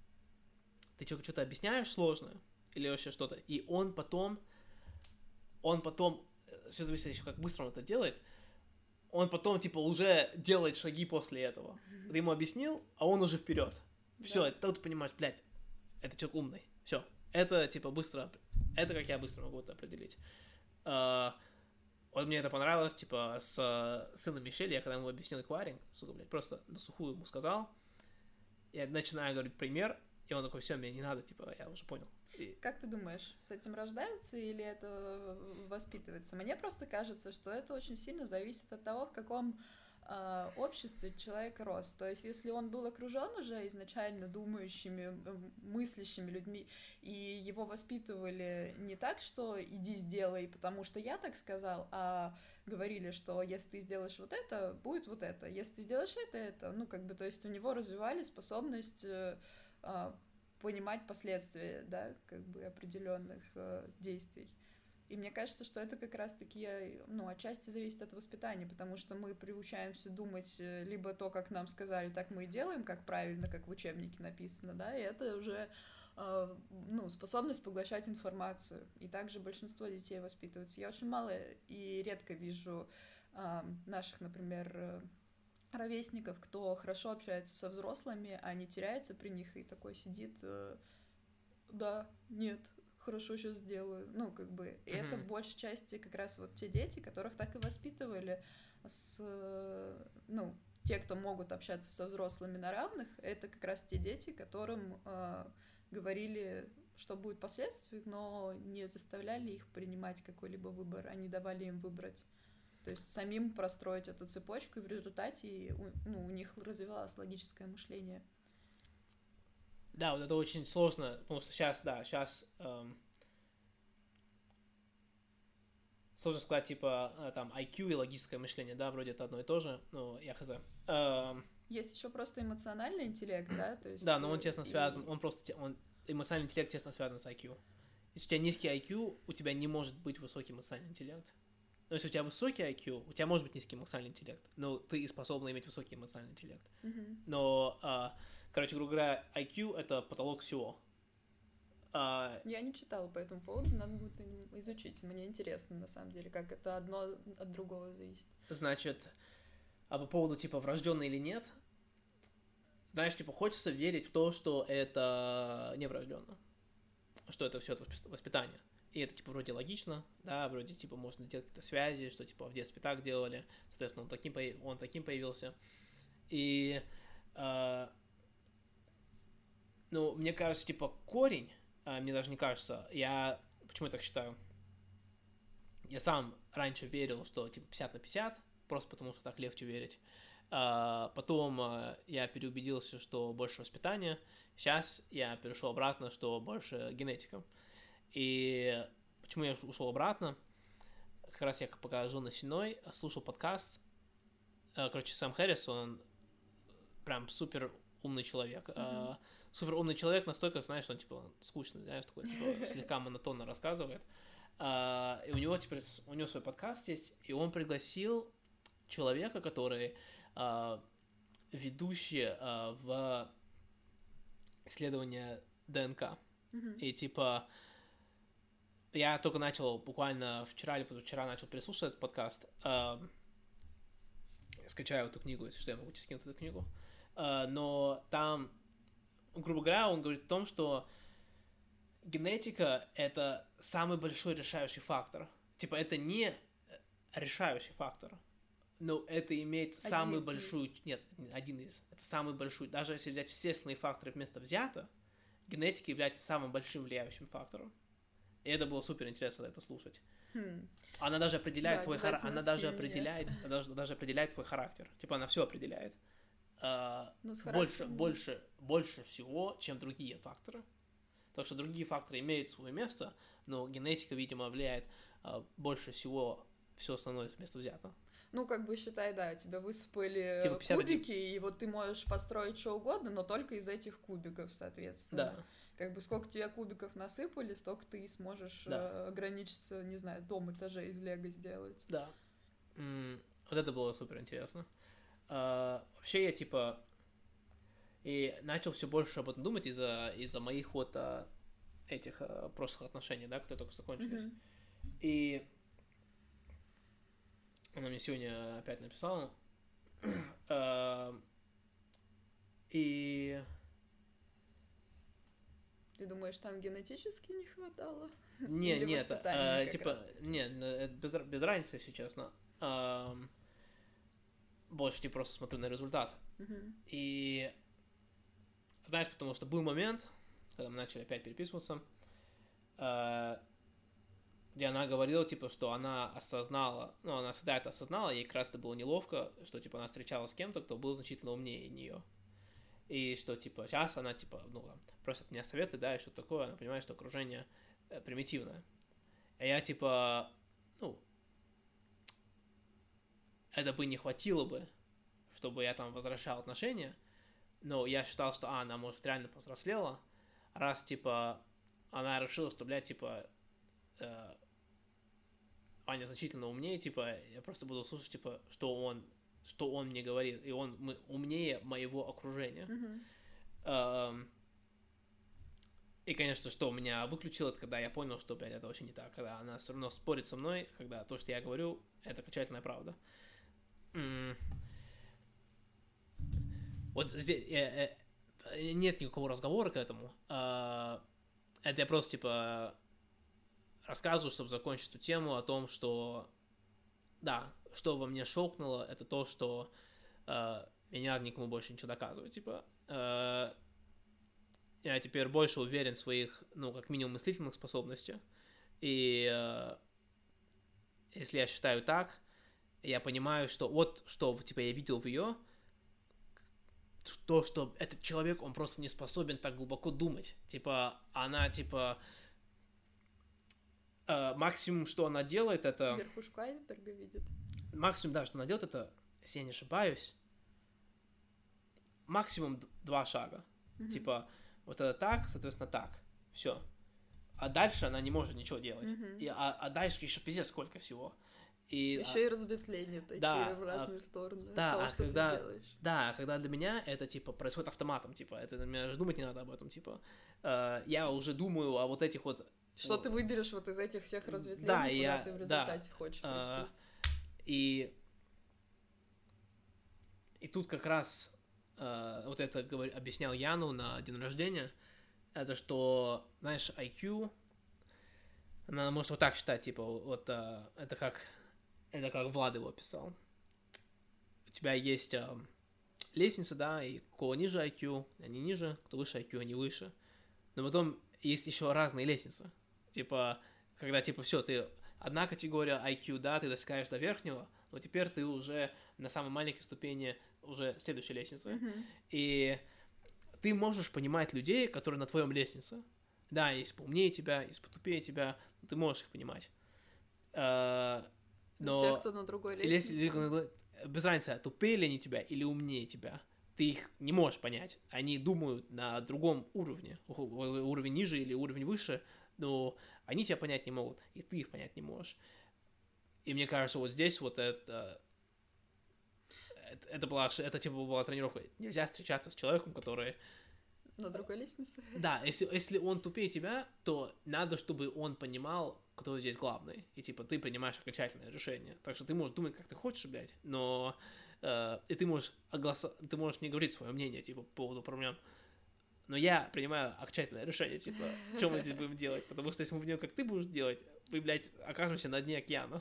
ты что-то объясняешь сложное, или вообще что-то, и он потом, он потом, все зависит еще, как быстро он это делает, он потом, типа, уже делает шаги после этого. Mm-hmm. Ты ему объяснил, а он уже вперед. Все, да. Это ты понимаешь, блядь, это человек умный. Все. Это, типа, быстро, это как я быстро могу это определить. Uh, вот мне это понравилось, типа, с сыном Мишель, я когда ему объяснил эквайринг, сука, блядь, просто на сухую ему сказал, Я начинаю говорить пример, и он такой, все, мне не надо, типа, я уже понял. И... Как ты думаешь, с этим рождаются или это воспитывается? Мне просто кажется, что это очень сильно зависит от того, в каком э, обществе человек рос. То есть, если он был окружен уже изначально думающими, мыслящими людьми, и его воспитывали не так, что иди сделай, потому что я так сказал, а говорили, что если ты сделаешь вот это, будет вот это. Если ты сделаешь это, это. Ну, как бы, то есть у него развивали способность э, э, понимать последствия, да, как бы определенных э, действий. И мне кажется, что это как раз-таки, ну, отчасти зависит от воспитания, потому что мы приучаемся думать либо то, как нам сказали, так мы и делаем, как правильно, как в учебнике написано, да, и это уже, э, ну, способность поглощать информацию. И также большинство детей воспитываются. Я очень мало и редко вижу э, наших, например, ровесников, кто хорошо общается со взрослыми, а не теряется при них и такой сидит, э, да, нет, хорошо, сейчас сделаю. Ну, как бы, и mm-hmm. это в большей части как раз вот те дети, которых так и воспитывали с, ну, те, кто могут общаться со взрослыми на равных, это как раз те дети, которым э, говорили, что будет последствий, но не заставляли их принимать какой-либо выбор, а не давали им выбрать. То есть самим простроить эту цепочку, и в результате, ну, у них развивалось логическое мышление. Да, вот это очень сложно, потому что сейчас, да, сейчас эм, сложно сказать, типа, там, ай кью и логическое мышление, да, вроде это одно и то же, ну, я хз. Эм, Есть еще просто эмоциональный интеллект, да, то есть... Да, но он тесно связан, и... он просто, он, эмоциональный интеллект тесно связан с ай кью. Если у тебя низкий ай кью, у тебя не может быть высокий эмоциональный интеллект. Но если у тебя высокий ай кью, у тебя может быть низкий эмоциональный интеллект, но ты способна иметь высокий эмоциональный интеллект. Mm-hmm. Но, а, короче, грубо говоря, ай кью — это потолок всего. А... Я не читала по этому поводу, надо будет изучить. Мне интересно, на самом деле, как это одно от другого зависит. Значит, а по поводу, типа, врожденный или нет, знаешь, типа, хочется верить в то, что это не врожденно, что это все от воспитания. И это, типа, вроде логично, да, вроде, типа, можно делать какие-то связи, что, типа, в детстве так делали, соответственно, он таким, он таким появился. И, э, ну, мне кажется, типа, корень, э, мне даже не кажется, я, почему я так считаю, я сам раньше верил, что, типа, пятьдесят на пятьдесят, просто потому что так легче верить. Э, потом э, я переубедился, что больше воспитания, сейчас я перешел обратно, что больше генетика. И почему я ушел обратно? Как раз я пока жил на Сеной, слушал подкаст. Короче, Сэм Хэррис, он прям супер умный человек. Mm-hmm. Супер умный человек настолько, знаешь, он типа скучный, знаешь, такой типа, слегка монотонно рассказывает. И у него теперь у него свой подкаст есть, и он пригласил человека, который ведущий в исследование ДНК. Mm-hmm. И типа я только начал буквально вчера или позавчера начал переслушивать этот подкаст. Uh, скачаю эту книгу, если что, я могу тебе скинуть эту книгу. Uh, но там, грубо говоря, он говорит о том, что генетика — это самый большой решающий фактор. Типа, это не решающий фактор, но это имеет один самую из. большую... Нет, один из. Это самый большой... Даже если взять все остальные факторы вместо взято, генетика является самым большим влияющим фактором. И это было супер интересно это слушать. Хм. Она даже определяет да, твой характер. Она даже меня. определяет, даже, даже определяет твой характер. Типа она все определяет. Uh, ну, больше, больше, больше всего, чем другие факторы. Потому что другие факторы имеют свое место, но генетика, видимо, влияет uh, больше всего, все остальное место взято. Ну, как бы считай, да, тебя высыпали типа пятьдесят один кубики, и вот ты можешь построить что угодно, но только из этих кубиков, соответственно. Да. Как бы сколько тебе кубиков насыпали, столько ты сможешь да. э, ограничиться, не знаю, дом этажей из лего сделать. Да. М-м, вот это было супер интересно. А, вообще я типа и начал все больше об этом думать из-за из-за моих вот а, этих а, прошлых отношений, да, которые только закончились. Mm-hmm. И она мне сегодня опять написала. а, и Ты думаешь, там генетически не хватало? Не, Или нет, а, типа, нет, без, без разницы, если честно. А, больше типа просто смотрю на результат. Uh-huh. И знаешь, потому что был момент, когда мы начали опять переписываться, э, где она говорила, типа, что она осознала, ну, она всегда это осознала, ей как раз это было неловко, что, типа, она встречалась с кем-то, кто был значительно умнее нее. И что, типа, сейчас она, типа, ну, просит меня советы, да, и что такое, она понимает, что окружение э, примитивное. А я, типа, ну, это бы не хватило бы, чтобы я там возвращал отношения, но я считал, что, а, она, может, реально повзрослела, раз, типа, она решила, что, блядь, типа, э, Аня значительно умнее, типа, я просто буду слушать, типа, что он, что он мне говорит, и он мы, умнее моего окружения. Mm-hmm. Эм, и, конечно, что меня выключило, это когда я понял, что, блядь, это вообще не так, когда она все равно спорит со мной, когда то, что я говорю, это окончательная правда. М- Вот здесь э, э, нет никакого разговора к этому. Э, это я просто, типа, рассказываю, чтобы закончить эту тему о том, что, да, что во мне шокнуло, это то, что э, мне не надо никому больше ничего доказывать, типа. Э, я теперь больше уверен в своих, ну, как минимум, мыслительных способностях. И э, если я считаю так, я понимаю, что вот, что, типа, я видел в ее, то, что этот человек, он просто не способен так глубоко думать. Типа, она, типа, э, максимум, что она делает, это... Верхушку айсберга видит. Максимум, да, что она делает, это, если я не ошибаюсь, максимум два шага. Mm-hmm. Типа, вот это так, соответственно, так. Все. А дальше она не может ничего делать. Mm-hmm. И, а, а дальше еще пиздец сколько всего. И, еще а, и разветвления такие, да, в разные а, стороны. Да, того, а что когда, ты делаешь. Да, когда для меня это, типа, происходит автоматом, типа, это для меня даже думать не надо об этом, типа, э, я уже думаю о вот этих вот... Что ну, ты выберешь вот из этих всех разветвлений, да, куда я, ты в результате да, хочешь э, прийти. И... И тут как раз э, вот это говор... объяснял Яну на день рождения, это что, знаешь, ай кью, она может вот так считать, типа, вот э, это как... Это как Влад его писал. У тебя есть э, лестница, да, и кого ниже ай кью, они ниже, кто выше ай кью, они выше. Но потом есть еще разные лестницы. Типа, когда, типа, все, ты одна категория ай кью, да, ты достигаешь до верхнего, но теперь ты уже на самой маленькой ступени уже следующей лестницы. Mm-hmm. И ты можешь понимать людей, которые на твоем лестнице. Да, есть поумнее тебя, есть потупее тебя, но ты можешь их понимать. Но те, кто на другой лестнице. Или, без разницы, тупее ли они тебя или умнее тебя, ты их не можешь понять. Они думают на другом уровне, уровень ниже или уровень выше, но они тебя понять не могут, и ты их понять не можешь. И мне кажется, вот здесь вот это... Это, это, была, это типа была тренировка. Нельзя встречаться с человеком, который... На другой лестнице? Да, если, если он тупее тебя, то надо, чтобы он понимал, кто здесь главный. И типа ты принимаешь окончательное решение. Так что ты можешь думать, как ты хочешь, блядь, но... Э, и ты можешь, оглас... ты можешь мне говорить свое мнение, типа, по поводу проблем. Но я принимаю окончательное решение, типа, что мы здесь будем делать. Потому что если мы будем, как ты будешь делать, мы, блядь, окажемся на дне океана.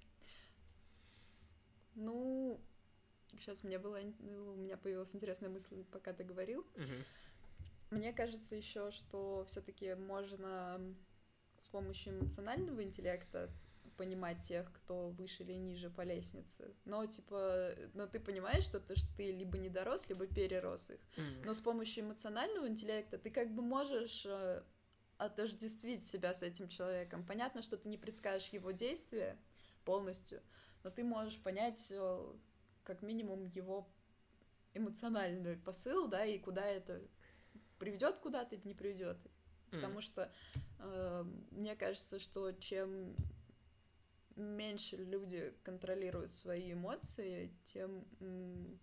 Ну... Сейчас у меня была, у меня появилась интересная мысль, пока ты говорил. Uh-huh. Мне кажется еще, что все-таки можно с помощью эмоционального интеллекта понимать тех, кто выше или ниже по лестнице. Но типа, но ты понимаешь, что ты, что ты либо не дорос, либо перерос их. Uh-huh. Но с помощью эмоционального интеллекта ты как бы можешь отождествить себя с этим человеком. Понятно, что ты не предскажешь его действия полностью, но ты можешь понять как минимум его эмоциональный посыл, да, и куда это приведет куда-то или не приведет. Mm. Потому что э, мне кажется, что чем меньше люди контролируют свои эмоции, тем, м,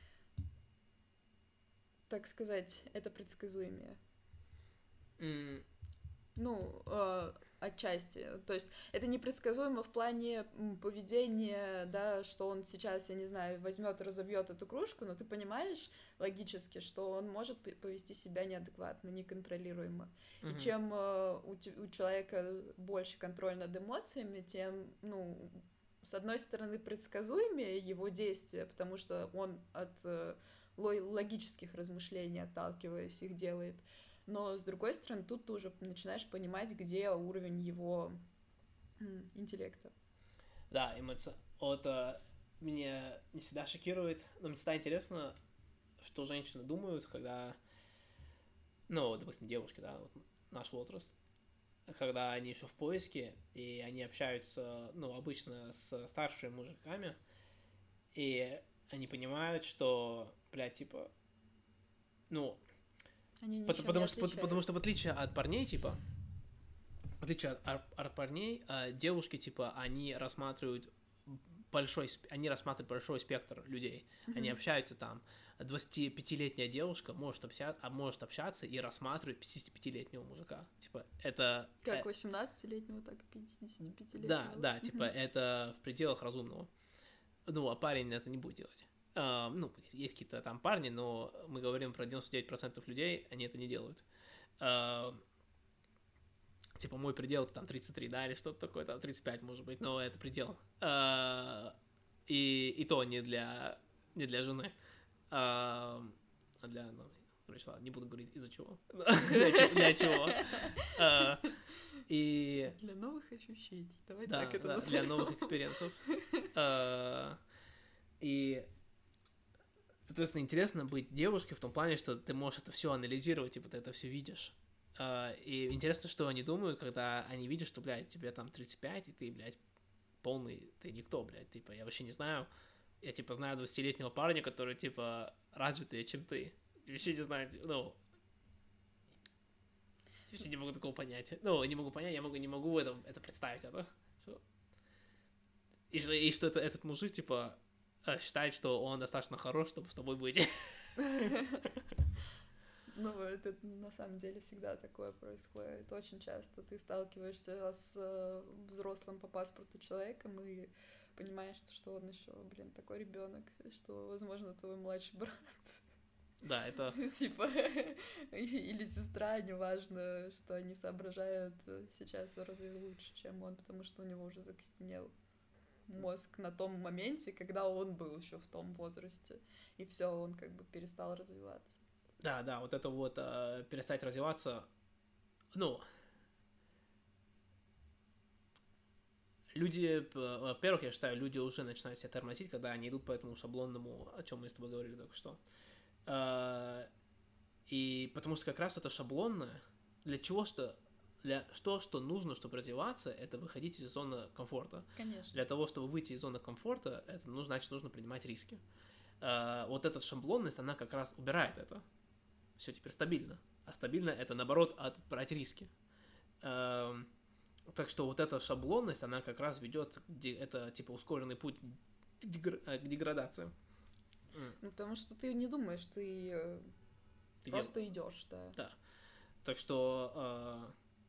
так сказать, это предсказуемее. Mm. Ну, э, отчасти. То есть это непредсказуемо в плане поведения, да, что он сейчас, я не знаю, возьмет и разобьет эту кружку, но ты понимаешь логически, что он может повести себя неадекватно, неконтролируемо. Mm-hmm. И чем э, у, у человека больше контроль над эмоциями, тем, ну, с одной стороны, предсказуемее его действия, потому что он от э, логических размышлений, отталкиваясь, их делает. Но, с другой стороны, тут ты уже начинаешь понимать, где уровень его м, интеллекта. Да, эмоция. Вот а, меня не всегда шокирует, но мне всегда интересно, что женщины думают, когда, ну, допустим, девушки, да, вот наш возраст, когда они еще в поиске, и они общаются, ну, обычно с старшими мужиками, и они понимают, что, блядь, типа, ну, Они потому, потому, что, отличаются. потому что в отличие от парней, типа, в отличие от, от парней, девушки, типа, они рассматривают большой, они рассматривают большой спектр людей, mm-hmm. они общаются там. двадцатипятилетняя девушка может, обща... может общаться и рассматривать пятидесятипятилетнего мужика. Типа, это... Как восемнадцатилетнего, так и пятидесятипятилетнего. Да, да, типа, mm-hmm. это в пределах разумного. Ну, а парень это не будет делать. Uh, ну, есть какие-то там парни, но мы говорим про девяносто девять процентов людей, они это не делают. Uh, типа, мой предел там тридцать три, да, или что-то такое, там тридцать пять, может быть, но это предел. Uh, и, и то не для, не для жены. Uh, а для, ну, короче, ладно, не буду говорить из-за чего. Для чего. И... Для новых ощущений. Давай да, так это да, назовем. для новых экспириенсов. И... Соответственно, интересно быть девушкой в том плане, что ты можешь это все анализировать, типа ты это все видишь. Uh, и интересно, что они думают, когда они видят, что, блядь, тебе там тридцать пять, и ты, блядь, полный, ты никто, блядь, типа, я вообще не знаю, я, типа, знаю двадцатилетнего парня, который, типа, развитый, чем ты. Вообще не знаю, ну, вообще не могу такого понять. Ну, не могу понять, я могу, не могу это, это представить, это. Что... И, и что это, этот мужик, типа, считает, что он достаточно хорош, чтобы с тобой быть. Ну, это на самом деле всегда такое происходит. Очень часто ты сталкиваешься с взрослым по паспорту человеком и понимаешь, что он еще, блин, такой ребенок, что, возможно, твой младший брат. Да, это... Типа, или сестра, неважно, что они соображают сейчас в разы лучше, чем он, потому что у него уже закостенел мозг на том моменте, когда он был еще в том возрасте, и все, он как бы перестал развиваться. Да, да, вот это вот э, перестать развиваться, ну, люди, во-первых, я считаю, люди уже начинают себя тормозить, когда они идут по этому шаблонному, о чем мы с тобой говорили только что. Э, и потому что как раз это шаблонное, для чего что, для что, что нужно, чтобы развиваться, это выходить из зоны комфорта. Конечно. Для того, чтобы выйти из зоны комфорта, это ну, значит, нужно принимать риски. Э, вот эта шаблонность, она как раз убирает это. Все теперь стабильно. А стабильно это, наоборот, брать риски. Эм, так что вот эта шаблонность, она как раз ведет, это типа ускоренный путь к, дегр... к деградации. Ну, потому что ты не думаешь, ты, ты просто дел... идешь, да. Да. Так что, э...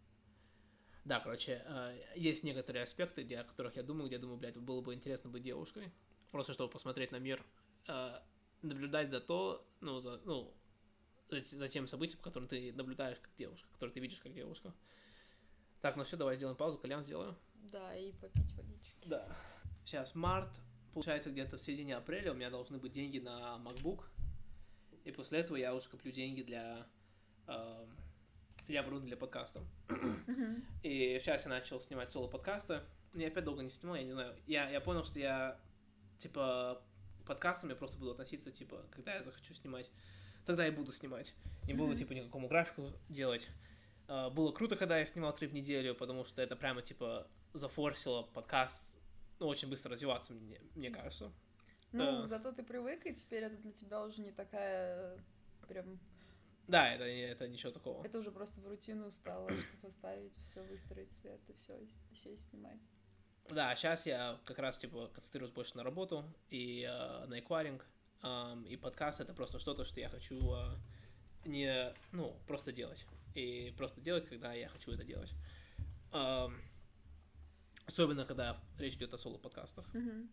да, короче, э... есть некоторые аспекты, о которых я думаю, где я думаю, блядь, было бы интересно быть девушкой. Просто чтобы посмотреть на мир, э... наблюдать за то, ну, за, ну, за тем событием, которое ты наблюдаешь как девушка, которое ты видишь как девушка. Так, ну все, давай сделаем паузу, кальян сделаю. Да, и попить водички. Да. Сейчас март, получается, где-то в середине апреля у меня должны быть деньги на MacBook, и после этого я уже коплю деньги для, э, для оборудования для подкаста. Uh-huh. И сейчас я начал снимать соло-подкасты. Я опять долго не снимал, я не знаю. Я, я понял, что я, типа, подкастом я просто буду относиться, типа, когда я захочу снимать, тогда я буду снимать. Не буду, mm-hmm. типа, никакому графику делать. Uh, было круто, когда я снимал три в неделю, потому что это прямо, типа, зафорсило подкаст, ну, очень быстро развиваться, мне, мне кажется. Ну, uh, зато ты привык, и теперь это для тебя уже не такая прям... Да, это, это ничего такого. Это уже просто в рутину стало, чтобы поставить, все выстроить свет и все, и сесть снимать. Да, сейчас я как раз, типа, концентрируюсь больше на работу и uh, на эквайринг. Um, и подкаст — это просто что-то, что я хочу uh, не, ну, просто делать. И просто делать, когда я хочу это делать. Um, особенно, когда речь идет о соло-подкастах. Mm-hmm.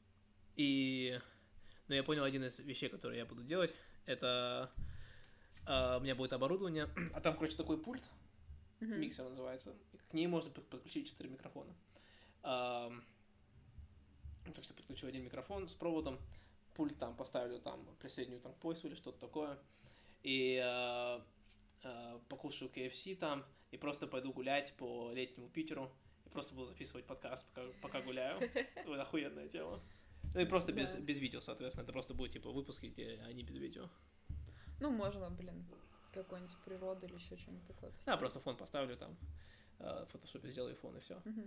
И, ну, я понял, один из вещей, которые я буду делать, это uh, у меня будет оборудование, а там, короче, такой пульт, mm-hmm. миксер называется, к ней можно подключить четыре микрофона. Um, так что подключу один микрофон с проводом, пульт там поставлю там присоединю там к поясу или что-то такое, и э, э, покушаю кей эф си там, и просто пойду гулять по летнему Питеру, и просто буду записывать подкаст, пока, пока гуляю. Это охуенное дело. Ну и просто без, да. без видео, соответственно, это просто будет типа выпуски, где они без видео. Ну, можно, блин, какой-нибудь природу или еще что-нибудь такое. Да, просто фон поставлю там, в фотошопе сделаю фон и все. Угу.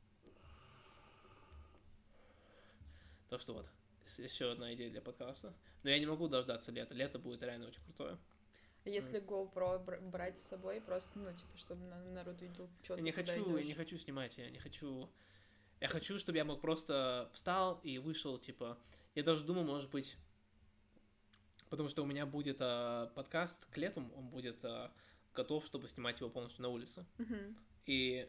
Так что вот, еще одна идея для подкаста. Но я не могу дождаться лета. Лето будет реально очень крутое. Если GoPro брать с собой, просто, ну, типа, чтобы народ видел, что ты не куда хочу, идёшь. Я не хочу снимать, я не хочу... Я хочу, чтобы я мог просто встал и вышел, типа... Я даже думаю, может быть... Потому что у меня будет а, подкаст к лету, он будет а, готов, чтобы снимать его полностью на улице. Uh-huh. И...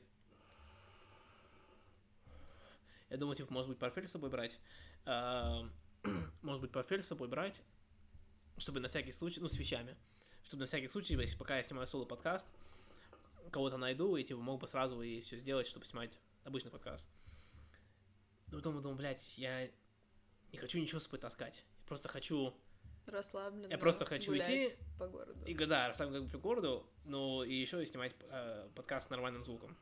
Я думаю, типа, может быть, портфель с собой брать. А, может быть, портфель с собой брать, чтобы на всякий случай... Ну, с вещами. Чтобы на всякий случай, если пока я снимаю соло-подкаст, кого-то найду, и, типа, мог бы сразу и все сделать, чтобы снимать обычный подкаст. Но потом думаю, блядь, я не хочу ничего с собой таскать. Я просто хочу... Расслабленно. Я просто хочу идти... по городу. И, да, расслабленно как бы по городу, но и еще и снимать э, подкаст с нормальным звуком.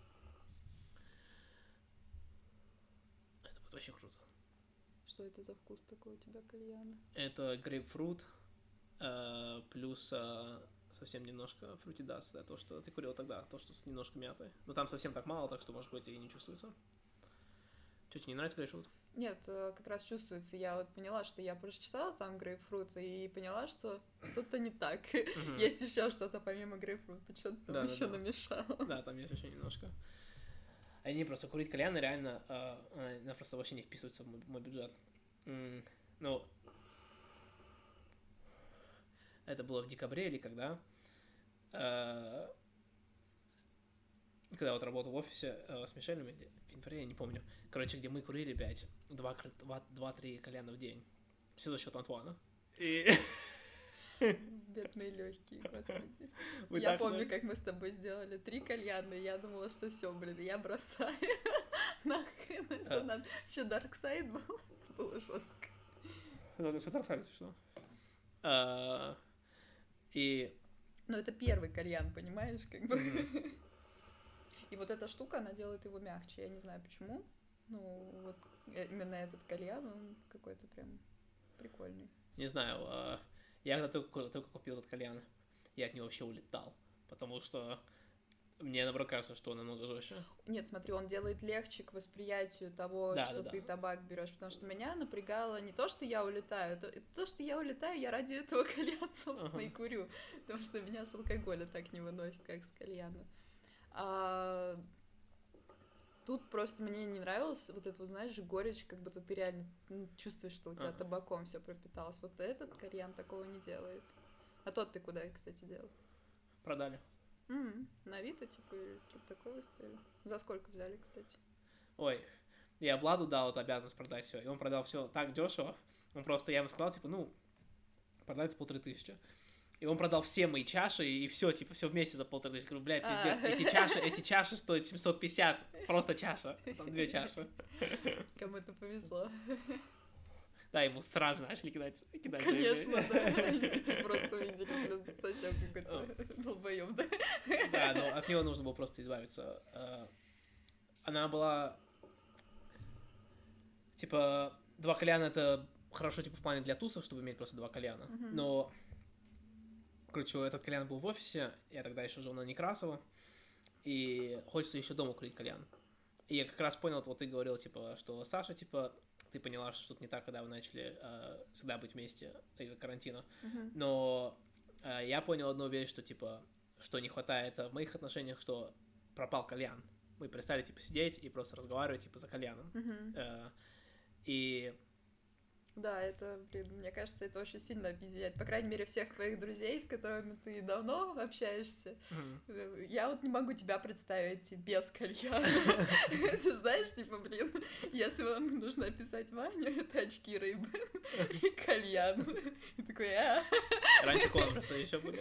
Это будет вообще круто. Что это за вкус такой у тебя кальяна? Это грейпфрут, э, плюс э, совсем немножко фрутидас, да, то, что ты курил тогда, то, что с немножко мятой. Но там совсем так мало, так что, может быть, и не чувствуется. Что, тебе не нравится грейпфрут? Нет, как раз чувствуется. Я вот поняла, что я прочитала там грейпфрут и поняла, что что-то не так. Uh-huh. Есть еще что-то помимо грейпфрута, что-то там да, еще да, намешало. Да, там есть еще немножко. А не, просто курить кальяны реально, э, она просто вообще не вписывается в мой, мой бюджет. Mm, ну, это было в декабре или когда? Э, когда вот работал в офисе э, с Мишелем, в январе, я не помню. Короче, где мы курили, блядь, два-три кальяна в день. Все за счет Антуана. И... Бедные легкие, господи. Вы я помню, так... как мы с тобой сделали три кальяна, и я думала, что все, блин, я бросаю. Нахрен это надо. Еще Dark Side был. Было жестко. Это все Dark Side, что? И... Ну, это первый кальян, понимаешь, как бы. И вот эта штука, она делает его мягче. Я не знаю почему. Ну, вот именно этот кальян, он какой-то прям прикольный. Не знаю, я когда только, только купил этот кальян, я от него вообще улетал. Потому что мне, наоборот, кажется, что он намного жестче. Нет, смотри, он делает легче к восприятию того, да, что да, ты да. табак берешь. Потому что меня напрягало не то, что я улетаю, это то, что я улетаю, я ради этого кальяна, собственно, uh-huh. и курю. Потому что меня с алкоголя так не выносит, как с кальяна. А... Тут просто мне не нравилось вот это, вот, знаешь, горечь, как будто ты реально чувствуешь, что у тебя ага. табаком все пропиталось. Вот этот кальян такого не делает. А тот ты куда, кстати, делал? Продали. Mm-hmm. На Авито, типа, что-то такое выставили. За сколько взяли, кстати? Ой, я Владу дал эту обязанность продать все, и он продал все так дешево. Он просто, я ему сказал, типа, ну, продать за полторы тысячи. И он продал все мои чаши, и все, типа, все вместе за полторы тысячи. Говорю, блядь, пиздец, эти чаши, эти чаши стоят семьсот пятьдесят, просто чаша, там две чаши. Кому-то повезло. Да, ему сразу начали кидать, кидать Конечно, да, просто увидели, совсем какой-то долбоёб, да? Да, но от него нужно было просто избавиться. Она была, типа, два кальяна — это хорошо, типа, в плане для тусов, чтобы иметь просто два кальяна, но... Короче, этот кальян был в офисе, я тогда еще жил на Некрасово, и хочется еще дома курить кальян. И я как раз понял, вот ты говорил, типа, что Саша, типа, ты поняла, что что-то не так, когда вы начали э, всегда быть вместе из-за карантина. Uh-huh. Но э, я понял одну вещь, что, типа, что не хватает в моих отношениях, что пропал кальян. Мы перестали, типа, сидеть и просто разговаривать, типа, за кальяном. Uh-huh. Э, и... Да, это, блин, мне кажется, это очень сильно объединяет. По крайней мере, всех твоих друзей, с которыми ты давно общаешься. Mm-hmm. Я вот не могу тебя представить без кальяна. Ты знаешь, типа, блин, если вам нужно описать Ваню, это очки рыбы и кальян. И такой, а Раньше конкурсы еще были.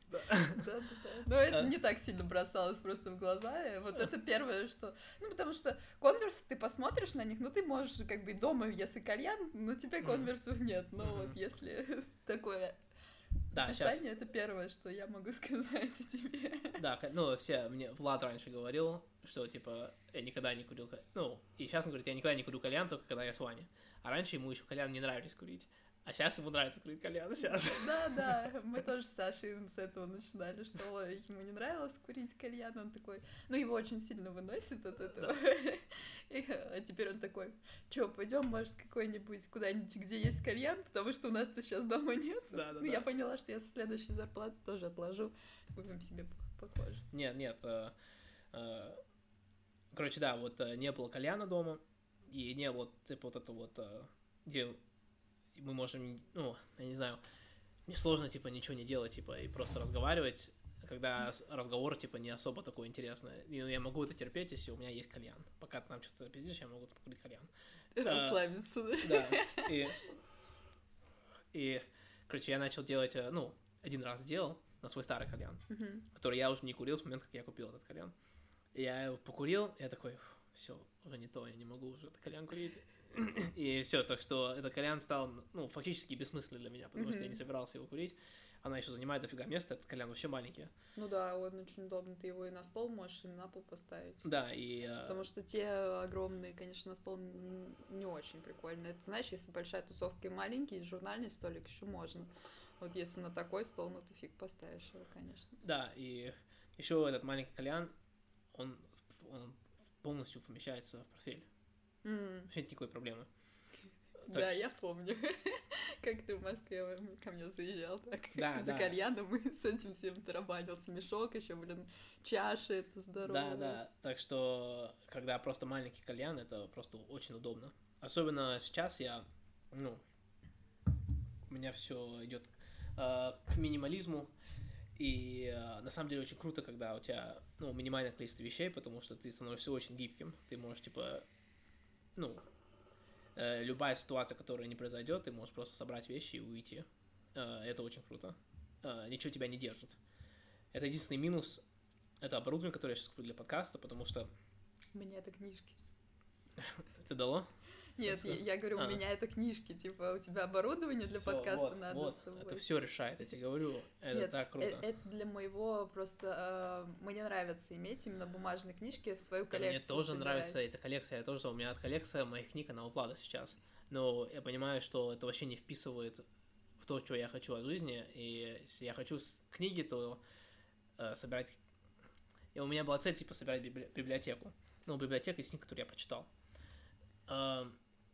Да-да-да. Но это не так сильно бросалось просто в глаза. Вот это первое, что... Ну, потому что конверсы, ты посмотришь на них, ну, ты можешь как бы дома, если кальян, но тебе конверсов нет. Но вот если такое описание, это первое, что я могу сказать о тебе. Да, ну, все, мне Влад раньше говорил, что, типа, я никогда не курил... Ну, и сейчас он говорит, я никогда не курю кальян, только когда я с Ваней. А раньше ему еще кальян не нравились курить. А сейчас ему нравится курить кальян, сейчас. Да, да, мы тоже с Сашей с этого начинали, что ему не нравилось курить кальян, он такой, ну, его очень сильно выносит от этого. Да. И, а теперь он такой, чё, пойдем, может, какой-нибудь куда-нибудь, где есть кальян, потому что у нас-то сейчас дома нет. Да, да, ну, да. Я поняла, что я со следующей зарплаты тоже отложу, купим себе похоже. Нет, нет, э, э, короче, да, вот э, не было кальяна дома, и не было, типа, вот это вот, э, где... мы можем, ну, я не знаю, мне сложно, типа, ничего не делать, типа, и просто разговаривать, когда разговор, типа, не особо такой интересный. И, ну, я могу это терпеть, если у меня есть кальян. Пока ты нам что-то пиздишь, я могу покурить кальян. Расслабиться, а, да? Да, и, и, короче, я начал делать, ну, один раз сделал на свой старый кальян, uh-huh. который я уже не курил с момента, как я купил этот кальян. И я его покурил, и я такой, все, уже не то, я не могу уже этот кальян курить. И все, так что этот кальян стал, ну, фактически бессмысленным для меня, потому mm-hmm. что я не собирался его курить. Она еще занимает дофига места, этот кальян вообще маленький. Ну да, он очень удобно, ты его и на стол можешь, и на пол поставить. Да, и... Потому что те огромные, конечно, на стол не очень прикольно. Это, знаешь, если большая тусовка и маленький, журнальный столик еще можно. Вот если на такой стол, ну ты фиг поставишь его, конечно. Да, и еще этот маленький кальян, он, он полностью помещается в портфель. Mm. Вообще никакой проблемы. Да, так... я помню, как ты в Москве ко мне заезжал, так, да, за да. кальяном и с этим всем тарабанился, мешок еще, блин, чаши, это здорово. Да, да, так что, когда просто маленький кальян, это просто очень удобно. Особенно сейчас я, ну, у меня все идет э, к минимализму, и э, на самом деле очень круто, когда у тебя, ну, минимальное количество вещей, потому что ты становишься очень гибким, ты можешь, типа, ну, э, любая ситуация, которая не произойдет, ты можешь просто собрать вещи и уйти. Э, это очень круто. Э, ничего тебя не держит. Это единственный минус, это оборудование, которое я сейчас куплю для подкаста, потому что... У меня это книжки. Ты дало? Нет, я, я говорю, у а. меня это книжки, типа, у тебя оборудование для всё, подкаста вот, надо вот, с собой. Это все решает, я тебе говорю, это Нет, так круто. Это, это для моего просто, э, мне нравится иметь именно бумажные книжки в свою коллекцию. Мне тоже собирать. Нравится эта коллекция, я тоже, у меня коллекция моих книг, она у Влада сейчас, но я понимаю, что это вообще не вписывает в то, что я хочу от жизни, и если я хочу книги, то э, собирать... И у меня была цель, типа, собирать библи... библиотеку. Ну, библиотека из книг, которые я прочитал. Э,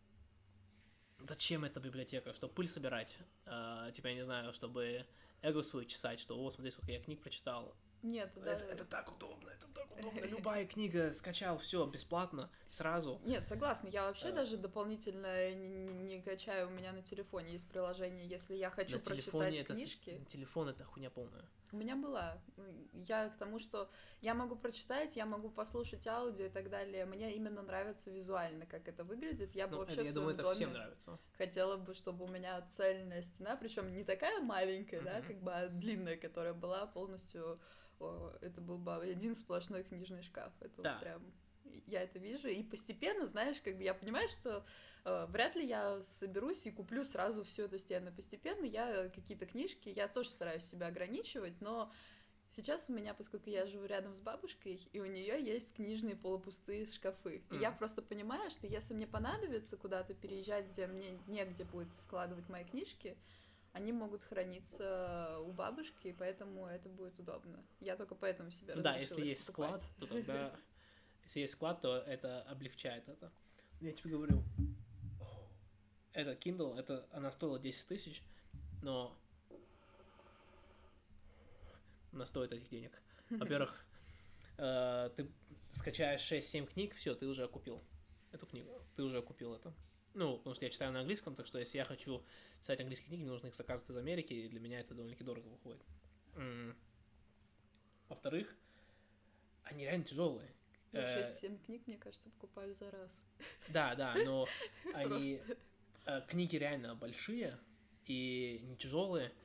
Зачем эта библиотека? Чтобы пыль собирать? Uh, типа, я не знаю, чтобы эго свой чесать, что, о, смотри, сколько я книг прочитал. Нет, да. Это, это так удобно, это так удобно. Любая книга скачал, все бесплатно, сразу. Нет, согласна. Я вообще uh. даже дополнительно не, не, не качаю. У меня на телефоне есть приложение, если я хочу на прочитать это, книжки. Телефон — это хуйня полная. У меня была. Я к тому, что я могу прочитать, я могу послушать аудио и так далее. Мне именно нравится визуально, как это выглядит. Я бы ну, вообще это, я в думаю, своем это доме всем нравится. хотела бы, чтобы у меня цельная стена, причем не такая маленькая, mm-hmm. да, как бы, а длинная, которая была полностью. О, это был бы один сплошной книжный шкаф. Это да. вот прям. Я это вижу, и постепенно, знаешь, как бы я понимаю, что э, вряд ли я соберусь и куплю сразу всю эту стену. Постепенно я какие-то книжки, я тоже стараюсь себя ограничивать, но сейчас у меня, поскольку я живу рядом с бабушкой, и у нее есть книжные полупустые шкафы. Mm. И я просто понимаю, что если мне понадобится куда-то переезжать, где мне негде будет складывать мои книжки, они могут храниться у бабушки, и поэтому это будет удобно. Я только поэтому себе разрешила Да, если есть покупать. склад, то тогда... Если есть склад, то это облегчает это. Я тебе говорю, это Kindle, это, она стоила десять тысяч, но она стоит этих денег. Во-первых, э, ты скачаешь шесть-семь книг, все, ты уже купил эту книгу, ты уже купил это. Ну, потому что я читаю на английском, так что если я хочу читать английские книги, мне нужно их заказывать из Америки, и для меня это довольно-таки дорого выходит. М-м. Во-вторых, они реально тяжелые. Я шесть-семь книг, мне кажется, покупаю за раз. Да, да, но они... Книги реально большие и не тяжелые,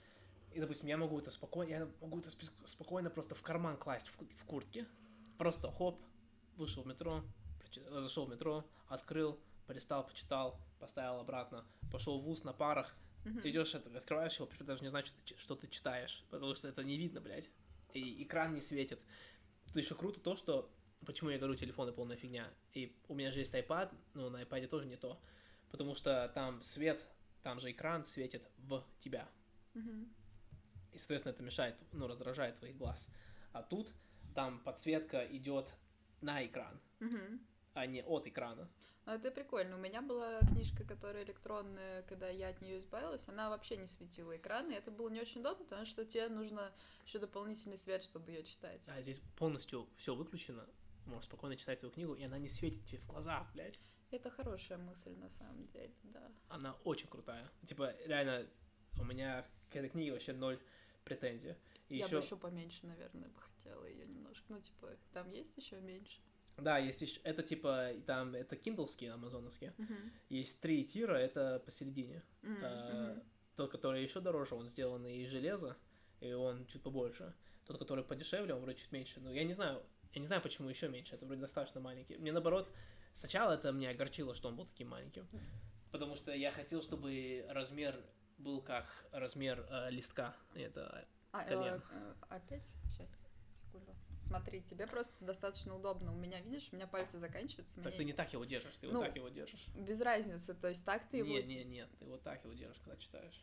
И, допустим, я могу это спокойно, я могу это спокойно просто в карман класть в, в куртке. Просто хоп, вышел в метро, зашел в метро, открыл, полистал, почитал, поставил обратно, пошел в вуз на парах, mm-hmm. идешь, открываешь его, даже не знаешь, что ты, что ты читаешь, потому что это не видно, блядь. И экран не светит. Тут еще круто то, что... Почему я говорю, телефоны полная фигня. И у меня же есть iPad, но на iPad тоже не то. Потому что там свет, там же экран светит в тебя. Mm-hmm. И, соответственно, это мешает, ну, раздражает твоих глаз. А тут там подсветка идет на экран, mm-hmm. а не от экрана. Ну, это прикольно. У меня была книжка, которая электронная, когда я от нее избавилась, она вообще не светила экран, и это было не очень удобно, потому что тебе нужно еще дополнительный свет, чтобы ее читать. А здесь полностью все выключено, можешь спокойно читать свою книгу, и она не светит тебе в глаза, блядь. Это хорошая мысль, на самом деле, да. Она очень крутая. Типа, реально, у меня к этой книге вообще ноль претензий. И я еще... бы еще поменьше, наверное, бы хотела ее немножко. Ну, типа, там есть еще меньше. Да, есть еще... Это, типа, там, это киндлские, амазоновские. Uh-huh. Есть три тира, это посередине. Uh-huh. А, тот, который еще дороже, он сделан из железа, и он чуть побольше. Тот, который подешевле, он вроде чуть меньше. Но я не знаю, я не знаю, почему еще меньше. Это вроде достаточно маленький. Мне, наоборот, сначала это меня огорчило, что он был таким маленьким. Потому что я хотел, чтобы размер был как размер э, листка. Это а, колен. Э, э, опять? Сейчас, секунду. Смотри, тебе просто достаточно удобно. У меня, видишь, у меня пальцы заканчиваются. Так мне... ты не так его держишь, ты ну, вот так его держишь. Без разницы, то есть так ты его... Не, не, нет, ты вот так его держишь, когда читаешь.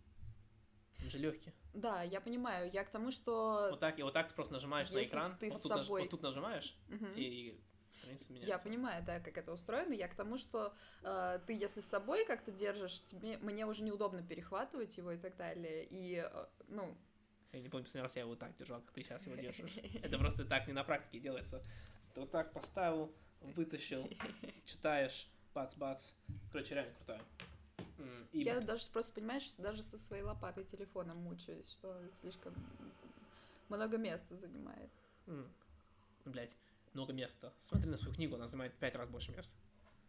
Он же легкий. Да, я понимаю. Я к тому, что... Вот так, и вот так ты просто нажимаешь если на экран, ты вот, с тут собой... наж... вот тут нажимаешь, угу. и страница меняется. Я понимаю, да, как это устроено. Я к тому, что э, ты, если с собой как-то держишь, тебе, мне уже неудобно перехватывать его и так далее. И, э, ну... Я не помню, последний раз я его так держал, как ты сейчас его держишь. Это просто так не на практике делается. Ты вот так поставил, вытащил, читаешь, бац-бац. Короче, реально крутая. И... Я даже просто, понимаешь, даже со своей лопатой телефоном мучаюсь, что слишком много места занимает. Mm. Блять, много места. Смотри на свою книгу, она занимает пять раз больше места.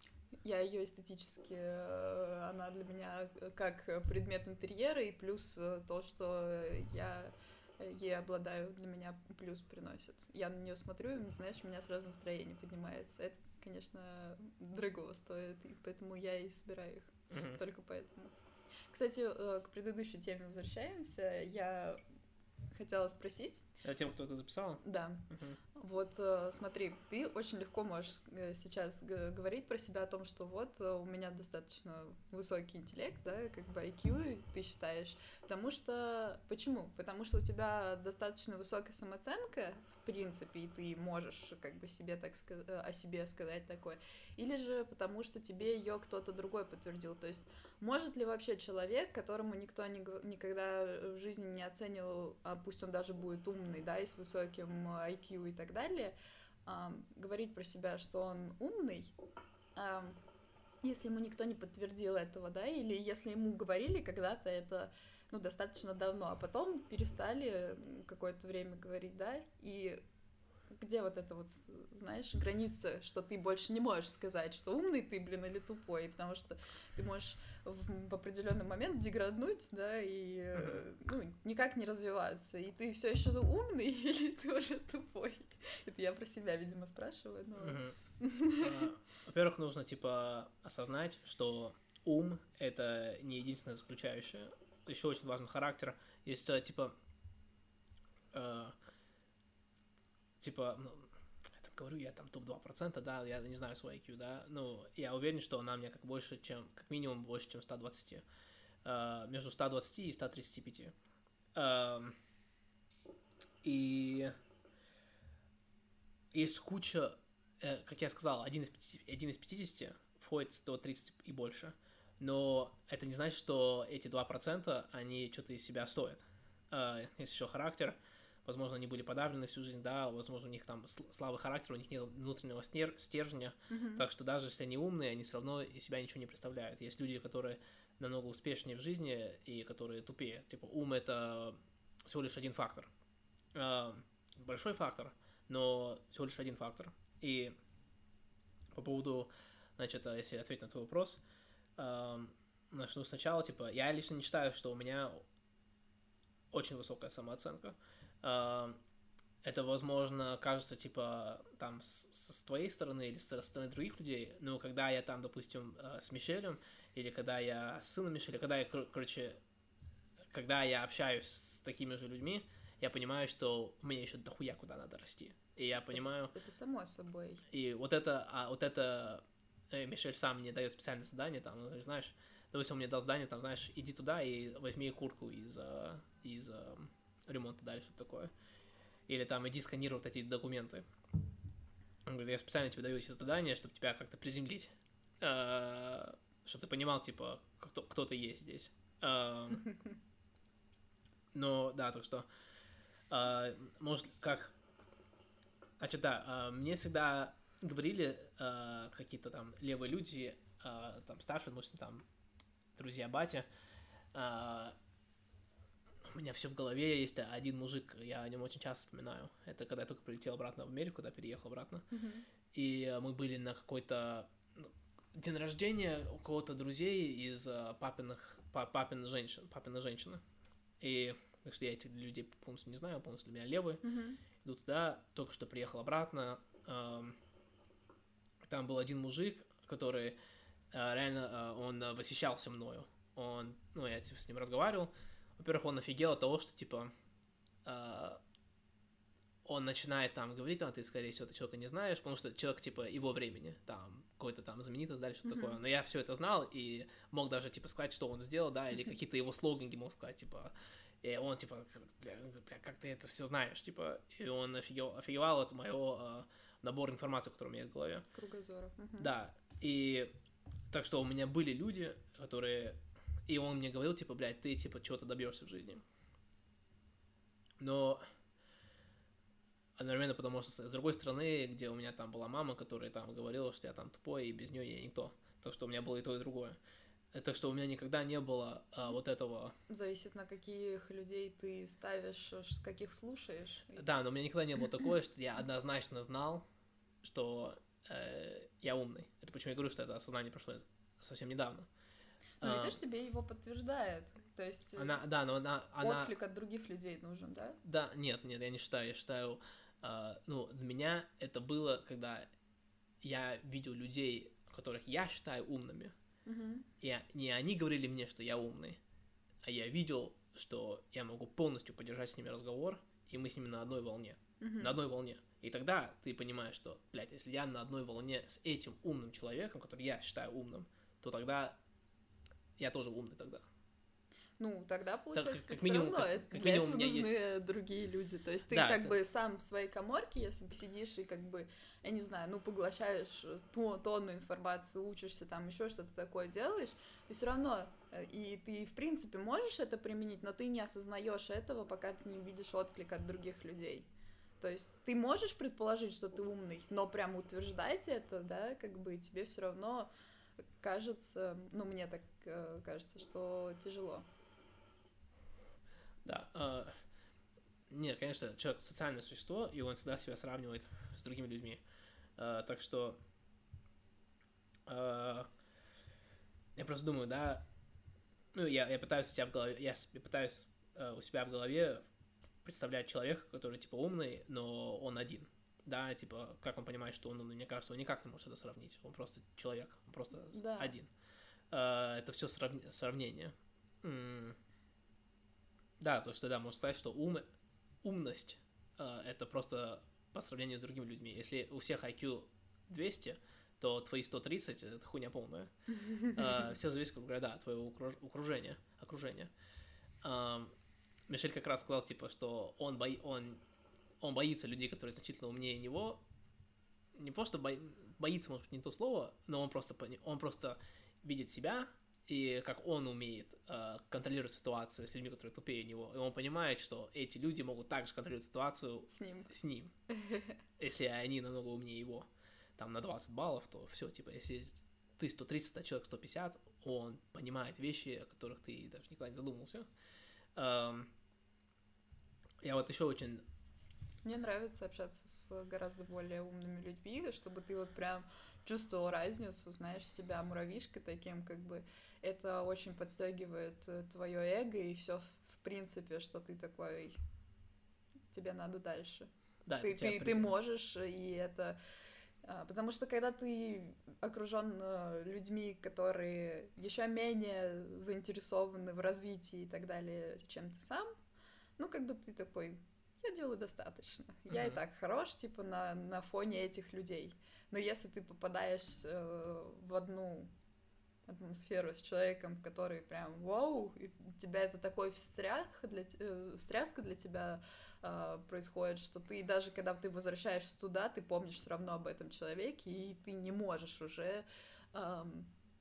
Я ее эстетически, она для меня как предмет интерьера, и плюс то, что я ей обладаю, для меня плюс приносит. Я на нее смотрю, и, знаешь, у меня сразу настроение поднимается. Это, конечно, дорого стоит, и поэтому я и собираю их. Mm-hmm. Только поэтому. Кстати, к предыдущей теме возвращаемся. Я хотела спросить. А тем, кто это записала? Да. Uh-huh. Вот смотри, ты очень легко можешь сейчас говорить про себя о том, что вот у меня достаточно высокий интеллект, да, как бы ай кью ты считаешь. Потому что... Почему? Потому что у тебя достаточно высокая самооценка, в принципе, и ты можешь как бы себе так сказать, о себе сказать такое. Или же потому что тебе ее кто-то другой подтвердил. То есть может ли вообще человек, которому никто не, никогда в жизни не оценивал, а пусть он даже будет умный, да, и с высоким ай кью и так далее, э, говорить про себя, что он умный, э, если ему никто не подтвердил этого, да, или если ему говорили когда-то это, ну, достаточно давно, а потом перестали какое-то время говорить, да, и где вот это вот, знаешь, граница, что ты больше не можешь сказать, что умный ты, блин, или тупой, потому что ты можешь в, в определенный момент деграднуть, да, и uh-huh. ну, никак не развиваться, и ты все еще умный или ты уже тупой. Это я про себя, видимо, спрашиваю, но... Uh-huh. uh, во-первых, нужно, типа, осознать, что ум — это не единственное заключающее. Еще очень важен характер. Если, типа, uh, типа, ну, я там говорю, я там топ два процента, да, я не знаю свой ай кью, да, ну, я уверен, что она мне как больше, чем, как минимум больше, чем сто двадцать, uh, между сто двадцать и сто тридцать пять. Uh, и есть куча, э, как я сказал, один из пятидесяти входит сто тридцать и больше, но это не значит, что эти два процента, они что-то из себя стоят. Uh, есть еще характер. Возможно, они были подавлены всю жизнь, да, возможно, у них там слабый характер, у них нет внутреннего стержня, mm-hmm. так что даже если они умные, они все равно из себя ничего не представляют. Есть люди, которые намного успешнее в жизни и которые тупее. Типа, ум — это всего лишь один фактор. Большой фактор, но всего лишь один фактор. И по поводу, значит, если ответить на твой вопрос, начну сначала, типа, я лично не считаю, что у меня очень высокая самооценка. Э, это, возможно, кажется, типа, там, с, с твоей стороны или со стороны других людей, но когда я там, допустим, э, с Мишелем, или когда я с сыном Мишеля, когда я, кор- короче, когда я общаюсь с такими же людьми, я понимаю, что мне еще дохуя куда надо расти. И я понимаю... Это, это само собой. И вот это, а вот это... Э, Мишель сам мне дает специальное задание, там, ну, знаешь, допустим, он мне дал задание, там, знаешь, иди туда и возьми куртку из, из ремонта, да, или что-то такое. Или там, иди сканируй вот эти документы. Он говорит, я специально тебе даю эти задания, чтобы тебя как-то приземлить. Чтобы ты понимал, типа, кто, кто ты есть здесь. Но, да, так что... Может, как... Значит, да, мне всегда говорили какие-то там левые люди, там, старшие, может, там, друзья батя, у меня все в голове есть один мужик, я о нем очень часто вспоминаю. Это когда я только прилетел обратно в Америку, да, переехал обратно. Mm-hmm. И мы были на какой-то день рождения у кого-то друзей из папиных, папиных женщин, папиной женщины. И так что я этих людей полностью не знаю, полностью для меня левые. Mm-hmm. Иду туда, только что приехал обратно. Там был один мужик, который реально, он восхищался мною. Он, ну, я с ним разговаривал. Во-первых, он офигел от того, что, типа, э, он начинает там говорить, а ты, скорее всего, ты человека не знаешь, потому что человек, типа, его времени, там, какой-то там знаменитость, да, или что-то mm-hmm. такое. Но я все это знал и мог даже, типа, сказать, что он сделал, да, или какие-то его слоганги мог сказать, типа, и он, типа, бля, бля как ты это все знаешь, типа, и он офигел, офигевал от моего э, набора информации, который у меня есть в голове. Кругозоров. Mm-hmm. Да, и так что у меня были люди, которые... И он мне говорил, типа, блядь, ты, типа, чего-то добьешься в жизни. Но одновременно, потому что с другой стороны, где у меня там была мама, которая там говорила, что я там тупой, и без нее я никто. Так что у меня было и то, и другое. Так что у меня никогда не было а, вот этого... Зависит, на каких людей ты ставишь, каких слушаешь. Да, но у меня никогда не было такое, что я однозначно знал, что э, я умный. Это почему я говорю, что это осознание прошло совсем недавно. Но видишь, тебе его подтверждает, то есть она, да, но она, она... отклик от других людей нужен, да? Да, нет, нет, я не считаю, я считаю, э, ну, для меня это было, когда я видел людей, которых я считаю умными, uh-huh. и не они говорили мне, что я умный, а я видел, что я могу полностью поддержать с ними разговор, и мы с ними на одной волне, uh-huh. на одной волне. И тогда ты понимаешь, что, блядь, если я на одной волне с этим умным человеком, который я считаю умным, то тогда я тоже умный тогда. Ну, тогда, получается, как все минимум, равно как, как для минимум этого нужны есть... другие люди. То есть ты да, как это... бы сам в своей каморке, если бы сидишь и как бы, я не знаю, ну, поглощаешь ту, тонну информации, учишься там, еще что-то такое делаешь, ты все равно, и ты, в принципе, можешь это применить, но ты не осознаешь этого, пока ты не видишь отклик от других людей. То есть ты можешь предположить, что ты умный, но прям утверждать это, да, как бы тебе все равно... кажется, ну, мне так э, кажется, что тяжело. Да. Э, нет, конечно, человек социальное существо, и он всегда себя сравнивает с другими людьми. Э, так что э, я просто думаю, да, ну, я, я пытаюсь у себя в голове, я, я пытаюсь э, у себя в голове представлять человека, который, типа, умный, но он один. Да, типа, как он понимает, что он умный, мне кажется, он никак не может это сравнить. Он просто человек, он просто да. один. Uh, это все срав... сравнение. Mm. Да, то, что, да, можно сказать, что ум... умность uh, это просто по сравнению с другими людьми. Если у всех ай кью двести, то твои сто тридцать — это хуйня полная. Uh, все зависит, как говоря, да, от твоего окружения. окружения. Uh, Мишель как раз сказал, типа, что он, бо... он... он боится людей, которые значительно умнее него. Не просто бо... боится, может быть, не то слово, но он просто, он просто видит себя, и как он умеет э, контролировать ситуацию с людьми, которые тупее него. И он понимает, что эти люди могут также контролировать ситуацию с ним. С ним. Если они намного умнее его, там, на двадцать баллов, то все, типа, если ты сто тридцать, а человек сто пятьдесят, он понимает вещи, о которых ты даже никогда не задумывался. Эм... Я вот еще очень... Мне нравится общаться с гораздо более умными людьми, чтобы ты вот прям чувствовал разницу, знаешь, себя муравьишкой таким, как бы это очень подстегивает твое эго, и все, в принципе, что ты такой, тебе надо дальше. Да, ты, это тебя ты, ты призыв- можешь, и это... а, Потому что когда ты окружен э, людьми, которые еще менее заинтересованы в развитии и так далее, чем ты сам, ну, как бы ты такой, я делаю достаточно. Я и Мгм. так хорош, типа, на, на фоне этих людей. Но если ты попадаешь э, в одну атмосферу с человеком, который прям вау, и у тебя это такой встрях для, т- э, встряска для тебя э, происходит, что ты даже когда ты возвращаешься туда, ты помнишь все равно об этом человеке, и ты не можешь уже эм,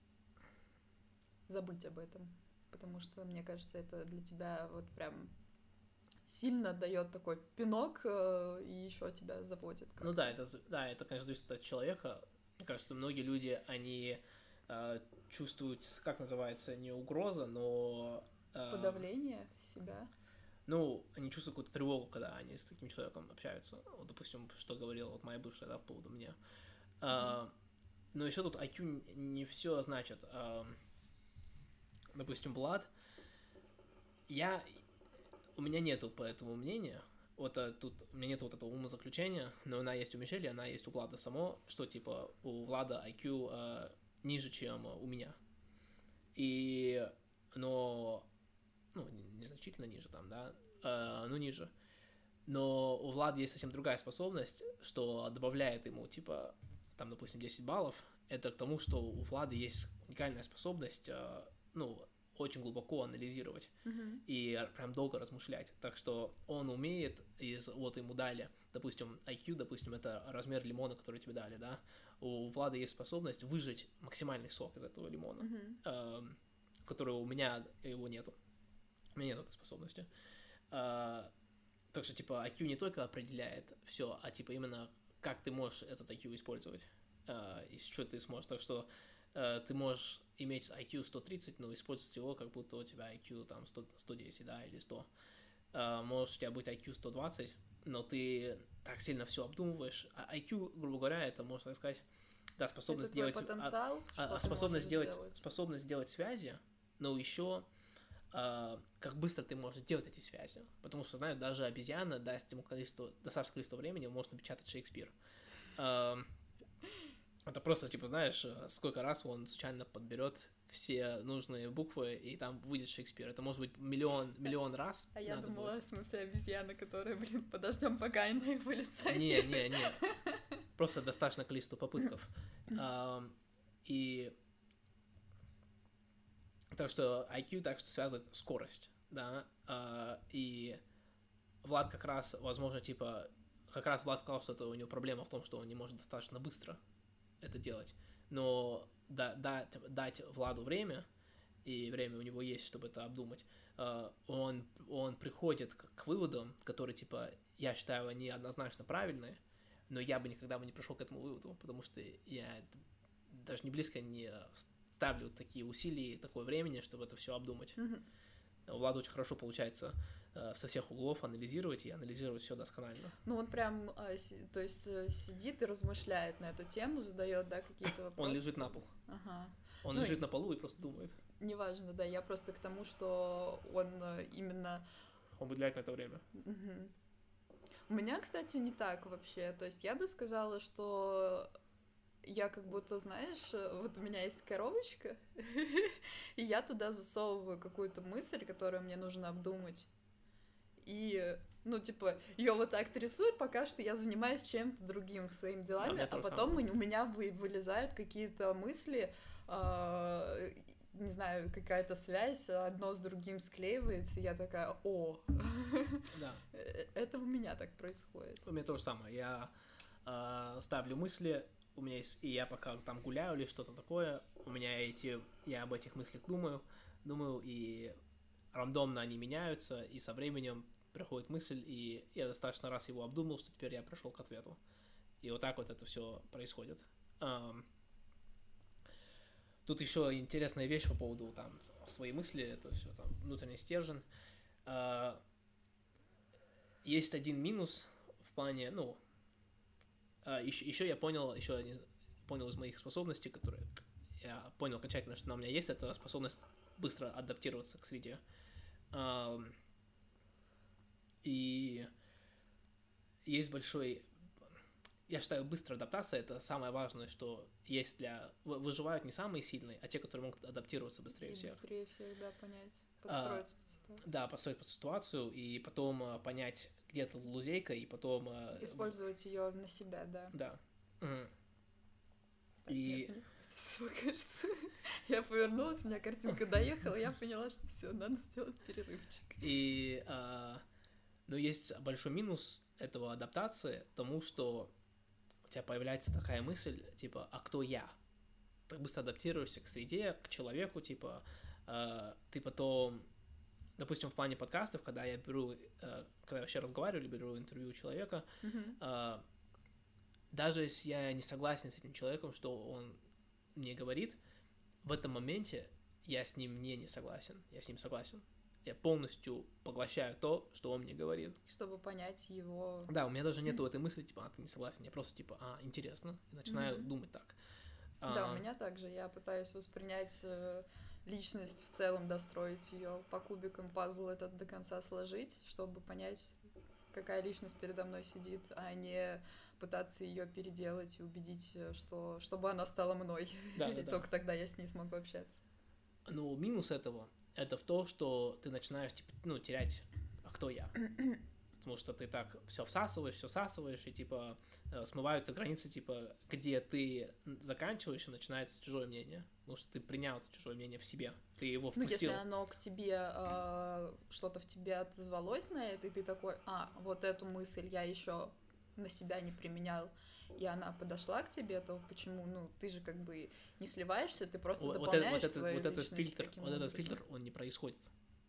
забыть об этом. Потому что, мне кажется, это для тебя вот прям сильно дает такой пинок э, и еще тебя заводит. Ну да, это, з- да, это, конечно, зависит от человека. Мне кажется, многие люди, они э, чувствуют, как называется, не угроза, но... э, Подавление себя. ну, они чувствуют какую-то тревогу, когда они с таким человеком общаются. Вот, допустим, что говорила вот моя бывшая, да, по поводу меня. А, но еще тут ай кью не все значит. А, допустим, Влад, я... У меня нету по этому мнения. Вот а, тут у меня нету вот этого умозаключения, но она есть у Мишели, она есть у Влада само, что типа у Влада ай кью а, ниже, чем у меня. И... Но... Ну, незначительно ниже там, да, а, ну, ниже. Но у Влада есть совсем другая способность, что добавляет ему, типа, там, допустим, десять баллов. Это к тому, что у Влада есть уникальная способность, э, ну, очень глубоко анализировать Мгм. и прям долго размышлять. Так что он умеет из, вот ему дали, допустим, ай кью, допустим, это размер лимона, который тебе дали, да. У Влада есть способность выжать максимальный сок из этого лимона, Мгм. э, который у меня его нету. У меня нет этой способности. Э, Так что, типа, ай кью не только определяет все, а, типа, именно как ты можешь этот ай кью использовать, э, и что ты сможешь. Так что э, ты можешь иметь ай кью сто тридцать, но использовать его, как будто у тебя ай кью там сто, сто десять, да, или сто. Э, может у тебя быть ай кью сто двадцать, но ты так сильно все обдумываешь. А ай кью, грубо говоря, это, можно так сказать, да, способность Это твой делать... потенциал, а- что а ты способность можешь делать, сделать. способность делать связи, но еще а, как быстро ты можешь делать эти связи. Потому что, знаешь, даже обезьяна даст ему количество, достаточное количество времени, он может напечатать Шекспир. А, это просто, типа, знаешь, сколько раз он случайно подберет все нужные буквы, и там выйдет Шекспир. Это может быть миллион, миллион раз. А я надо думала, будет. в смысле, обезьяна, которая, блин, подождем, пока она эволюционирует. Не, не, не. Просто достаточное количество попытков. А, и так что ай кью так что связывает скорость, да, а, и Влад как раз, возможно, типа, как раз Влад сказал, что это у него проблема в том, что он не может достаточно быстро это делать, но да, дать, дать Владу время, и время у него есть, чтобы это обдумать, а, он, он приходит к, к выводам, которые, типа, я считаю, они однозначно правильные, но я бы никогда бы не пришел к этому выводу, потому что я даже не близко не ставлю такие усилия, такое времени, чтобы это все обдумать. Мгм. У Влада очень хорошо получается э, со всех углов анализировать и анализировать все досконально. Ну, он прям, а, си- то есть, э, сидит и размышляет на эту тему, задает, да, какие-то вопросы. Он лежит на пол. Ага. Он Ну, лежит и- на полу и просто думает. Неважно, да, я просто к тому, что он э, именно... Он выделяет на это время. Мгм. У меня, кстати, не так вообще. То есть я бы сказала, что я как будто, знаешь, э, вот у меня есть коробочка, и я туда засовываю какую-то мысль, которую мне нужно обдумать. И, ну, типа, ее вот так рисует, пока что я занимаюсь чем-то другим, своими делами, меня а то же потом самое. у меня вы- вылезают какие-то мысли, а, не знаю, какая-то связь, одно с другим склеивается, и я такая, о, Да. э, это у меня так происходит. У меня то же самое. Я э, ставлю мысли, у меня есть, и я пока там гуляю или что-то такое, у меня эти, я об этих мыслях думаю, думаю, и рандомно они меняются, и со временем приходит мысль, и я достаточно раз его обдумал, что теперь я пришел к ответу. И вот так вот это все происходит. Ам, Тут еще интересная вещь по поводу там своей мысли, это все там внутренний стержень. А, Есть один минус в плане, ну, а, еще, еще я понял, еще не- понял из моих способностей, которые я понял окончательно, что она у меня есть, это способность быстро адаптироваться к среде. Ам, есть большой... Я считаю, быстрая адаптация — это самое важное, что есть для... Выживают не самые сильные, а те, которые могут адаптироваться быстрее и всех. быстрее всех, да, понять, подстроиться а, под ситуацию. Да, подстроить под ситуацию, и потом а, понять, где эта лазейка, и потом... А, использовать ее на себя, да. Да. Угу. И... Мне кажется, я повернулась, у меня картинка доехала, я поняла, что все, надо сделать перерывчик. И... А, но есть большой минус этого адаптации, тому, что у тебя появляется такая мысль, типа, а кто я? Ты быстро адаптируешься к среде, к человеку, типа, э, ты потом, допустим, в плане подкастов, когда я беру, э, когда я вообще разговариваю или беру интервью у человека, mm-hmm. э, даже если я не согласен с этим человеком, что он мне говорит, в этом моменте я с ним не, не согласен, я с ним согласен. Я полностью поглощаю то, что он мне говорит. Чтобы понять его... Да, у меня даже нету этой мысли, типа, а, ты не согласен. Я просто, типа, а, интересно. И начинаю mm-hmm. думать так. Да, а... у меня также. Я пытаюсь воспринять э, личность в целом, достроить ее по кубикам, пазл этот до конца сложить, чтобы понять, какая личность передо мной сидит, а не пытаться ее переделать и убедить, что чтобы она стала мной. Да, и да, да. Только тогда я с ней смогу общаться. Ну, минус этого — это в том, что ты начинаешь, типа, ну, терять, а кто я? Потому что ты так все всасываешь, все всасываешь, и, типа, смываются границы, типа, где ты заканчиваешь, и начинается чужое мнение. Потому что ты принял это чужое мнение в себе, ты его впустил. Ну, если оно к тебе, э, что-то в тебе отозвалось на это, и ты такой, а, вот эту мысль я еще на себя не применял, и она подошла к тебе, то почему, ну, ты же как бы не сливаешься, ты просто вот, дополняешь вот, это, свою вот этот личность. фильтр, вот этот фильтр, он не происходит.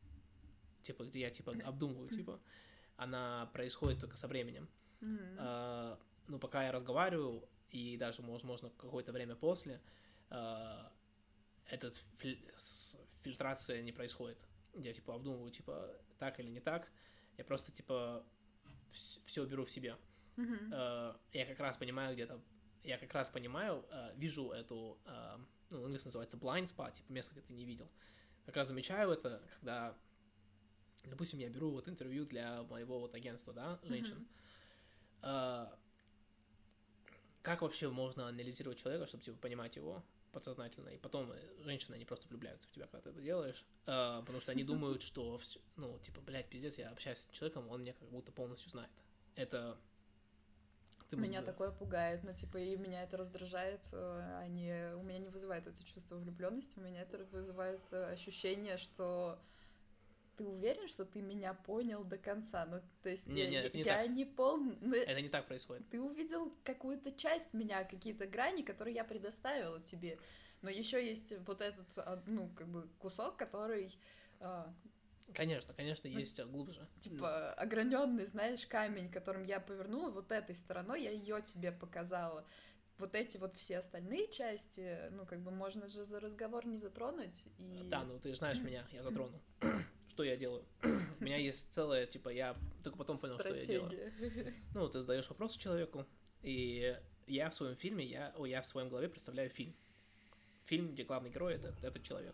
Типа, где я, типа, обдумываю, типа, она происходит только со временем. Mm-hmm. А, ну, пока я разговариваю, и даже, возможно, какое-то время после, а, эта филь- фильтрация не происходит. Я, типа, обдумываю, типа, так или не так. Я просто, типа, все беру в себе. Mm-hmm. Uh, я как раз понимаю где-то, я как раз понимаю, uh, вижу эту, uh, ну, английский называется blind spot, типа место, где ты не видел. Как раз замечаю это, когда, допустим, я беру вот интервью для моего вот агентства, да, женщин. Mm-hmm. Uh, как вообще можно анализировать человека, чтобы, типа, понимать его подсознательно, и потом женщины, они просто влюбляются в тебя, когда ты это делаешь, uh, потому что они думают, что, все, ну, типа, блядь, пиздец, я общаюсь с этим человеком, он меня как будто полностью знает. Это... Ты меня такое пугает, но типа и меня это раздражает, а не у меня не вызывает это чувство влюбленности, у меня это вызывает ощущение, что ты уверен, что ты меня понял до конца, ну то есть не, не, я, это не, я так. не полн... Это не так происходит. Ты увидел какую-то часть меня, какие-то грани, которые я предоставила тебе, но еще есть вот этот, ну как бы кусок, который Конечно, конечно, есть ну, глубже. Типа ограненный, знаешь, камень, которым я повернула вот этой стороной, я ее тебе показала. Вот эти вот все остальные части, ну, как бы можно же за разговор не затронуть. И... Да, ну ты же знаешь меня, я затронул. Что я делаю? У меня есть целое, типа, я только потом понял, что я делаю. Ну, ты задаешь вопрос человеку, и я в своем фильме, я, о, я в своем голове представляю фильм. Фильм, где главный герой — это этот человек.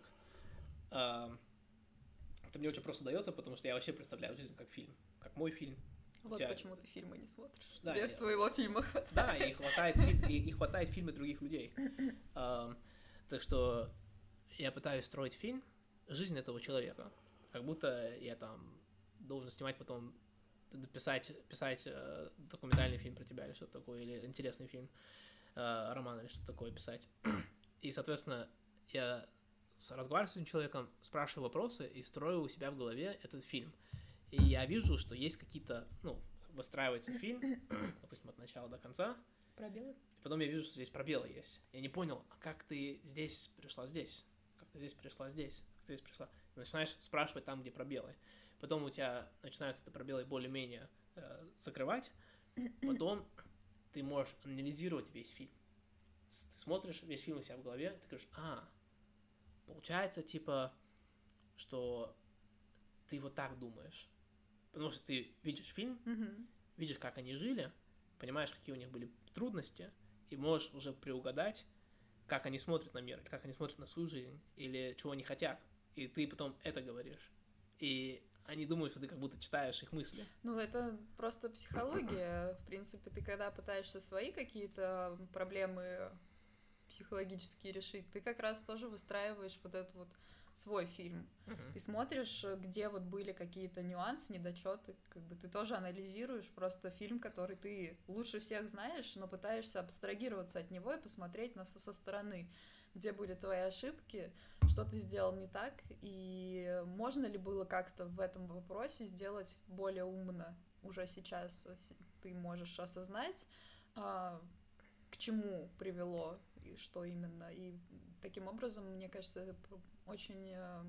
Это мне очень просто дается, потому что я вообще представляю жизнь как фильм, как мой фильм. Вот тебя... почему ты фильмы не смотришь. Да, Тебе я... своего фильма хватает. Да, и хватает, и, и хватает фильмы других людей. uh, так что я пытаюсь строить фильм, жизнь этого человека. Как будто я там должен снимать потом, писать, писать uh, документальный фильм про тебя или что-то такое, или интересный фильм, uh, роман или что-то такое писать. И, соответственно, я... разговариваю с этим человеком, спрашиваю вопросы и строю у себя в голове этот фильм. И я вижу, что есть какие-то, ну, выстраивается фильм, допустим, от начала до конца. Пробелы? И потом я вижу, что здесь пробелы есть. Я не понял, а как ты здесь пришла здесь? Как ты здесь пришла здесь? Как ты здесь пришла? И начинаешь спрашивать там, где пробелы. Потом у тебя начинаются эти пробелы более-менее э, закрывать. Потом ты можешь анализировать весь фильм. Ты смотришь весь фильм у себя в голове, и ты говоришь, а, получается, типа, что ты вот так думаешь. Потому что ты видишь фильм, mm-hmm. видишь, как они жили, понимаешь, какие у них были трудности, и можешь уже приугадать, как они смотрят на мир, как они смотрят на свою жизнь, или чего они хотят. И ты потом это говоришь. И они думают, что ты как будто читаешь их мысли. Ну, это просто психология. В принципе, ты когда пытаешься свои какие-то проблемы психологически решить, ты как раз тоже выстраиваешь вот этот вот свой фильм. Uh-huh. И смотришь, где вот были какие-то нюансы, недочеты, как бы ты тоже анализируешь просто фильм, который ты лучше всех знаешь, но пытаешься абстрагироваться от него и посмотреть на, со стороны, где были твои ошибки, что ты сделал не так, и можно ли было как-то в этом вопросе сделать более умно уже сейчас ты можешь осознать, к чему привело и что именно. И таким образом, мне кажется, это очень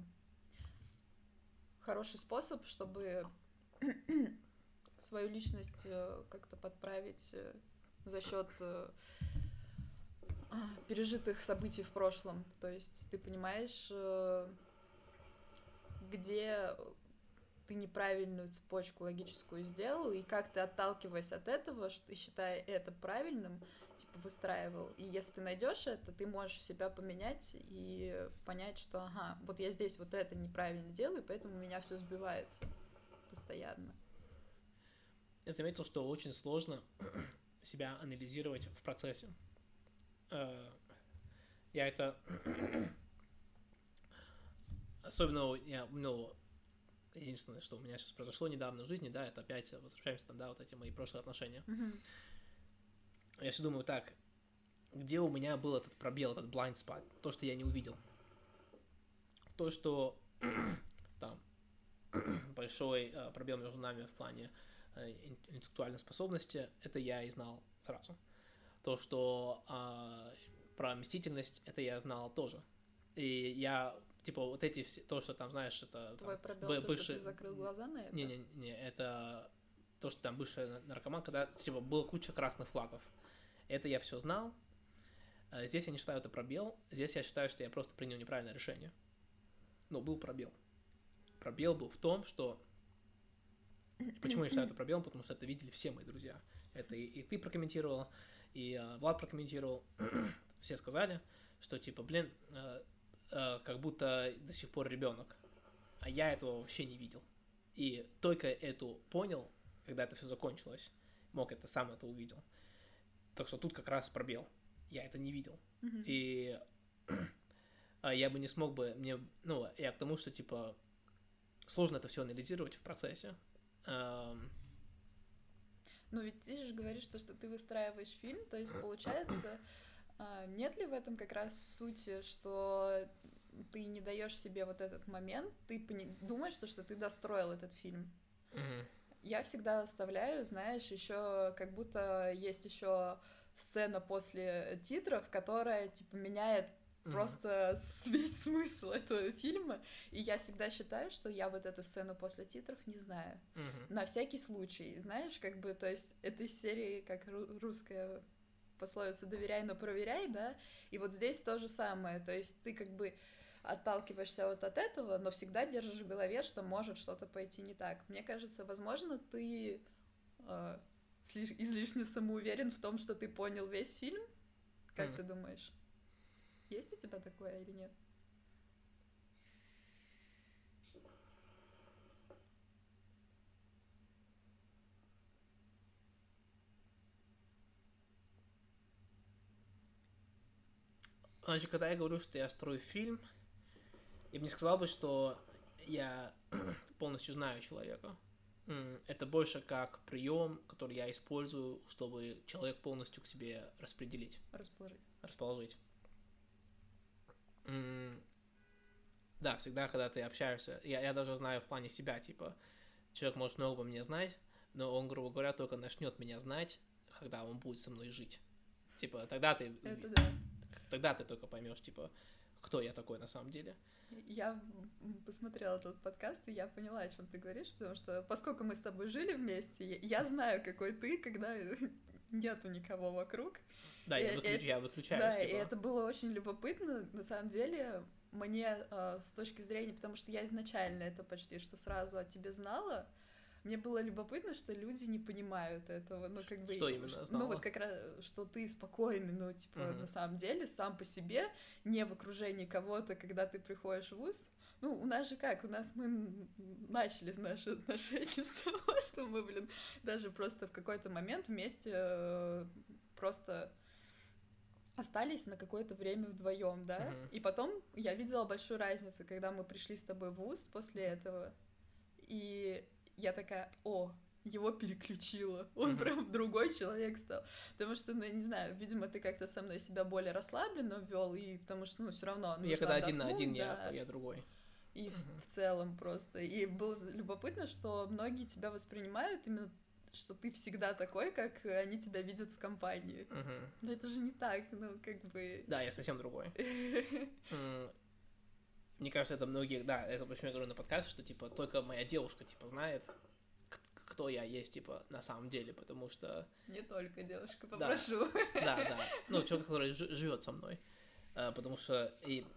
хороший способ, чтобы свою личность как-то подправить за счет пережитых событий в прошлом. То есть ты понимаешь, где ты неправильную цепочку логическую сделал, и как ты, отталкиваясь от этого, и считая это правильным, типа выстраивал. И если ты найдешь это, ты можешь себя поменять и понять, что ага, вот я здесь вот это неправильно делаю, поэтому у меня все сбивается постоянно. Я заметил, что очень сложно себя анализировать в процессе. Я это... Особенно, я, ну, единственное, что у меня сейчас произошло недавно в жизни, да, это опять возвращаемся там, да, вот эти мои прошлые отношения. Mm-hmm. Я все думаю, так, где у меня был этот пробел, этот blind spot, то, что я не увидел. То, что там большой э, пробел между нами в плане э, интеллектуальной способности, это я и знал сразу. То, что э, про мстительность, это я знал тоже. И я, типа, вот эти все, то, что там, знаешь, это... Твой там, пробел, б- то, бывший... что ты закрыл глаза на это? Не-не-не, это то, что там бывшая наркоманка, да, типа, была куча красных флагов. Это я все знал. Здесь я не считаю это пробел. Здесь я считаю, что я просто принял неправильное решение. Но был пробел. Пробел был в том, что... Почему я считаю это пробелом? Потому что это видели все мои друзья. Это и, и ты прокомментировал, и э, Влад прокомментировал. Все сказали, что типа, блин, э, э, как будто до сих пор ребенок. А я этого вообще не видел. И только эту понял, когда это все закончилось. Мог это сам это увидел. Так что тут как раз пробел. Я это не видел. Mm-hmm. И я бы не смог бы... Мне, ну, я к тому, что, типа, сложно это все анализировать в процессе. Um... Ну, ведь ты же говоришь, что, что ты выстраиваешь фильм, то есть, получается, нет ли в этом как раз сути, что ты не даешь себе вот этот момент, ты пони... думаешь, что, что ты достроил этот фильм? Mm-hmm. Я всегда оставляю, знаешь, еще как будто есть еще сцена после титров, которая, типа, меняет mm-hmm. просто весь смысл этого фильма, и я всегда считаю, что я вот эту сцену после титров не знаю. Mm-hmm. На всякий случай, знаешь, как бы, то есть, этой серии, как русская пословица «доверяй, но проверяй», да, и вот здесь то же самое, то есть ты как бы отталкиваешься вот от этого, но всегда держишь в голове, что может что-то пойти не так. Мне кажется, возможно, ты э, излишне самоуверен в том, что ты понял весь фильм. Как mm. ты думаешь? Есть у тебя такое или нет? Значит, когда я говорю, что я строю фильм, я бы не сказал бы, что я полностью знаю человека. Это больше как прием, который я использую, чтобы человек полностью к себе распределить. Расположить. Расположить. Да, всегда, когда ты общаешься, я, я даже знаю в плане себя, типа, человек может много обо мне знать, но он, грубо говоря, только начнет меня знать, когда он будет со мной жить. Типа, тогда ты... Это да. Тогда ты только поймешь, типа, кто я такой на самом деле. Я посмотрела этот подкаст, и я поняла, о чем ты говоришь, потому что, поскольку мы с тобой жили вместе, я знаю, какой ты, когда нету никого вокруг. Да, и, я, выключ... и, я выключаюсь. Да, типа. И это было очень любопытно, на самом деле, мне э, с точки зрения, потому что я изначально это почти что сразу о тебе знала, мне было любопытно, что люди не понимают этого, ну, как бы... Что именно знала? Ну, вот как раз, что ты спокойный, ну, типа, uh-huh. на самом деле, сам по себе, не в окружении кого-то, когда ты приходишь в вуз. Ну, у нас же как, у нас мы начали наши отношения с того, что мы, блин, даже просто в какой-то момент вместе э, просто остались на какое-то время вдвоем, да, uh-huh. и потом я видела большую разницу, когда мы пришли с тобой в вуз после этого, и я такая, о, его переключило, он uh-huh. прям другой человек стал, потому что, ну, я не знаю, видимо, ты как-то со мной себя более расслабленно вел, и потому что, ну, все равно я когда один на один, да. я, я другой. И uh-huh. в, в целом просто, и было любопытно, что многие тебя воспринимают именно, что ты всегда такой, как они тебя видят в компании. Uh-huh. Но это же не так, ну, как бы... Да, я совсем другой. Мне кажется, это многие... Да, это почему я говорю на подкасте, что, типа, только моя девушка, типа, знает, кто я есть, типа, на самом деле, потому что... Не только девушка, попрошу. Да, да, да. Ну, человек, который живет со мной. Потому что... И...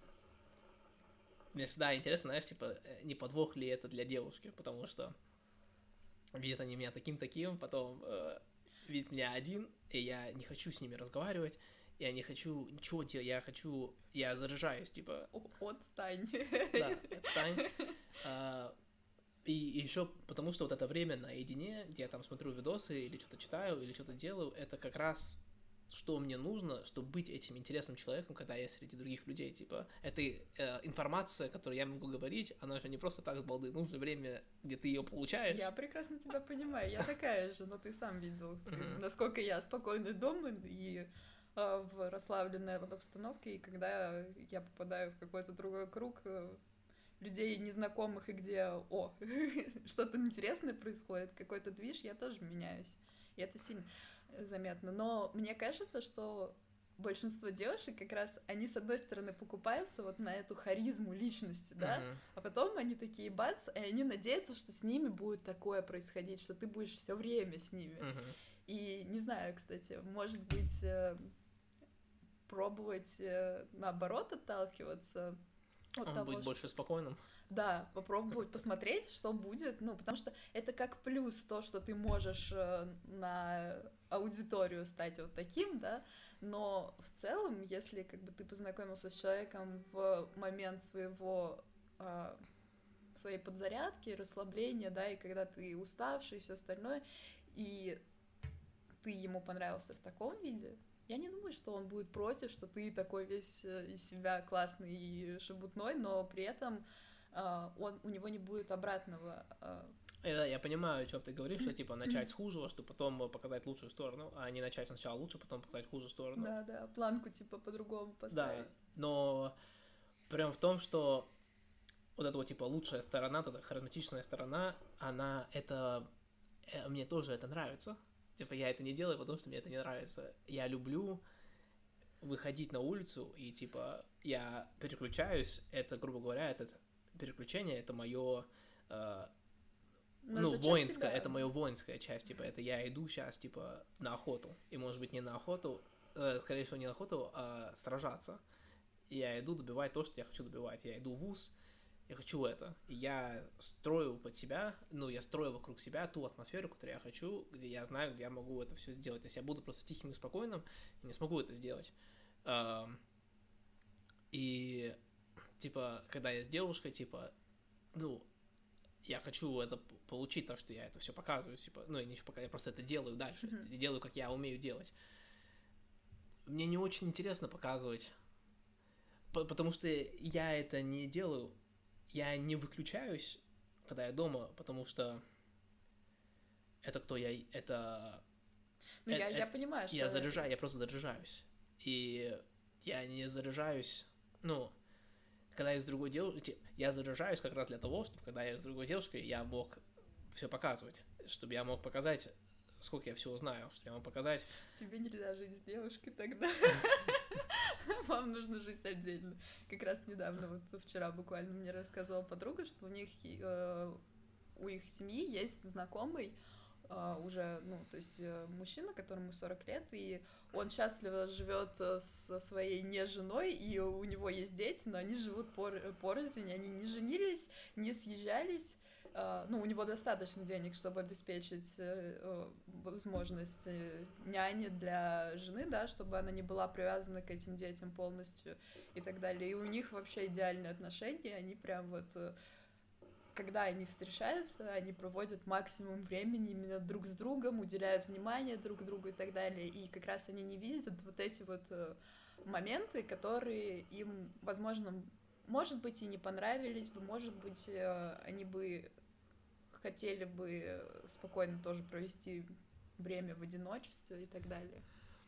Мне всегда интересно, знаешь, типа, не подвох ли это для девушки, потому что видят они меня таким-таким, потом э, видят меня один, и я не хочу с ними разговаривать, я не хочу ничего делать, я хочу, я заряжаюсь, типа... Отстань. Да, отстань. А, и еще потому, что вот это время наедине, где я там смотрю видосы, или что-то читаю, или что-то делаю, это как раз... что мне нужно, чтобы быть этим интересным человеком, когда я среди других людей, типа, это э, информация, которую я могу говорить, она же не просто так с балды, нужно время, где ты ее получаешь. Я прекрасно тебя понимаю, я такая же, но ты сам видел, uh-huh. насколько я спокойный дома и э, в расслабленной обстановке, и когда я попадаю в какой-то другой круг э, людей незнакомых, и где, о, что-то интересное происходит, какой-то движ, я тоже меняюсь, и это сильно заметно, но мне кажется, что большинство девушек как раз, они с одной стороны покупаются вот на эту харизму личности, да, uh-huh. а потом они такие бац, и они надеются, что с ними будет такое происходить, что ты будешь все время с ними. Uh-huh. И не знаю, кстати, может быть, пробовать наоборот отталкиваться от Он того, будет что... больше спокойным. Да, попробовать посмотреть, что будет, ну, потому что это как плюс то, что ты можешь э, на аудиторию стать вот таким, да, но в целом, если как бы ты познакомился с человеком в момент своего, э, своей подзарядки, расслабления, да, и когда ты уставший и все остальное, и ты ему понравился в таком виде, я не думаю, что он будет против, что ты такой весь из себя классный и шебутной, но при этом Uh, он, у него не будет обратного. Uh... Да, я понимаю, о чем ты говоришь, что типа начать с хужего, чтобы потом показать лучшую сторону, а не начать сначала лучше, потом показать хуже сторону. Да, да, планку типа по-другому поставить. Да, но прям в том, что вот эта вот типа лучшая сторона, вот эта харизматичная сторона, она это... Мне тоже это нравится. Типа я это не делаю, потому что мне это не нравится. Я люблю выходить на улицу, и типа я переключаюсь, это, грубо говоря, этот переключение, это мое, э, ну, это воинское, это мое воинская часть, типа, это я иду сейчас, типа, на охоту, и, может быть, не на охоту, э, скорее всего, не на охоту, а сражаться. Я иду добивать то, что я хочу добивать, я иду в вуз, я хочу это, и я строю под себя, ну, я строю вокруг себя ту атмосферу, которую я хочу, где я знаю, где я могу это все сделать, если я буду просто тихим и спокойным, я не смогу это сделать. Э, и... Типа, когда я с девушкой, типа, ну, я хочу это получить, то, что я это все показываю, типа, ну, я не пока, я просто это делаю дальше, mm-hmm. делаю, как я умею делать. Мне не очень интересно показывать, потому что я это не делаю, я не выключаюсь, когда я дома, потому что это кто я, это... Ну, это, я, это, я понимаю, что... Я заряжаю, я просто заряжаюсь, и я не заряжаюсь, ну... Когда я с другой девушкой, я заряжаюсь как раз для того, чтобы когда я с другой девушкой, я мог все показывать, чтобы я мог показать, сколько я всего знаю, чтобы я мог показать... Тебе нельзя жить с девушкой тогда. Вам нужно жить отдельно. Как раз недавно, вот вчера буквально мне рассказывала подруга, что у них, у их семьи есть знакомый, Uh, уже, ну, то есть uh, мужчина, которому сорок лет, и он счастливо живет uh, со своей не женой, и у него есть дети, но они живут пор- порознь, они не женились, не съезжались, ну, у него достаточно денег, чтобы обеспечить возможность няни для жены, да, чтобы она не была привязана к этим детям полностью и так далее. И у них вообще идеальные отношения, они прям вот... Когда они встречаются, они проводят максимум времени именно друг с другом, уделяют внимание друг другу и так далее. И как раз они не видят вот эти вот моменты, которые им, возможно, может быть, и не понравились бы, может быть, они бы хотели бы спокойно тоже провести время в одиночестве и так далее.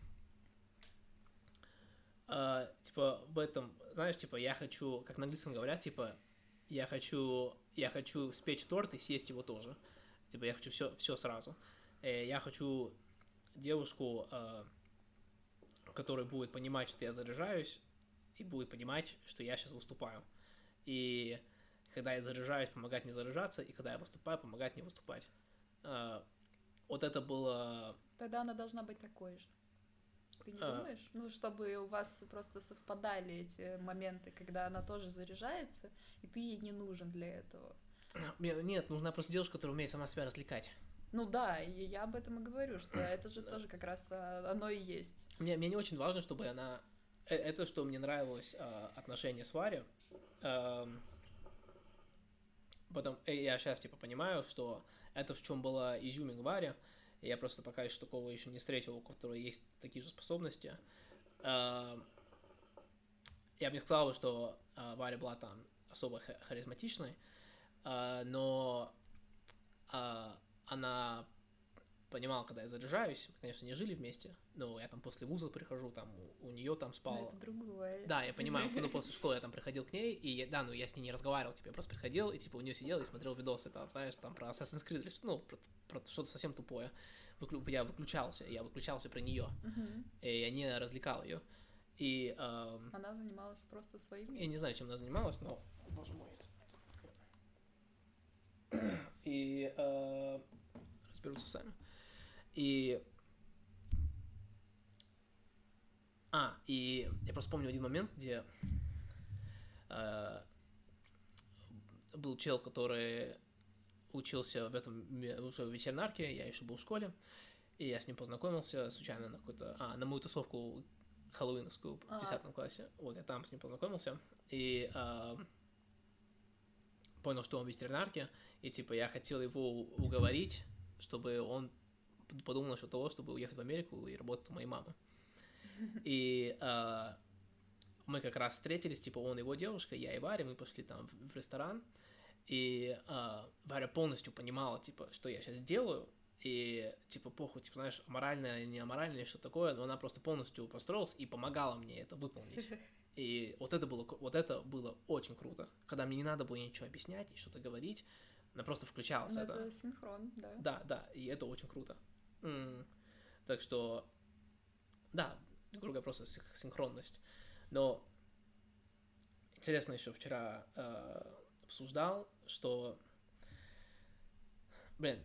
Uh, типа, в этом, знаешь, типа, я хочу, как на английском говорят, типа, я хочу, я хочу спечь торт и съесть его тоже. Типа, я хочу все, все сразу. Я хочу девушку, uh, которая будет понимать, что я заряжаюсь, и будет понимать, что я сейчас выступаю. И когда я заряжаюсь, помогать не заряжаться, и когда я выступаю, помогать не выступать. Uh, вот это было... Тогда она должна быть такой же. Ты не uh... думаешь? Ну, чтобы у вас просто совпадали эти моменты, когда она тоже заряжается, и ты ей не нужен для этого. Нет, нужна просто девушка, которая умеет сама себя развлекать. Ну да, и я об этом и говорю, что это же тоже как раз оно и есть. Мне, мне не очень важно, чтобы она... Это, что мне нравилось, отношения с Варей. Потом я сейчас, типа, понимаю, что это в чем была изюминка Вари. Я просто пока еще такого еще не встретил, у которого есть такие же способности. Я бы не сказал, что Варя была там особо харизматичной, но она понимала, когда я заряжаюсь. Мы, конечно, не жили вместе, но я там после вуза прихожу, там у, у нее там спал. Но это другое. Да, я понимаю, но после школы я там приходил к ней, и я, да, ну я с ней не разговаривал, типа, я просто приходил, и типа у нее сидел и смотрел видосы, там, знаешь, там про Assassin's Creed, ну, про, про что-то совсем тупое. Выклю... Я выключался, я выключался про нее, uh-huh. и я не развлекал ее. И, эм... она занималась просто своим. Я не знаю, чем она занималась, но, боже мой. И э... разберутся сами. И... А, и я просто помню один момент, где э, был чел, который учился в этом уже в ветеринарке, я еще был в школе, и я с ним познакомился случайно на какую-то... А, на мою тусовку хэллоуиновскую в десятом классе. Вот, я там с ним познакомился, и э, понял, что он в ветеринарке, и типа я хотел его уговорить, чтобы он подумал насчет того, чтобы уехать в Америку и работать у моей мамы. И э, мы как раз встретились, типа он и его девушка, я и Варя, мы пошли там в, в ресторан, и э, Варя полностью понимала, типа, что я сейчас делаю, и, типа, похуй, типа, знаешь, аморальное, не аморальное, что такое, но она просто полностью построилась и помогала мне это выполнить. И вот это было, вот это было очень круто, когда мне не надо было ничего объяснять и что-то говорить, она просто включалась. Ну, это. это синхрон, да. Да, да, и это очень круто. М-м. Так что, да, грубо говоря, просто синхронность. Но интересно, еще вчера э, обсуждал, что, блин,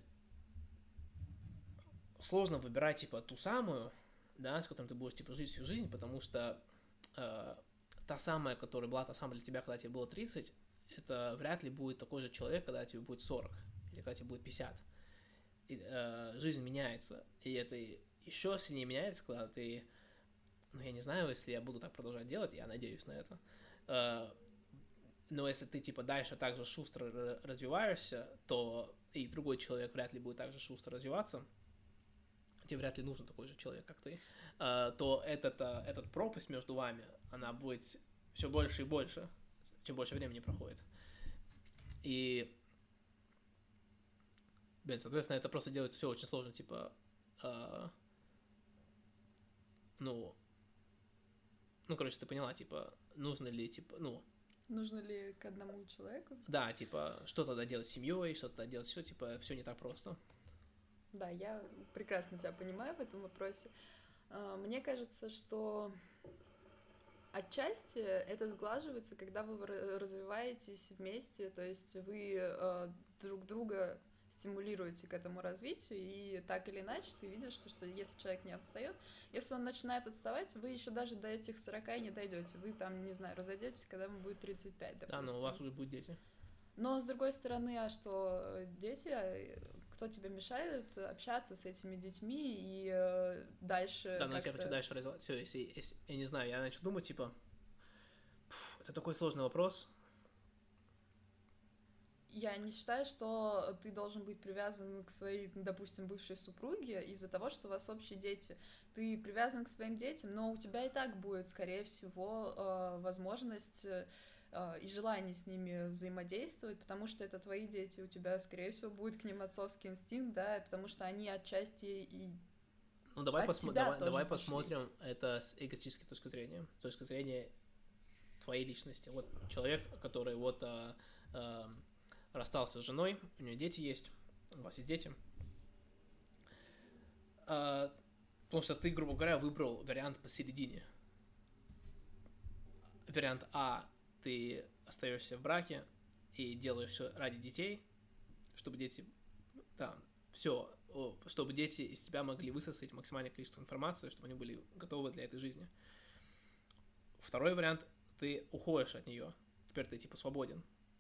сложно выбирать, типа, ту самую, да, с которой ты будешь, типа, жить всю жизнь, потому что э, та самая, которая была та самая для тебя, когда тебе было тридцать, это вряд ли будет такой же человек, когда тебе будет сорок, или когда тебе будет пятьдесят. И, э, жизнь меняется, и это еще сильнее меняется, когда ты, ну, я не знаю, если я буду так продолжать делать, я надеюсь на это, э, но если ты, типа, дальше так же шустро развиваешься, то и другой человек вряд ли будет так же шустро развиваться, тебе вряд ли нужен такой же человек, как ты, э, то этот, э, этот пропасть между вами, она будет все больше и больше, чем больше времени проходит. И, блин, соответственно, это просто делает все очень сложно, типа, э, ну, ну, короче, ты поняла, типа, нужно ли, типа, ну... Нужно ли к одному человеку? Да, типа, что тогда делать с семьей, что тогда делать все, типа, все не так просто. Да, я прекрасно тебя понимаю в этом вопросе. Мне кажется, что отчасти это сглаживается, когда вы развиваетесь вместе, то есть вы друг друга стимулируете к этому развитию, и так или иначе ты видишь, что, что если человек не отстает, если он начинает отставать, вы еще даже до этих сорока и не дойдете. Вы там, не знаю, разойдетесь, когда вам будет тридцать пять, допустим. Да, но у вас уже будут дети. Но, с другой стороны, а что дети, кто тебе мешает общаться с этими детьми и э, дальше Да, но если я как-то... хочу дальше развивать... Все, если, если... Я не знаю, я начал думать, типа... Пфф, это такой сложный вопрос. Я не считаю, что ты должен быть привязан к своей, допустим, бывшей супруге из-за того, что у вас общие дети. Ты привязан к своим детям, но у тебя и так будет, скорее всего, э, возможность э, и желание с ними взаимодействовать, потому что это твои дети, у тебя, скорее всего, будет к ним отцовский инстинкт, да, потому что они отчасти и ну, давай, от посмо- тебя давай, тоже давай пошли. посмотрим это с эгоистической точки зрения, с точки зрения твоей личности. Вот человек, который вот а, а, расстался с женой, у нее дети есть, у вас есть дети, а, потому что ты, грубо говоря, выбрал вариант посередине. Вариант А, ты остаешься в браке и делаешь все ради детей, чтобы дети, да, все, чтобы дети из тебя могли высосать максимальное количество информации, чтобы они были готовы для этой жизни. Второй вариант, ты уходишь от нее, теперь ты типа свободен.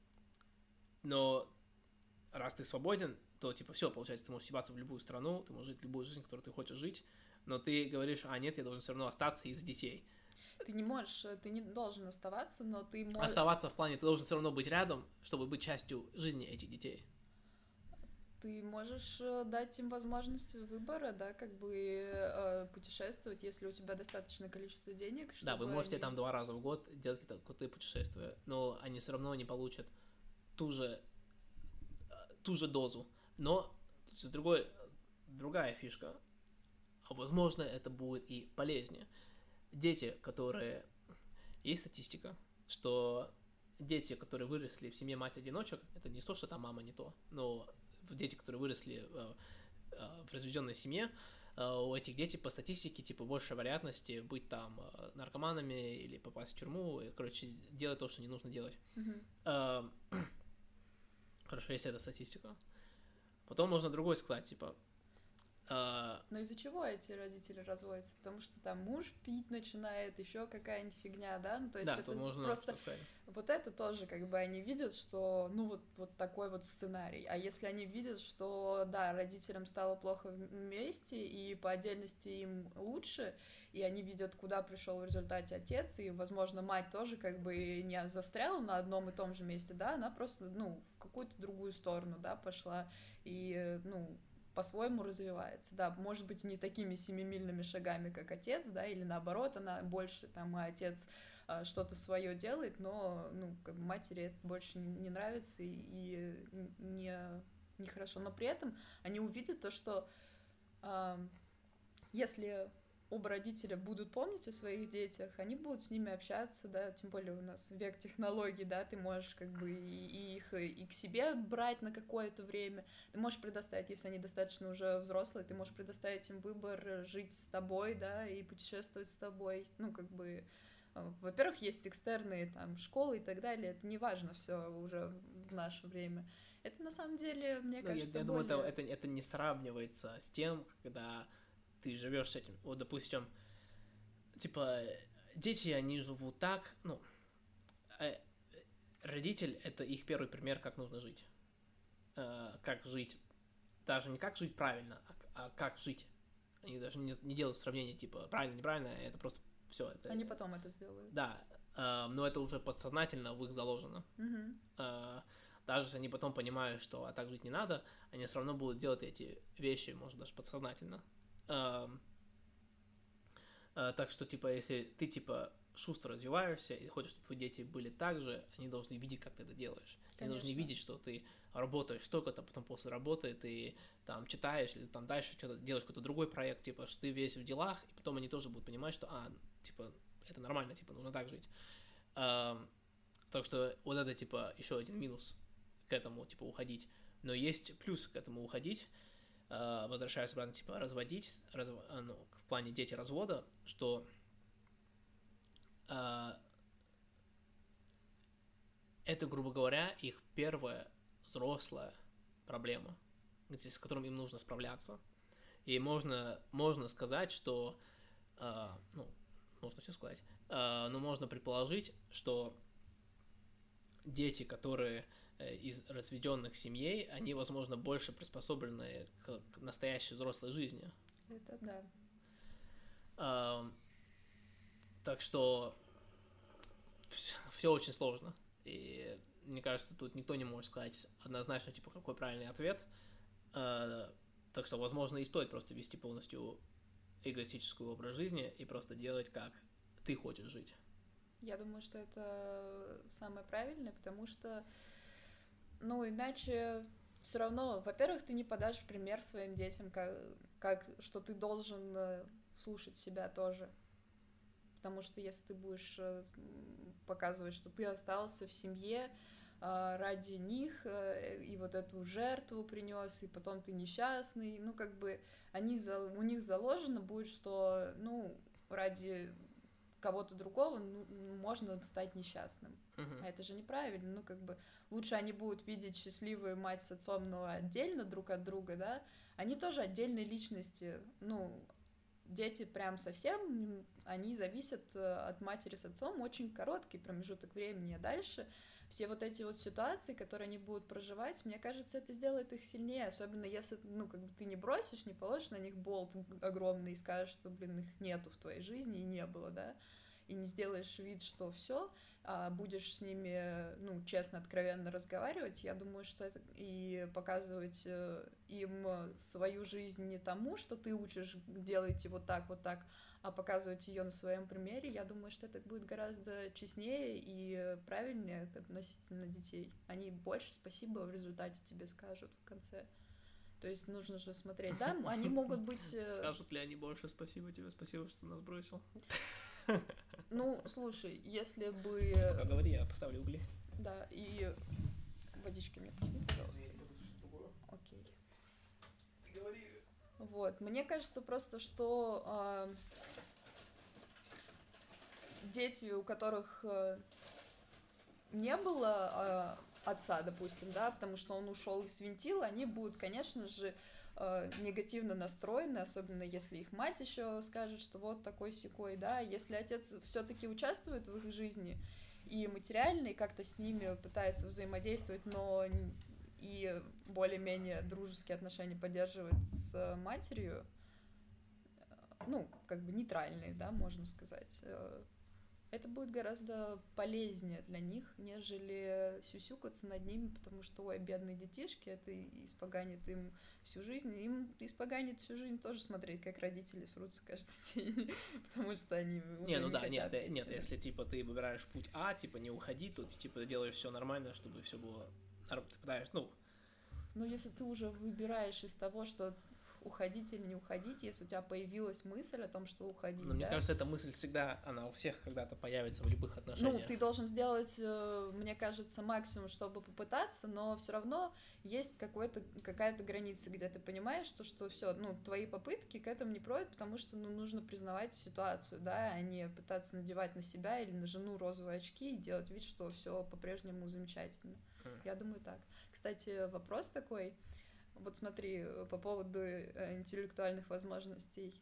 Но раз ты свободен, то типа все, получается, ты можешь съебаться в любую страну, ты можешь жить любую жизнь, которую ты хочешь жить, но ты говоришь, а нет, я должен все равно остаться из-за детей. Ты не можешь, ты не должен оставаться, но ты можешь... Оставаться в плане, ты должен все равно быть рядом, чтобы быть частью жизни этих детей. Ты можешь дать им возможность выбора, да, как бы э, путешествовать, если у тебя достаточное количество денег, чтобы Да, вы можете они... там два раза в год делать какие-то крутые путешествия, но они все равно не получат ту же, ту же дозу. Но с другой, другая фишка, а возможно, это будет и полезнее. Дети, которые... Есть статистика, что дети, которые выросли в семье мать-одиночек, это не то, что там мама не то, но дети, которые выросли в разведенной семье, у этих детей по статистике типа больше вероятности быть там наркоманами или попасть в тюрьму, и, короче, делать то, что не нужно делать. Mm-hmm. Хорошо, если это статистика. Потом можно другой сказать, типа... Но из-за чего эти родители разводятся? Потому что там муж пить начинает, еще какая-нибудь фигня, да? Ну, то есть да, это можно просто... Вот это тоже, как бы, они видят, что, ну, вот, вот такой вот сценарий. А если они видят, что, да, родителям стало плохо вместе, и по отдельности им лучше, и они видят, куда пришел в результате отец, и, возможно, мать тоже, как бы, не застряла на одном и том же месте, да, она просто, ну, в какую-то другую сторону, да, пошла, и, ну... по-своему развивается, да, может быть, не такими семимильными шагами, как отец, да, или наоборот, она больше, там, а отец а, что-то свое делает, но, ну, как бы матери это больше не нравится и, и не, не хорошо, но при этом они увидят то, что а, если оба родителя будут помнить о своих детях, они будут с ними общаться, да, тем более у нас век технологий, да, ты можешь как бы и, и их и к себе брать на какое-то время, ты можешь предоставить, если они достаточно уже взрослые, ты можешь предоставить им выбор жить с тобой, да, и путешествовать с тобой, ну, как бы, во-первых, есть экстерные там школы и так далее, это не важно все уже в наше время. Это на самом деле, мне ну, кажется, я, я более... думаю, это, это, это не сравнивается с тем, когда ты живешь с этим. Вот, допустим, типа, дети, они живут так, ну, э, родитель — это их первый пример, как нужно жить. Э, как жить. Даже не как жить правильно, а, а как жить. Они даже не, не делают сравнения, типа, правильно, неправильно, это просто все. Это... Они потом это сделают. Да, э, но это уже подсознательно в их заложено. Mm-hmm. Э, даже если они потом понимают, что а так жить не надо, они все равно будут делать эти вещи, может, даже подсознательно. Uh, uh, так что, типа, если ты, типа, шустро развиваешься и хочешь, чтобы твои дети были так же, они должны видеть, как ты это делаешь. Конечно. Они должны видеть, что ты работаешь столько-то, потом после работы ты там читаешь или там дальше что-то делаешь, какой-то другой проект, типа, что ты весь в делах, и потом они тоже будут понимать, что, а, типа, это нормально, типа, нужно так жить. Uh, так что вот это, типа, еще один минус к этому, типа, уходить. Но есть плюс к этому уходить. Uh, возвращаюсь обратно, типа, разводить, разв... ну, в плане дети развода, что uh, это, грубо говоря, их первая взрослая проблема, с которой им нужно справляться. И можно, можно сказать, что, uh, ну, можно все сказать, uh, но можно предположить, что дети, которые из разведенных семей, они, возможно, больше приспособлены к, к настоящей взрослой жизни. Это да. А, так что все, все очень сложно. И мне кажется, тут никто не может сказать однозначно, типа, какой правильный ответ. А, так что, возможно, и стоит просто вести полностью эгоистический образ жизни и просто делать, как ты хочешь жить. Я думаю, что это самое правильное, потому что, ну, иначе все равно, во-первых, ты не подашь в пример своим детям, как, как что ты должен слушать себя тоже. Потому что если ты будешь показывать, что ты остался в семье ради них, и вот эту жертву принес, и потом ты несчастный, ну, как бы они, у них заложено будет, что, ну, ради кого-то другого ну, можно стать несчастным. Uh-huh. А это же неправильно. Ну, как бы лучше они будут видеть счастливую мать с отцом, но отдельно друг от друга, да. Они тоже отдельные личности. Ну, дети прям совсем, они зависят от матери с отцом очень короткий промежуток времени, а дальше все вот эти вот ситуации, которые они будут проживать, мне кажется, это сделает их сильнее, особенно если, ну, как бы ты не бросишь, не положишь на них болт огромный и скажешь, что, блин, их нету в твоей жизни и не было, да, и не сделаешь вид, что все, а будешь с ними, ну, честно, откровенно разговаривать, я думаю, что это и показывать им свою жизнь не тому, что ты учишь, делайте вот так, вот так, а показывать ее на своем примере, я думаю, что это будет гораздо честнее и правильнее относительно детей. Они больше спасибо в результате тебе скажут в конце. То есть нужно же смотреть, да, они могут быть... Скажут ли они больше спасибо тебе, спасибо, что нас бросил? Ну, слушай, если бы... Пока говори, я поставлю угли. Да, и водички мне принеси, пожалуйста. Окей. Ты говори. Вот, мне кажется просто, что э, дети, у которых э, не было э, отца, допустим, да, потому что он ушел и свинтил, они будут, конечно же, э, негативно настроены, особенно если их мать еще скажет, что вот такой-сякой, да, если отец все-таки участвует в их жизни и материально, и как-то с ними пытается взаимодействовать, но и более-менее дружеские отношения поддерживает с матерью, ну, как бы нейтральные, да, можно сказать, это будет гораздо полезнее для них, нежели сюсюкаться над ними, потому что, ой, бедные детишки, это испоганит им всю жизнь, им испоганит всю жизнь тоже смотреть, как родители срутся каждый день, потому что они уже не, ну не да, хотят нет, вместе. Нет, если, типа, ты выбираешь путь А, типа, не уходи, то ты, типа, делаешь все нормально, чтобы все было, ты пытаешься, ну... Ну, если ты уже выбираешь из того, что уходить или не уходить, если у тебя появилась мысль о том, что уходить, Но да? мне кажется, эта мысль всегда, она у всех когда-то появится в любых отношениях. Ну, ты должен сделать, мне кажется, максимум, чтобы попытаться, но все равно есть какой-то, какая-то граница, где ты понимаешь, что, что все, ну, твои попытки к этому не пройдут, потому что, ну, нужно признавать ситуацию, да, а не пытаться надевать на себя или на жену розовые очки и делать вид, что все по-прежнему замечательно. Mm. Я думаю, так. Кстати, вопрос такой. Вот смотри, по поводу интеллектуальных возможностей.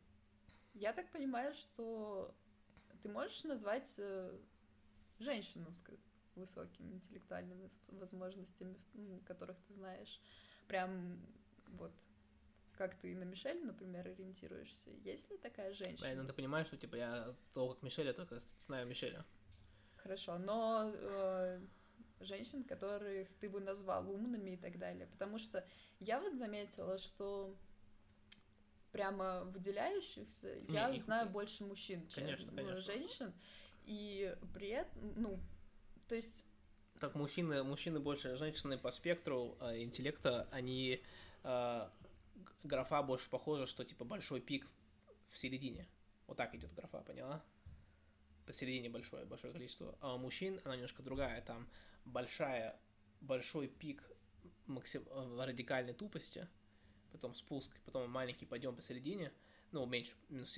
Я так понимаю, что ты можешь назвать женщину с высокими интеллектуальными возможностями, которых ты знаешь, прям вот как ты на Мишель, например, ориентируешься. Есть ли такая женщина? Да, ну ты понимаешь, что типа я того, как Мишель, я только знаю Мишеля. Хорошо, но... Э, женщин, которых ты бы назвал умными и так далее. Потому что я вот заметила, что прямо выделяющихся не, я их... знаю больше мужчин, чем конечно, конечно. женщин. И при этом, ну, то есть... Так, мужчины, мужчины больше, женщины по спектру э, интеллекта, они... Э, графа больше похожа, что типа большой пик в середине. Вот так идет графа, поняла? Посередине большое, большое количество. А у мужчин она немножко другая, там большая, большой пик максим... радикальной тупости, потом спуск, потом маленький подъем посередине, ну, меньше, минус,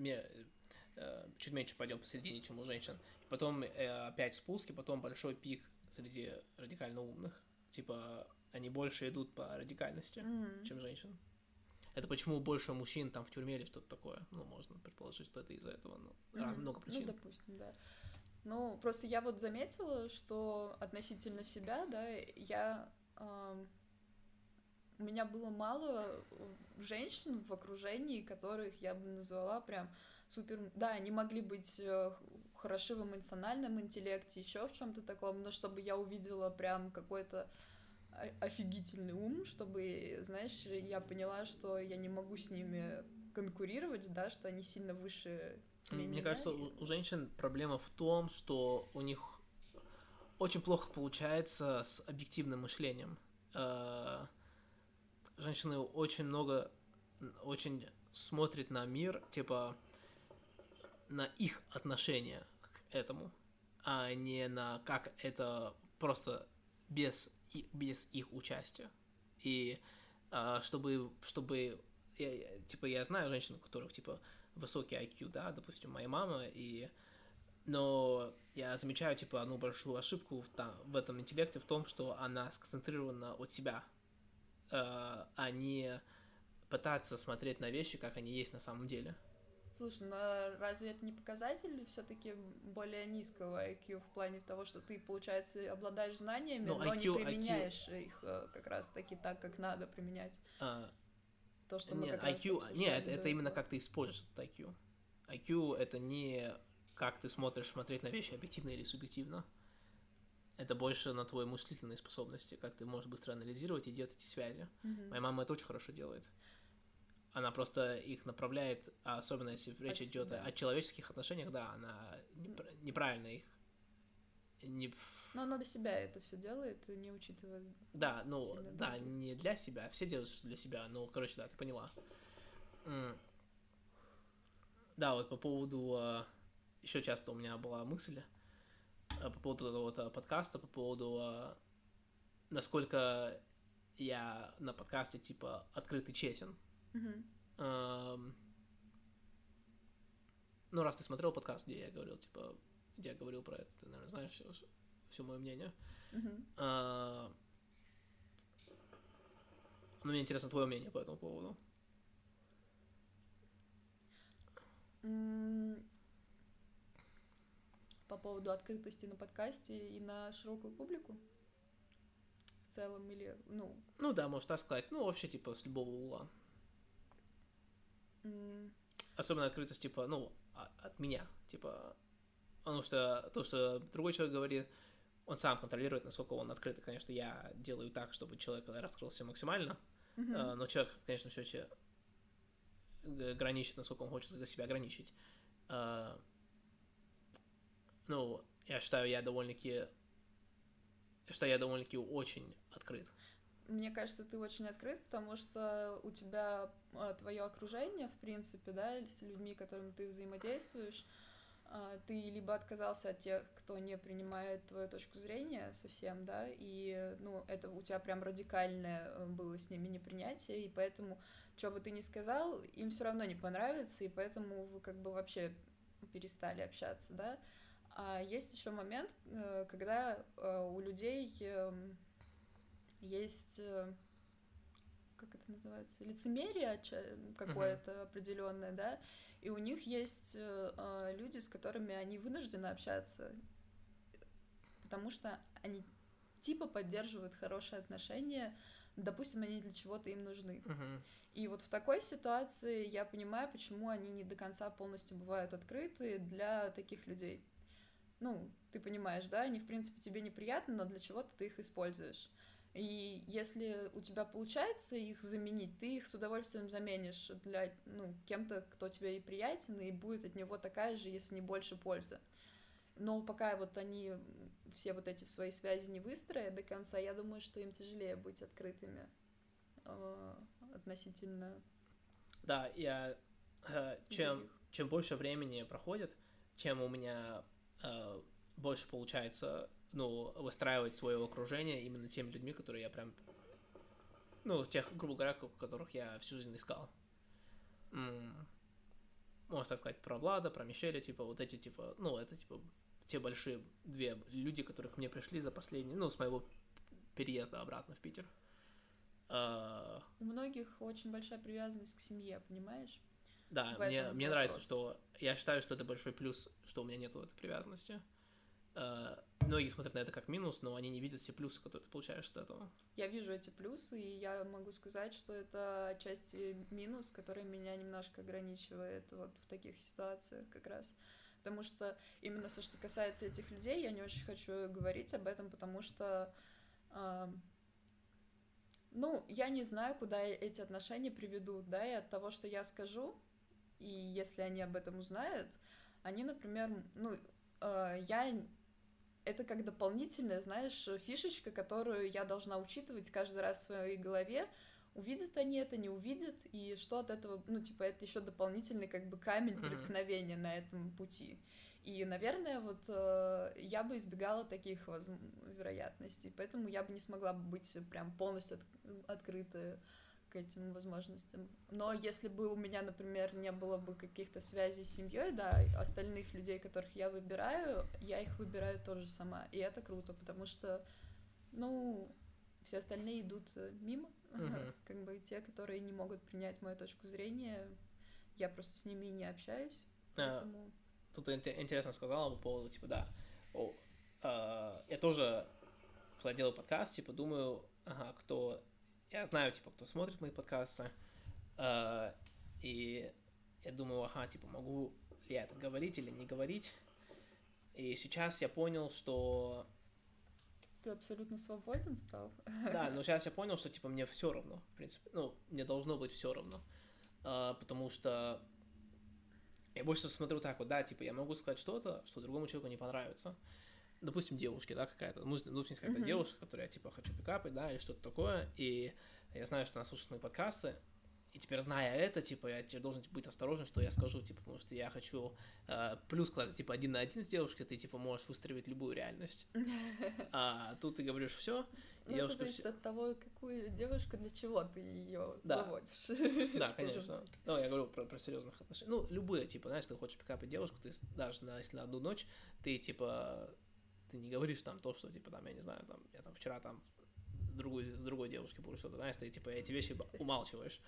чуть меньше подъем посередине, чем у женщин, потом опять спуск, и потом большой пик среди радикально умных, типа, они больше идут по радикальности, mm-hmm. чем женщин. Это почему больше мужчин там в тюрьме или что-то такое, ну, можно предположить, что это из-за этого, ну, mm-hmm. раз, много причин. Ну, допустим, да. Ну, просто я вот заметила, что относительно себя, да, я... эм, у меня было мало женщин в окружении, которых я бы назвала прям супер... Да, они могли быть э, хороши в эмоциональном интеллекте, еще в чем-то таком, но чтобы я увидела прям какой-то о- офигительный ум, чтобы, знаешь, я поняла, что я не могу с ними конкурировать, да, что они сильно выше Мне меня. кажется, у, у женщин проблема в том, что у них очень плохо получается с объективным мышлением. Э, Женщины очень много, очень смотрят на мир, типа, на их отношение к этому, а не на как это просто без, и- без их участия. И а, чтобы, чтобы я, я- типа, я знаю женщин, у которых, типа, высокий ай кью, да, допустим, моя мама, и но я замечаю, типа, одну большую ошибку в, та- в этом интеллекте в том, что она сконцентрирована от себя, э, а не пытаться смотреть на вещи, как они есть на самом деле. Слушай, но разве это не показатель все-таки более низкого ай кью в плане того, что ты, получается, обладаешь знаниями, Ну, но не ай кью, ай кью, применяешь их э, как раз-таки так, как надо применять? а, То, что мы не, как раз ай кью, не, обсуждали это, до это именно этого. как ты используешь этот ай кью. ай кью это не как ты смотришь, смотреть на вещи объективно или субъективно. Это больше на твои мыслительные способности, как ты можешь быстро анализировать и делать эти связи. Мгм. Моя мама это очень хорошо делает. Она просто их направляет, а особенно если речь От идет себя. о человеческих отношениях, да, она непр- неправильно их не... Но она до себя это все делает, не учитывая Да, ну, сильно да, других. не для себя. Все делают что для себя, но, короче, да, ты поняла. М. Да, вот по поводу... э, Еще часто у меня была мысль э, по поводу этого вот, э, подкаста, по поводу э, насколько я на подкасте, типа, открытый, честен. Мгм. Эм, Ну, раз ты смотрел подкаст, где я говорил, типа, где я говорил про это, ты, наверное, знаешь все, все мое мнение. Мгм. А, Но мне интересно твое мнение по этому поводу. М, По поводу открытости на подкасте и на широкую публику в целом или, ну, Ну да, можешь так сказать. Ну, вообще, типа, с любого угла. м, Особенно открытость, типа, ну, а- от меня. Типа, потому что то, что другой человек говорит, он сам контролирует, насколько он открытый. Конечно, я делаю так, чтобы человек раскрылся максимально. мгм. А, Но человек, конечно, все еще граничит, насколько он хочет себя ограничить. А, Ну, я считаю, я довольно-таки... Я считаю, я довольно-таки очень открыт. Мне кажется, ты очень открыт, потому что у тебя твое окружение, в принципе, да, с людьми, с которыми ты взаимодействуешь, а, ты либо отказался от тех, кто не принимает твою точку зрения совсем, да, и, ну, это у тебя прям радикальное э, было с ними непринятие, и поэтому, что бы ты ни сказал, им все равно не понравится, и поэтому вы как бы вообще перестали общаться, да. А есть еще момент, э, когда э, у людей эм, есть, э, как это называется, лицемерие отча- какое-то определенное, да, и у них есть э, э, люди, с которыми они вынуждены общаться, потому что они типа поддерживают хорошие отношения, допустим, они для чего-то им нужны. Мгм. И вот в такой ситуации я понимаю, почему они не до конца полностью бывают открыты для таких людей. Ну, ты понимаешь, да, они, в принципе, тебе неприятны, но для чего-то ты их используешь. И если у тебя получается их заменить, ты их с удовольствием заменишь для, ну, кем-то, кто тебе и приятен, и будет от него такая же, если не больше пользы. Но пока вот они все вот эти свои связи не выстроят до конца, я думаю, что им тяжелее быть открытыми э, относительно Да, я... э, чем, других. чем больше времени проходит, чем у меня э, больше получается, ну, выстраивать свое окружение именно теми людьми, которые я прям... Ну, тех, грубо говоря, которых я всю жизнь искал. М, Можно так сказать про Влада, про Мишеля, типа, вот эти, типа... Ну, это, типа, те большие две люди, которых мне пришли за последние... Ну, с моего переезда обратно в Питер. Э, У многих очень большая привязанность к семье, понимаешь? Да, В мне, этом мне нравится, вопрос. что... Я считаю, что это большой плюс, что у меня нету этой привязанности. э, многие смотрят на это как минус, но они не видят все плюсы, которые ты получаешь от этого. Я вижу эти плюсы, и я могу сказать, что это отчасти минус, который меня немножко ограничивает вот в таких ситуациях как раз. Потому что именно все, что касается этих людей, я не очень хочу говорить об этом, потому что, э, ну, я не знаю, куда эти отношения приведут, да, и от того, что я скажу, и если они об этом узнают, они, например, ну, э, я... Это как дополнительная, знаешь, фишечка, которую я должна учитывать каждый раз в своей голове. Увидят они это, не увидят, и что от этого, ну, типа, это еще дополнительный, как бы, камень преткновения mm-hmm. на этом пути. И, наверное, вот э, я бы избегала таких воз... вероятностей, поэтому я бы не смогла бы быть прям полностью от... открытой к этим возможностям. Но если бы у меня, например, не было бы каких-то связей с семьей, да, остальных людей, которых я выбираю, я их выбираю тоже сама. И это круто, потому что, ну, все остальные идут мимо. Uh-huh. Как бы те, которые не могут принять мою точку зрения, я просто с ними не общаюсь. Поэтому... А, тут ты интересно сказала по поводу, типа, да, о, а, я тоже, когда делаю подкаст, типа, думаю, ага, кто... Я знаю, типа, кто смотрит мои подкасты, э, и я думаю, ага, типа, могу ли я это говорить или не говорить. И сейчас я понял, что... Ты абсолютно свободен стал. Да, но сейчас я понял, что, типа, мне все равно, в принципе. Ну, мне должно быть все равно. Э, потому что я больше смотрю так вот, да, типа, я могу сказать что-то, что другому человеку не понравится. Допустим, девушке, да, какая-то, ну, допустим, какая-то mm-hmm. девушка, которую я, типа, хочу пикапать, да, или что-то такое, и я знаю, что она слушает мои подкасты, и теперь, зная это, типа, я теперь должен быть осторожен, что я скажу, типа, потому что я хочу, э, плюс, когда ты, типа, один на один с девушкой, ты, типа, можешь выстроить любую реальность, а тут ты говоришь все. Ну, это зависит все... от того, какую девушку, для чего ты ее да. заводишь. Да, конечно. Ну, я говорю про, про серьезных отношений. Ну, любые, типа, знаешь, ты хочешь пикапать девушку, ты даже на, если на одну ночь, ты, типа... Ты не говоришь там то, что, типа, там, я не знаю, там, я там вчера там другой, с другой девушкой был, что-то, знаешь, ты, типа, эти вещи умалчиваешь.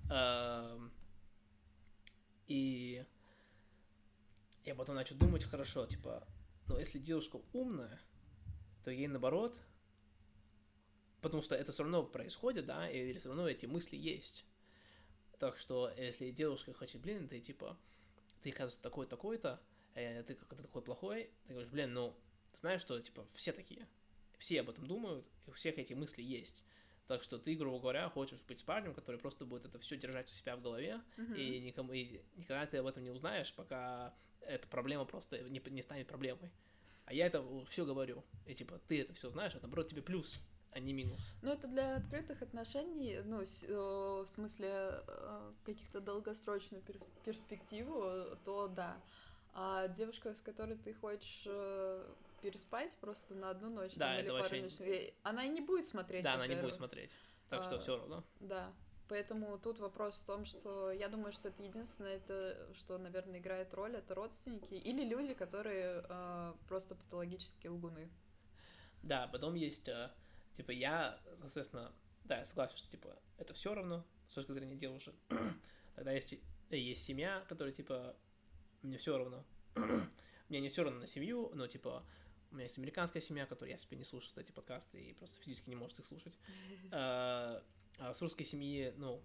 И я потом начал думать, хорошо, типа, ну, если девушка умная, то ей, наоборот, потому что это все равно происходит, да, и все равно эти мысли есть. Так что, если девушка хочет, блин, ты, типа, ты, кажется, такой-такой-то, э, ты какой-то такой плохой, ты говоришь, блин, ну, ты знаешь, что, типа, все такие, все об этом думают, и у всех эти мысли есть. Так что ты, грубо говоря, хочешь быть с парнем, который просто будет это все держать у себя в голове, mm-hmm. и, никому, и никогда ты об этом не узнаешь, пока эта проблема просто не, не станет проблемой. А я это все говорю, и, типа, ты это все знаешь, это, наоборот, тебе плюс, а не минус. Ну, это для открытых отношений, ну, с, э, в смысле э, каких-то долгосрочную пер- перспективу, то да. А девушка, с которой ты хочешь... Э, переспать просто на одну ночь, да, там, или пару вообще... ночей. Она и не будет смотреть. Да, она не будет смотреть. Так а, что все равно. Да. Поэтому тут вопрос в том, что я думаю, что это единственное, это, что, наверное, играет роль, это родственники или люди, которые э, просто патологические лгуны. Да, потом есть, э, типа, я, соответственно, да, я согласен, что, типа, это все равно с точки зрения девушек. Тогда есть, есть семья, которая, типа, мне все равно. Мне не все равно на семью, но, типа, у меня есть американская семья, которая, я себе не слушает эти подкасты и просто физически не может их слушать. А с русской семьи, ну,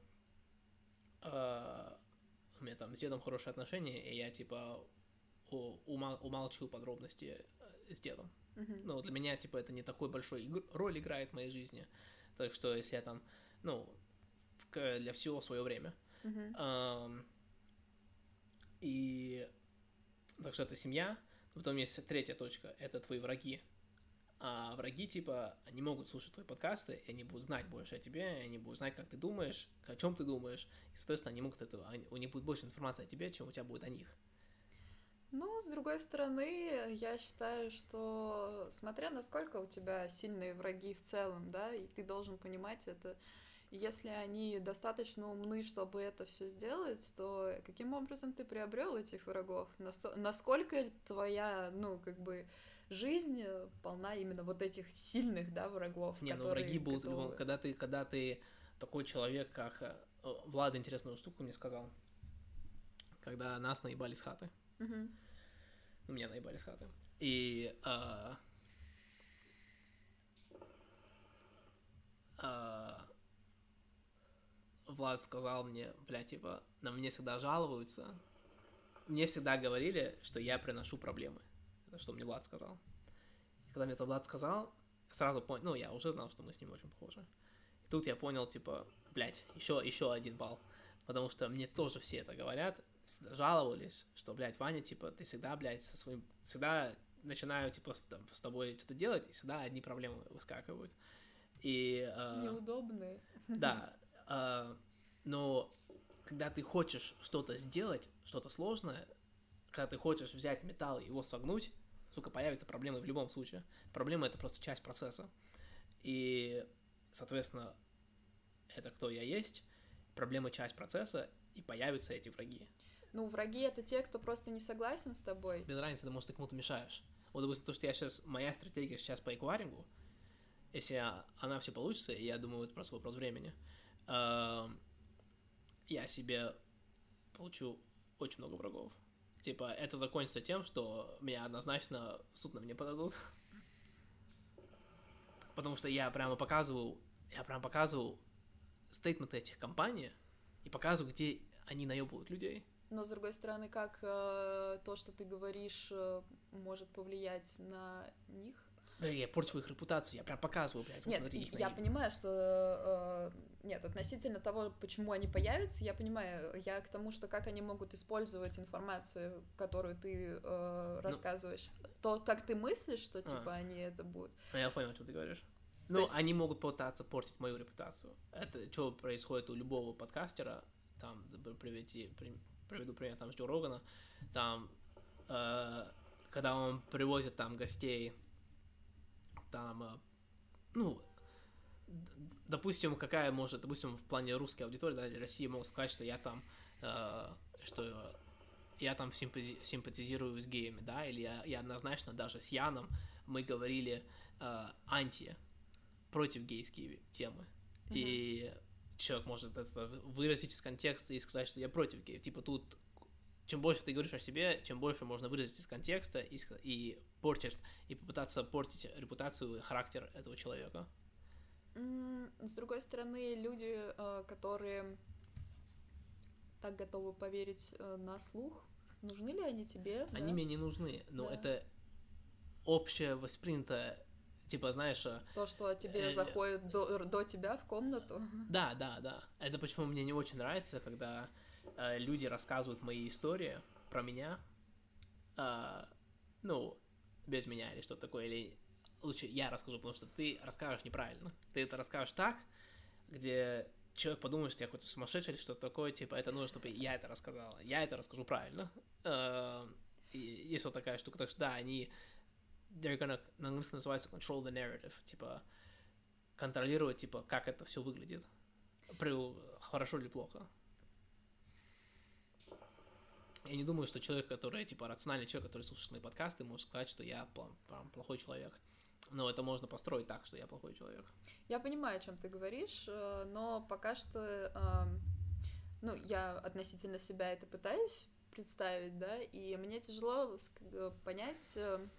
у меня там с дедом хорошие отношения, и я, типа, умалчиваю подробности с дедом. Ну, для меня, типа, это не такой большой роль играет в моей жизни. Так что, если я там, ну, для всего свое время. И... Так что это семья. Потом есть третья точка, это твои враги. А враги, типа, они могут слушать твои подкасты, и они будут знать больше о тебе, и они будут знать, как ты думаешь, о чем ты думаешь, и, соответственно, они могут этого, у них будет больше информации о тебе, чем у тебя будет о них. Ну, с другой стороны, я считаю, что, смотря насколько у тебя сильные враги в целом, да, и ты должен понимать это, если они достаточно умны, чтобы это все сделать, то каким образом ты приобрел этих врагов? Насколько твоя, ну, как бы, жизнь полна именно вот этих сильных, да, врагов? Не, ну враги будут любом... Когда ты, когда ты такой человек, как... Влад интересную штуку мне сказал. Когда нас наебали с хаты. Угу. Ну, меня наебали с хаты. И э, э, Влад сказал мне, бля, типа, на мне всегда жалуются. Мне всегда говорили, что я приношу проблемы. Это что мне Влад сказал. И когда мне это Влад сказал, сразу понял, ну, я уже знал, что мы с ним очень похожи. И тут я понял, типа, блядь, еще, еще один балл. Потому что мне тоже все это говорят, жаловались, что, блядь, Ваня, типа, ты всегда, блядь, со своим... Всегда начинаю, типа, с, с тобой что-то делать, и всегда одни проблемы выскакивают. И... Э, Неудобные. Да. Э, но когда ты хочешь что-то сделать, что-то сложное, когда ты хочешь взять металл и его согнуть, сука, появятся проблемы в любом случае. Проблема — это просто часть процесса. И, соответственно, это кто я есть, проблема — часть процесса, и появятся эти враги. Ну, враги — это те, кто просто не согласен с тобой. Без разницы, потому что ты кому-то мешаешь. Вот, допустим, то, что я сейчас... Моя стратегия сейчас по эквайрингу, если она все получится, и я думаю, это просто вопрос времени, э, я себе получу очень много врагов. Типа, это закончится тем, что меня однозначно в суд на мне подадут. Потому что я прямо показываю, я прямо показываю стейтменты этих компаний и показываю, где они наебывают людей. Но, с другой стороны, как э, то, что ты говоришь, э, может повлиять на них? Да, я порчу их репутацию, я прям показываю, блядь, вот нет, смотри, их я наеб... понимаю, что... Э, нет, относительно того, почему они появятся, я понимаю, я к тому, что как они могут использовать информацию, которую ты э, рассказываешь. Ну, то, как ты мыслишь, что, типа, а. они это будут. Ну, я понял, что ты говоришь. Ну, есть... они могут пытаться портить мою репутацию. Это что происходит у любого подкастера, там, приведи, при, приведу пример, там, с Джо Рогана, там, э, когда он привозит, там, гостей, там, э, ну, допустим, какая может, допустим, в плане русской аудитории, да, или России могут сказать, что я там, э, что я там симпази- симпатизирую с геями, да, или я, я однозначно даже с Яном мы говорили э, анти, против гейские темы, uh-huh. И человек может это выразить из контекста и сказать, что я против геев, типа тут, чем больше ты говоришь о себе, чем больше можно выразить из контекста и, и портить, и попытаться портить репутацию и характер этого человека. С другой стороны, люди, которые так готовы поверить на слух, нужны ли они тебе? Они да? мне не нужны, но да. это общее воспринятое, типа, знаешь... То, что тебе э... заходит до, до тебя в комнату. Да, да, да. Это почему мне не очень нравится, когда э, люди рассказывают мои истории про меня, э, ну, без меня или что-то такое, или... Лучше я расскажу, потому что ты расскажешь неправильно. Ты это расскажешь так, где человек подумает, что я какой-то сумасшедший или что-то такое, типа, это нужно, чтобы я это рассказала. Я это расскажу правильно. И есть вот такая штука. Так что, да, они... They're gonna, на английском называется control the narrative. Типа, контролировать, типа, как это все выглядит. При... Хорошо или плохо. Я не думаю, что человек, который, типа, рациональный человек, который слушает мои подкасты, может сказать, что я прям плохой человек. Но это можно построить так, что я плохой человек. Я понимаю, о чем ты говоришь, но пока что, ну, я относительно себя это пытаюсь представить, да, и мне тяжело понять,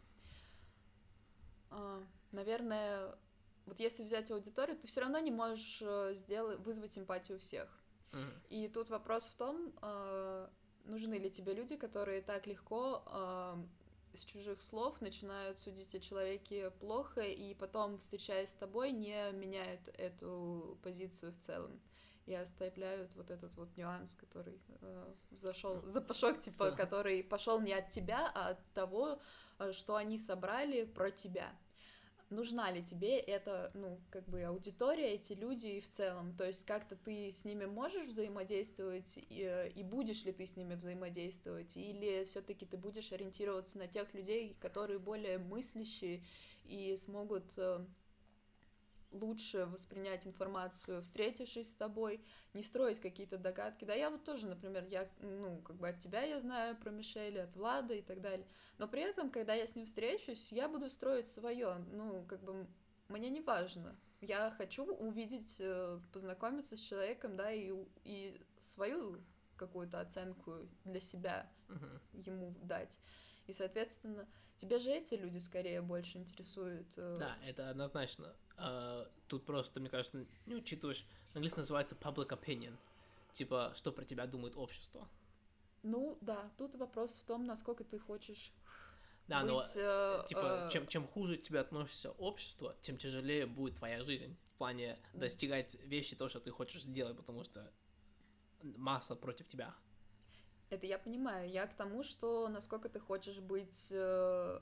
наверное, вот если взять аудиторию, ты все равно не можешь сделать, вызвать симпатию у всех. Mm-hmm. И тут вопрос в том, нужны ли тебе люди, которые так легко с чужих слов начинают судить о человеке плохо, и потом, встречаясь с тобой, не меняют эту позицию в целом. И оставляют вот этот вот нюанс, который э, зашел, запашок, типа, да. Который пошел не от тебя, а от того, что они собрали про тебя. Нужна ли тебе эта, ну, как бы аудитория, эти люди в целом? То есть как-то ты с ними можешь взаимодействовать, и, и будешь ли ты с ними взаимодействовать? Или все-таки ты будешь ориентироваться на тех людей, которые более мыслящие и смогут э, лучше воспринять информацию, встретившись с тобой, не строить какие-то догадки. Да, я вот тоже, например, я, ну, как бы от тебя я знаю про Мишеля, от Влада и так далее. Но при этом, когда я с ним встречусь, я буду строить свое. Ну, как бы мне не важно. Я хочу увидеть, познакомиться с человеком, да, и, и свою какую-то оценку для себя uh-huh. ему дать. И, соответственно, тебя же эти люди скорее больше интересуют. Да, это однозначно. Тут просто, мне кажется, не учитываешь, на английском называется public opinion, типа, что про тебя думает общество. Ну, да, тут вопрос в том, насколько ты хочешь да, быть... но, э, типа, э... чем, чем хуже к тебе относится общество, тем тяжелее будет твоя жизнь в плане достигать вещи, то, что ты хочешь сделать, потому что масса против тебя. Это я понимаю. Я к тому, что насколько ты хочешь быть э,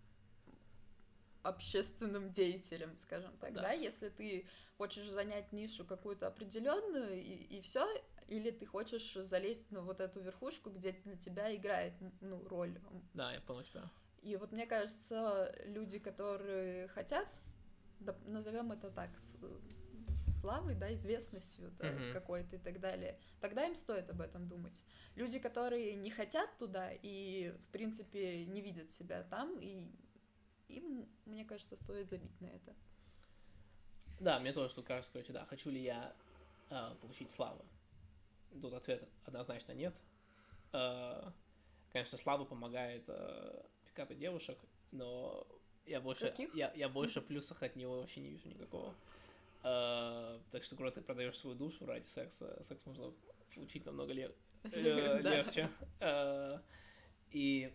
общественным деятелем, скажем так, да. да? Если ты хочешь занять нишу какую-то определенную и, и все, или ты хочешь залезть на вот эту верхушку, где для тебя играет, ну, роль. Да, я понял тебя. И вот мне кажется, люди, которые хотят, да, назовем это так, с, славой, да, известностью да, mm-hmm. какой-то и так далее, тогда им стоит об этом думать. Люди, которые не хотят туда и, в принципе, не видят себя там, и им, мне кажется, стоит забить на это. Да, мне тоже тут кажется, короче, да, хочу ли я э, получить славу? Тут ответ однозначно нет. Э, конечно, слава помогает э, пикапать девушек, но я больше, я, я больше плюсов от него вообще не вижу никакого. Uh, так что, когда ты продаешь свою душу ради секса, секс можно получить намного лег... легче. Uh, и...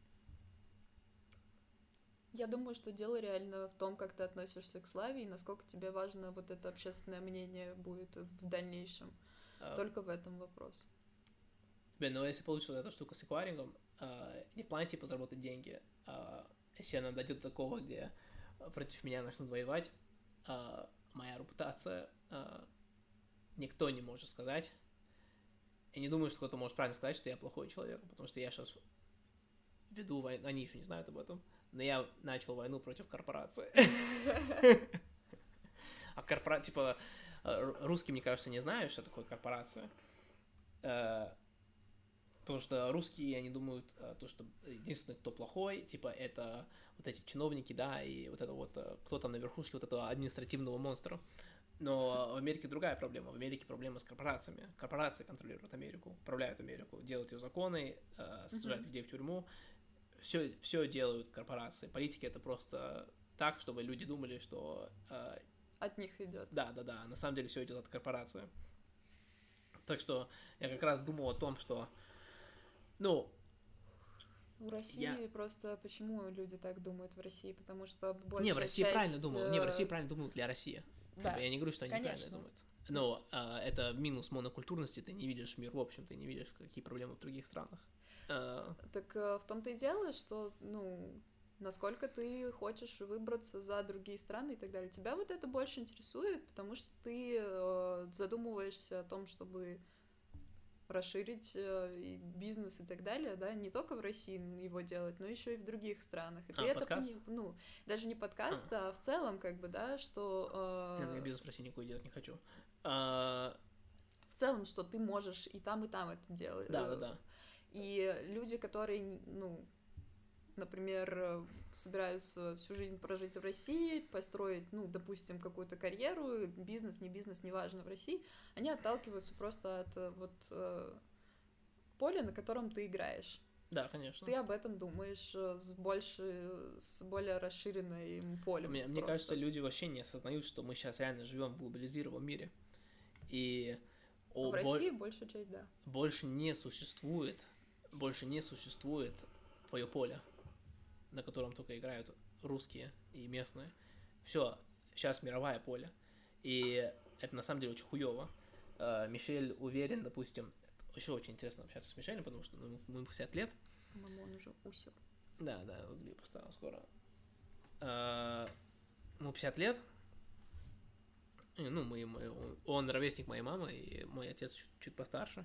Я думаю, что дело реально в том, как ты относишься к славе и насколько тебе важно вот это общественное мнение будет в дальнейшем. Uh, Только в этом вопрос. Блин, ну если получится эта штука с эквайрингом, uh, не в плане типа заработать деньги, uh, если она дойдет до такого, где против меня начнут воевать, uh, моя репутация, э, никто не может сказать. Я не думаю, что кто-то может правильно сказать, что я плохой человек, потому что я сейчас веду войну, они еще не знают об этом, но я начал войну против корпорации. А корпорация, типа, русские, мне кажется, не знают, что такое корпорация, потому что русские, они думают, то, что единственный, кто плохой, типа, это вот эти чиновники, да, и вот это вот, кто там на верхушке вот этого административного монстра. Но в Америке другая проблема. В Америке проблема с корпорациями. Корпорации контролируют Америку, управляют Америку, делают ее законы, сажают mm-hmm. людей в тюрьму. Все, все делают корпорации. Политики — это просто так, чтобы люди думали, что... От них идет. Да, да, да. На самом деле все идет от корпорации. Так что я как раз думал о том, что Ну, в России я... просто почему люди так думают в России? Потому что большая Не, в России часть... правильно думают. Не, в России правильно думают для России. Да. Я не говорю, что они Конечно. неправильно думают. Но а, это минус монокультурности, ты не видишь мир в общем, ты не видишь, какие проблемы в других странах. А... Так а, в том-то и дело, что, ну, насколько ты хочешь выбраться за другие страны и так далее. Тебя вот это больше интересует, потому что ты э, задумываешься о том, чтобы расширить э, бизнес и так далее, да, не только в России его делать, но еще и в других странах. И а, ты это подкаст? пони... ну, даже не подкаст, а, а в целом, как бы, да, что... Э... Нет, я бизнес в России никакой делать не хочу. А... В целом, что ты можешь и там, и там это делать. Да, да, да. И люди, которые, ну, например, собираются всю жизнь прожить в России, построить, ну, допустим, какую-то карьеру, бизнес, не бизнес, неважно, в России, они отталкиваются просто от вот э, поля, на котором ты играешь. Да, конечно. Ты об этом думаешь с больше, с более расширенным полем. Мне, мне кажется, люди вообще не осознают, что мы сейчас реально живем в глобализированном мире. И о, в России боль... большая часть, да. Больше не существует, больше не существует твое поле, на котором только играют русские и местные. Все, сейчас мировое поле. И это на самом деле очень хуёво. Мишель уверен, допустим, еще очень интересно общаться с Мишелем, потому что ну, мы пятьдесят лет. По-моему, он уже усек. Да, да, угли поставил скоро. Ему пятьдесят лет. Ну, мы, мы, он ровесник моей мамы, и мой отец чуть, чуть постарше.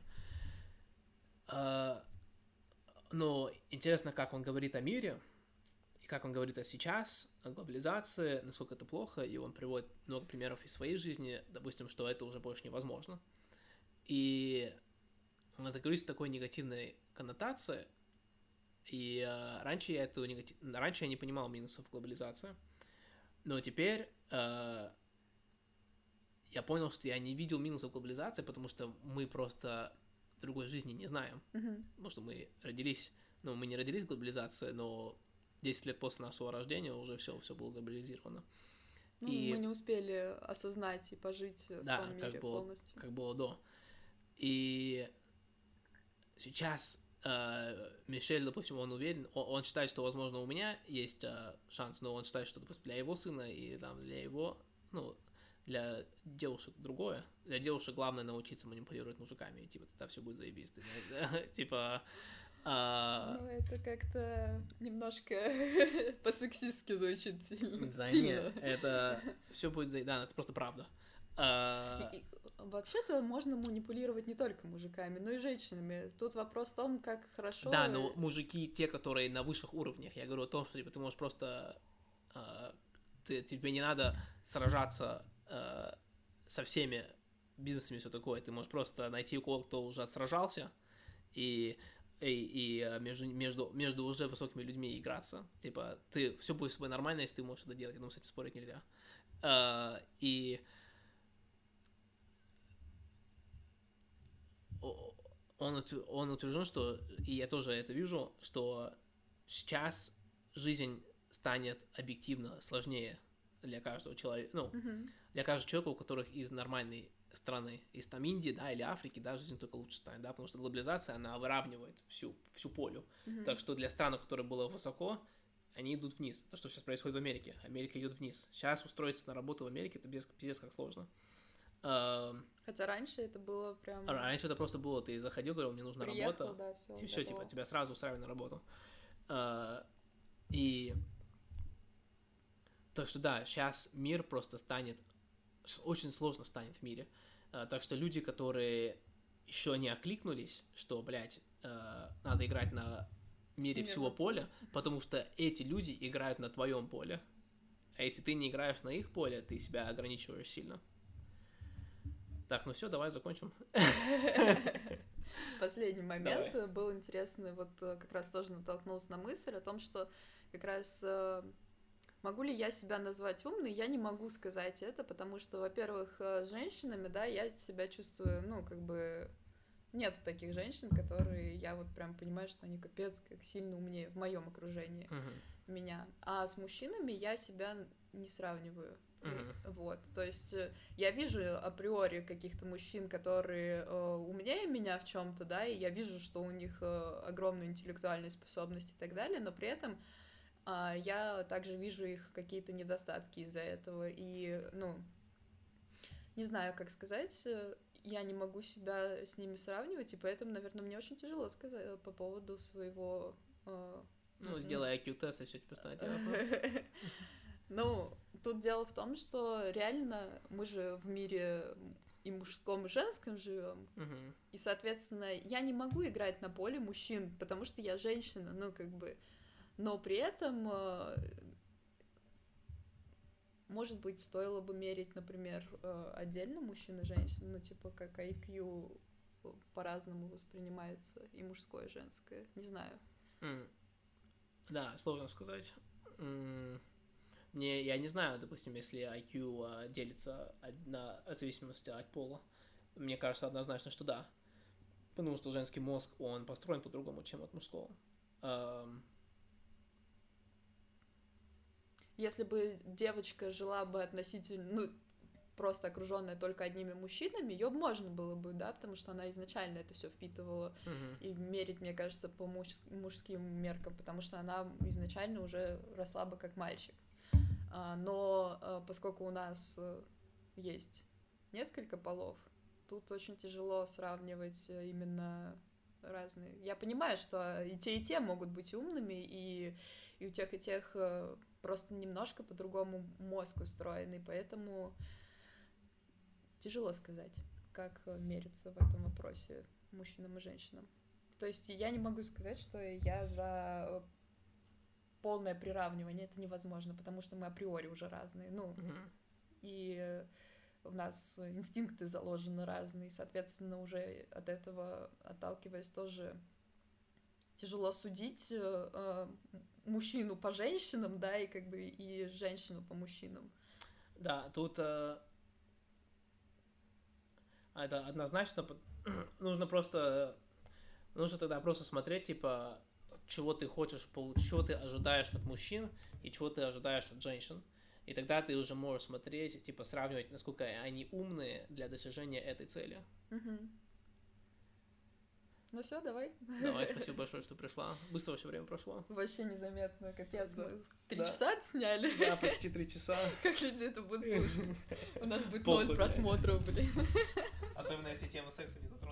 Но интересно, как он говорит о мире, и как он говорит о сейчас, о глобализации, насколько это плохо, и он приводит много примеров из своей жизни, допустим, что это уже больше невозможно. И он это говорит с такой негативной коннотацией, и э, раньше я эту негатив... раньше я не понимал минусов глобализации, но теперь э, я понял, что я не видел минусов глобализации, потому что мы просто другой жизни не знаем, mm-hmm. потому что мы родились ну, мы не родились в глобализации, но десять лет после нашего рождения уже все, все было глобализировано. Ну, и... мы не успели осознать и пожить да, в том мире как было, полностью. как было до. И сейчас э, Мишель, допустим, он уверен, он, он считает, что, возможно, у меня есть э, шанс, но он считает, что, допустим, для его сына и там, для его, ну, для девушек другое. Для девушек главное научиться манипулировать мужиками, и, типа, тогда все будет заебись. Типа... Ну, это как-то немножко по-сексистски звучит сильно. Да нет, это все будет заебись, да, это просто правда. Вообще-то можно манипулировать не только мужиками, но и женщинами. Тут вопрос в том, как хорошо... Да, но мужики, те, которые на высших уровнях, я говорю о том, что типа, ты можешь просто... Э, ты, тебе не надо сражаться э, со всеми бизнесами и все такое. Ты можешь просто найти у кого-то, кто уже сражался, и, и, и между, между, между уже высокими людьми играться. Типа, ты все будет с тобой нормально, если ты можешь это делать. Я думаю, с этим спорить нельзя. Э, и... Он, он утвержден, что, и я тоже это вижу, что сейчас жизнь станет объективно сложнее для каждого человека, ну, mm-hmm. для каждого человека, у которых из нормальной страны, из там Индии, да, или Африки, да, жизнь только лучше станет, да, потому что глобализация, она выравнивает всю, всю полю. Mm-hmm. Так что для стран, у которых было высоко, они идут вниз. То, что сейчас происходит в Америке. Америка идет вниз. Сейчас устроиться на работу в Америке, это пиздец как сложно. Хотя раньше это было прям... Раньше это просто было, ты заходил, говорил, мне нужна Приехал, работа, да, все, и все, типа, тебя сразу устраивали на работу. И... Так что да, сейчас мир просто станет... Очень сложно станет в мире. Так что люди, которые еще не окликнулись, что, блядь, надо играть на мире всего поля, потому что эти люди играют на твоем поле. А если ты не играешь на их поле, ты себя ограничиваешь сильно. Так, ну все, давай закончим. Последний момент Давай. Был интересный, вот как раз тоже натолкнулся на мысль о том, что как раз могу ли я себя назвать умной, я не могу сказать это, потому что, во-первых, с женщинами, да, я себя чувствую, ну, как бы, нету таких женщин, которые я вот прям понимаю, что они капец как сильно умнее в моем окружении uh-huh. меня, а с мужчинами я себя не сравниваю. Uh-huh. Вот, то есть я вижу априори каких-то мужчин, которые э, умнее меня в чем-то, да, и я вижу, что у них э, огромные интеллектуальные способности и так далее, но при этом э, я также вижу их какие-то недостатки из-за этого, и, ну, не знаю, как сказать, я не могу себя с ними сравнивать, и поэтому, наверное, мне очень тяжело сказать по поводу своего... Э, ну, сделай ай кью-тест, и все тебе станет ясно. Ну, тут дело в том, что реально мы же в мире и мужском, и женском живем. Uh-huh. И, соответственно, я не могу играть на поле мужчин, потому что я женщина, ну, как бы. Но при этом, может быть, стоило бы мерить, например, отдельно мужчин и женщин, ну, типа, как ай кью по-разному воспринимается, и мужское, и женское. Не знаю. Mm. Да, сложно сказать. Mm. Не, я не знаю, допустим, если ай кью а, делится на в зависимости от пола. Мне кажется однозначно, что да. Потому что женский мозг, он построен по-другому, чем от мужского. Um... Если бы девочка жила бы относительно, ну, просто окруженная только одними мужчинами, ее можно было бы, да, потому что она изначально это все впитывала. Uh-huh. И мерить, мне кажется, по муж- мужским меркам, потому что она изначально уже росла бы как мальчик. Но поскольку у нас есть несколько полов, тут очень тяжело сравнивать именно разные. Я понимаю, что и те, и те могут быть умными, и, и у тех, и тех просто немножко по-другому мозг устроенный, поэтому тяжело сказать, как мериться в этом вопросе мужчинам и женщинам. То есть я не могу сказать, что я за... полное приравнивание, это невозможно, потому что мы априори уже разные, ну, uh-huh. и у нас инстинкты заложены разные, соответственно, уже от этого, отталкиваясь, тоже тяжело судить э, мужчину по женщинам, да, и как бы и женщину по мужчинам. Да, тут э, это однозначно нужно просто нужно тогда просто смотреть, типа, чего ты хочешь получить, чего ты ожидаешь от мужчин и чего ты ожидаешь от женщин. И тогда ты уже можешь смотреть, типа, сравнивать, насколько они умные для достижения этой цели. Угу. Ну все, давай. Давай, спасибо большое, что пришла. Быстро вообще время прошло. Вообще незаметно, капец. Да. Мы три Да. часа отсняли. Да, почти три часа. Как люди это будут слушать? У нас будет Похуй, ноль блядь. просмотров, блин. Особенно если тема секса не затронута.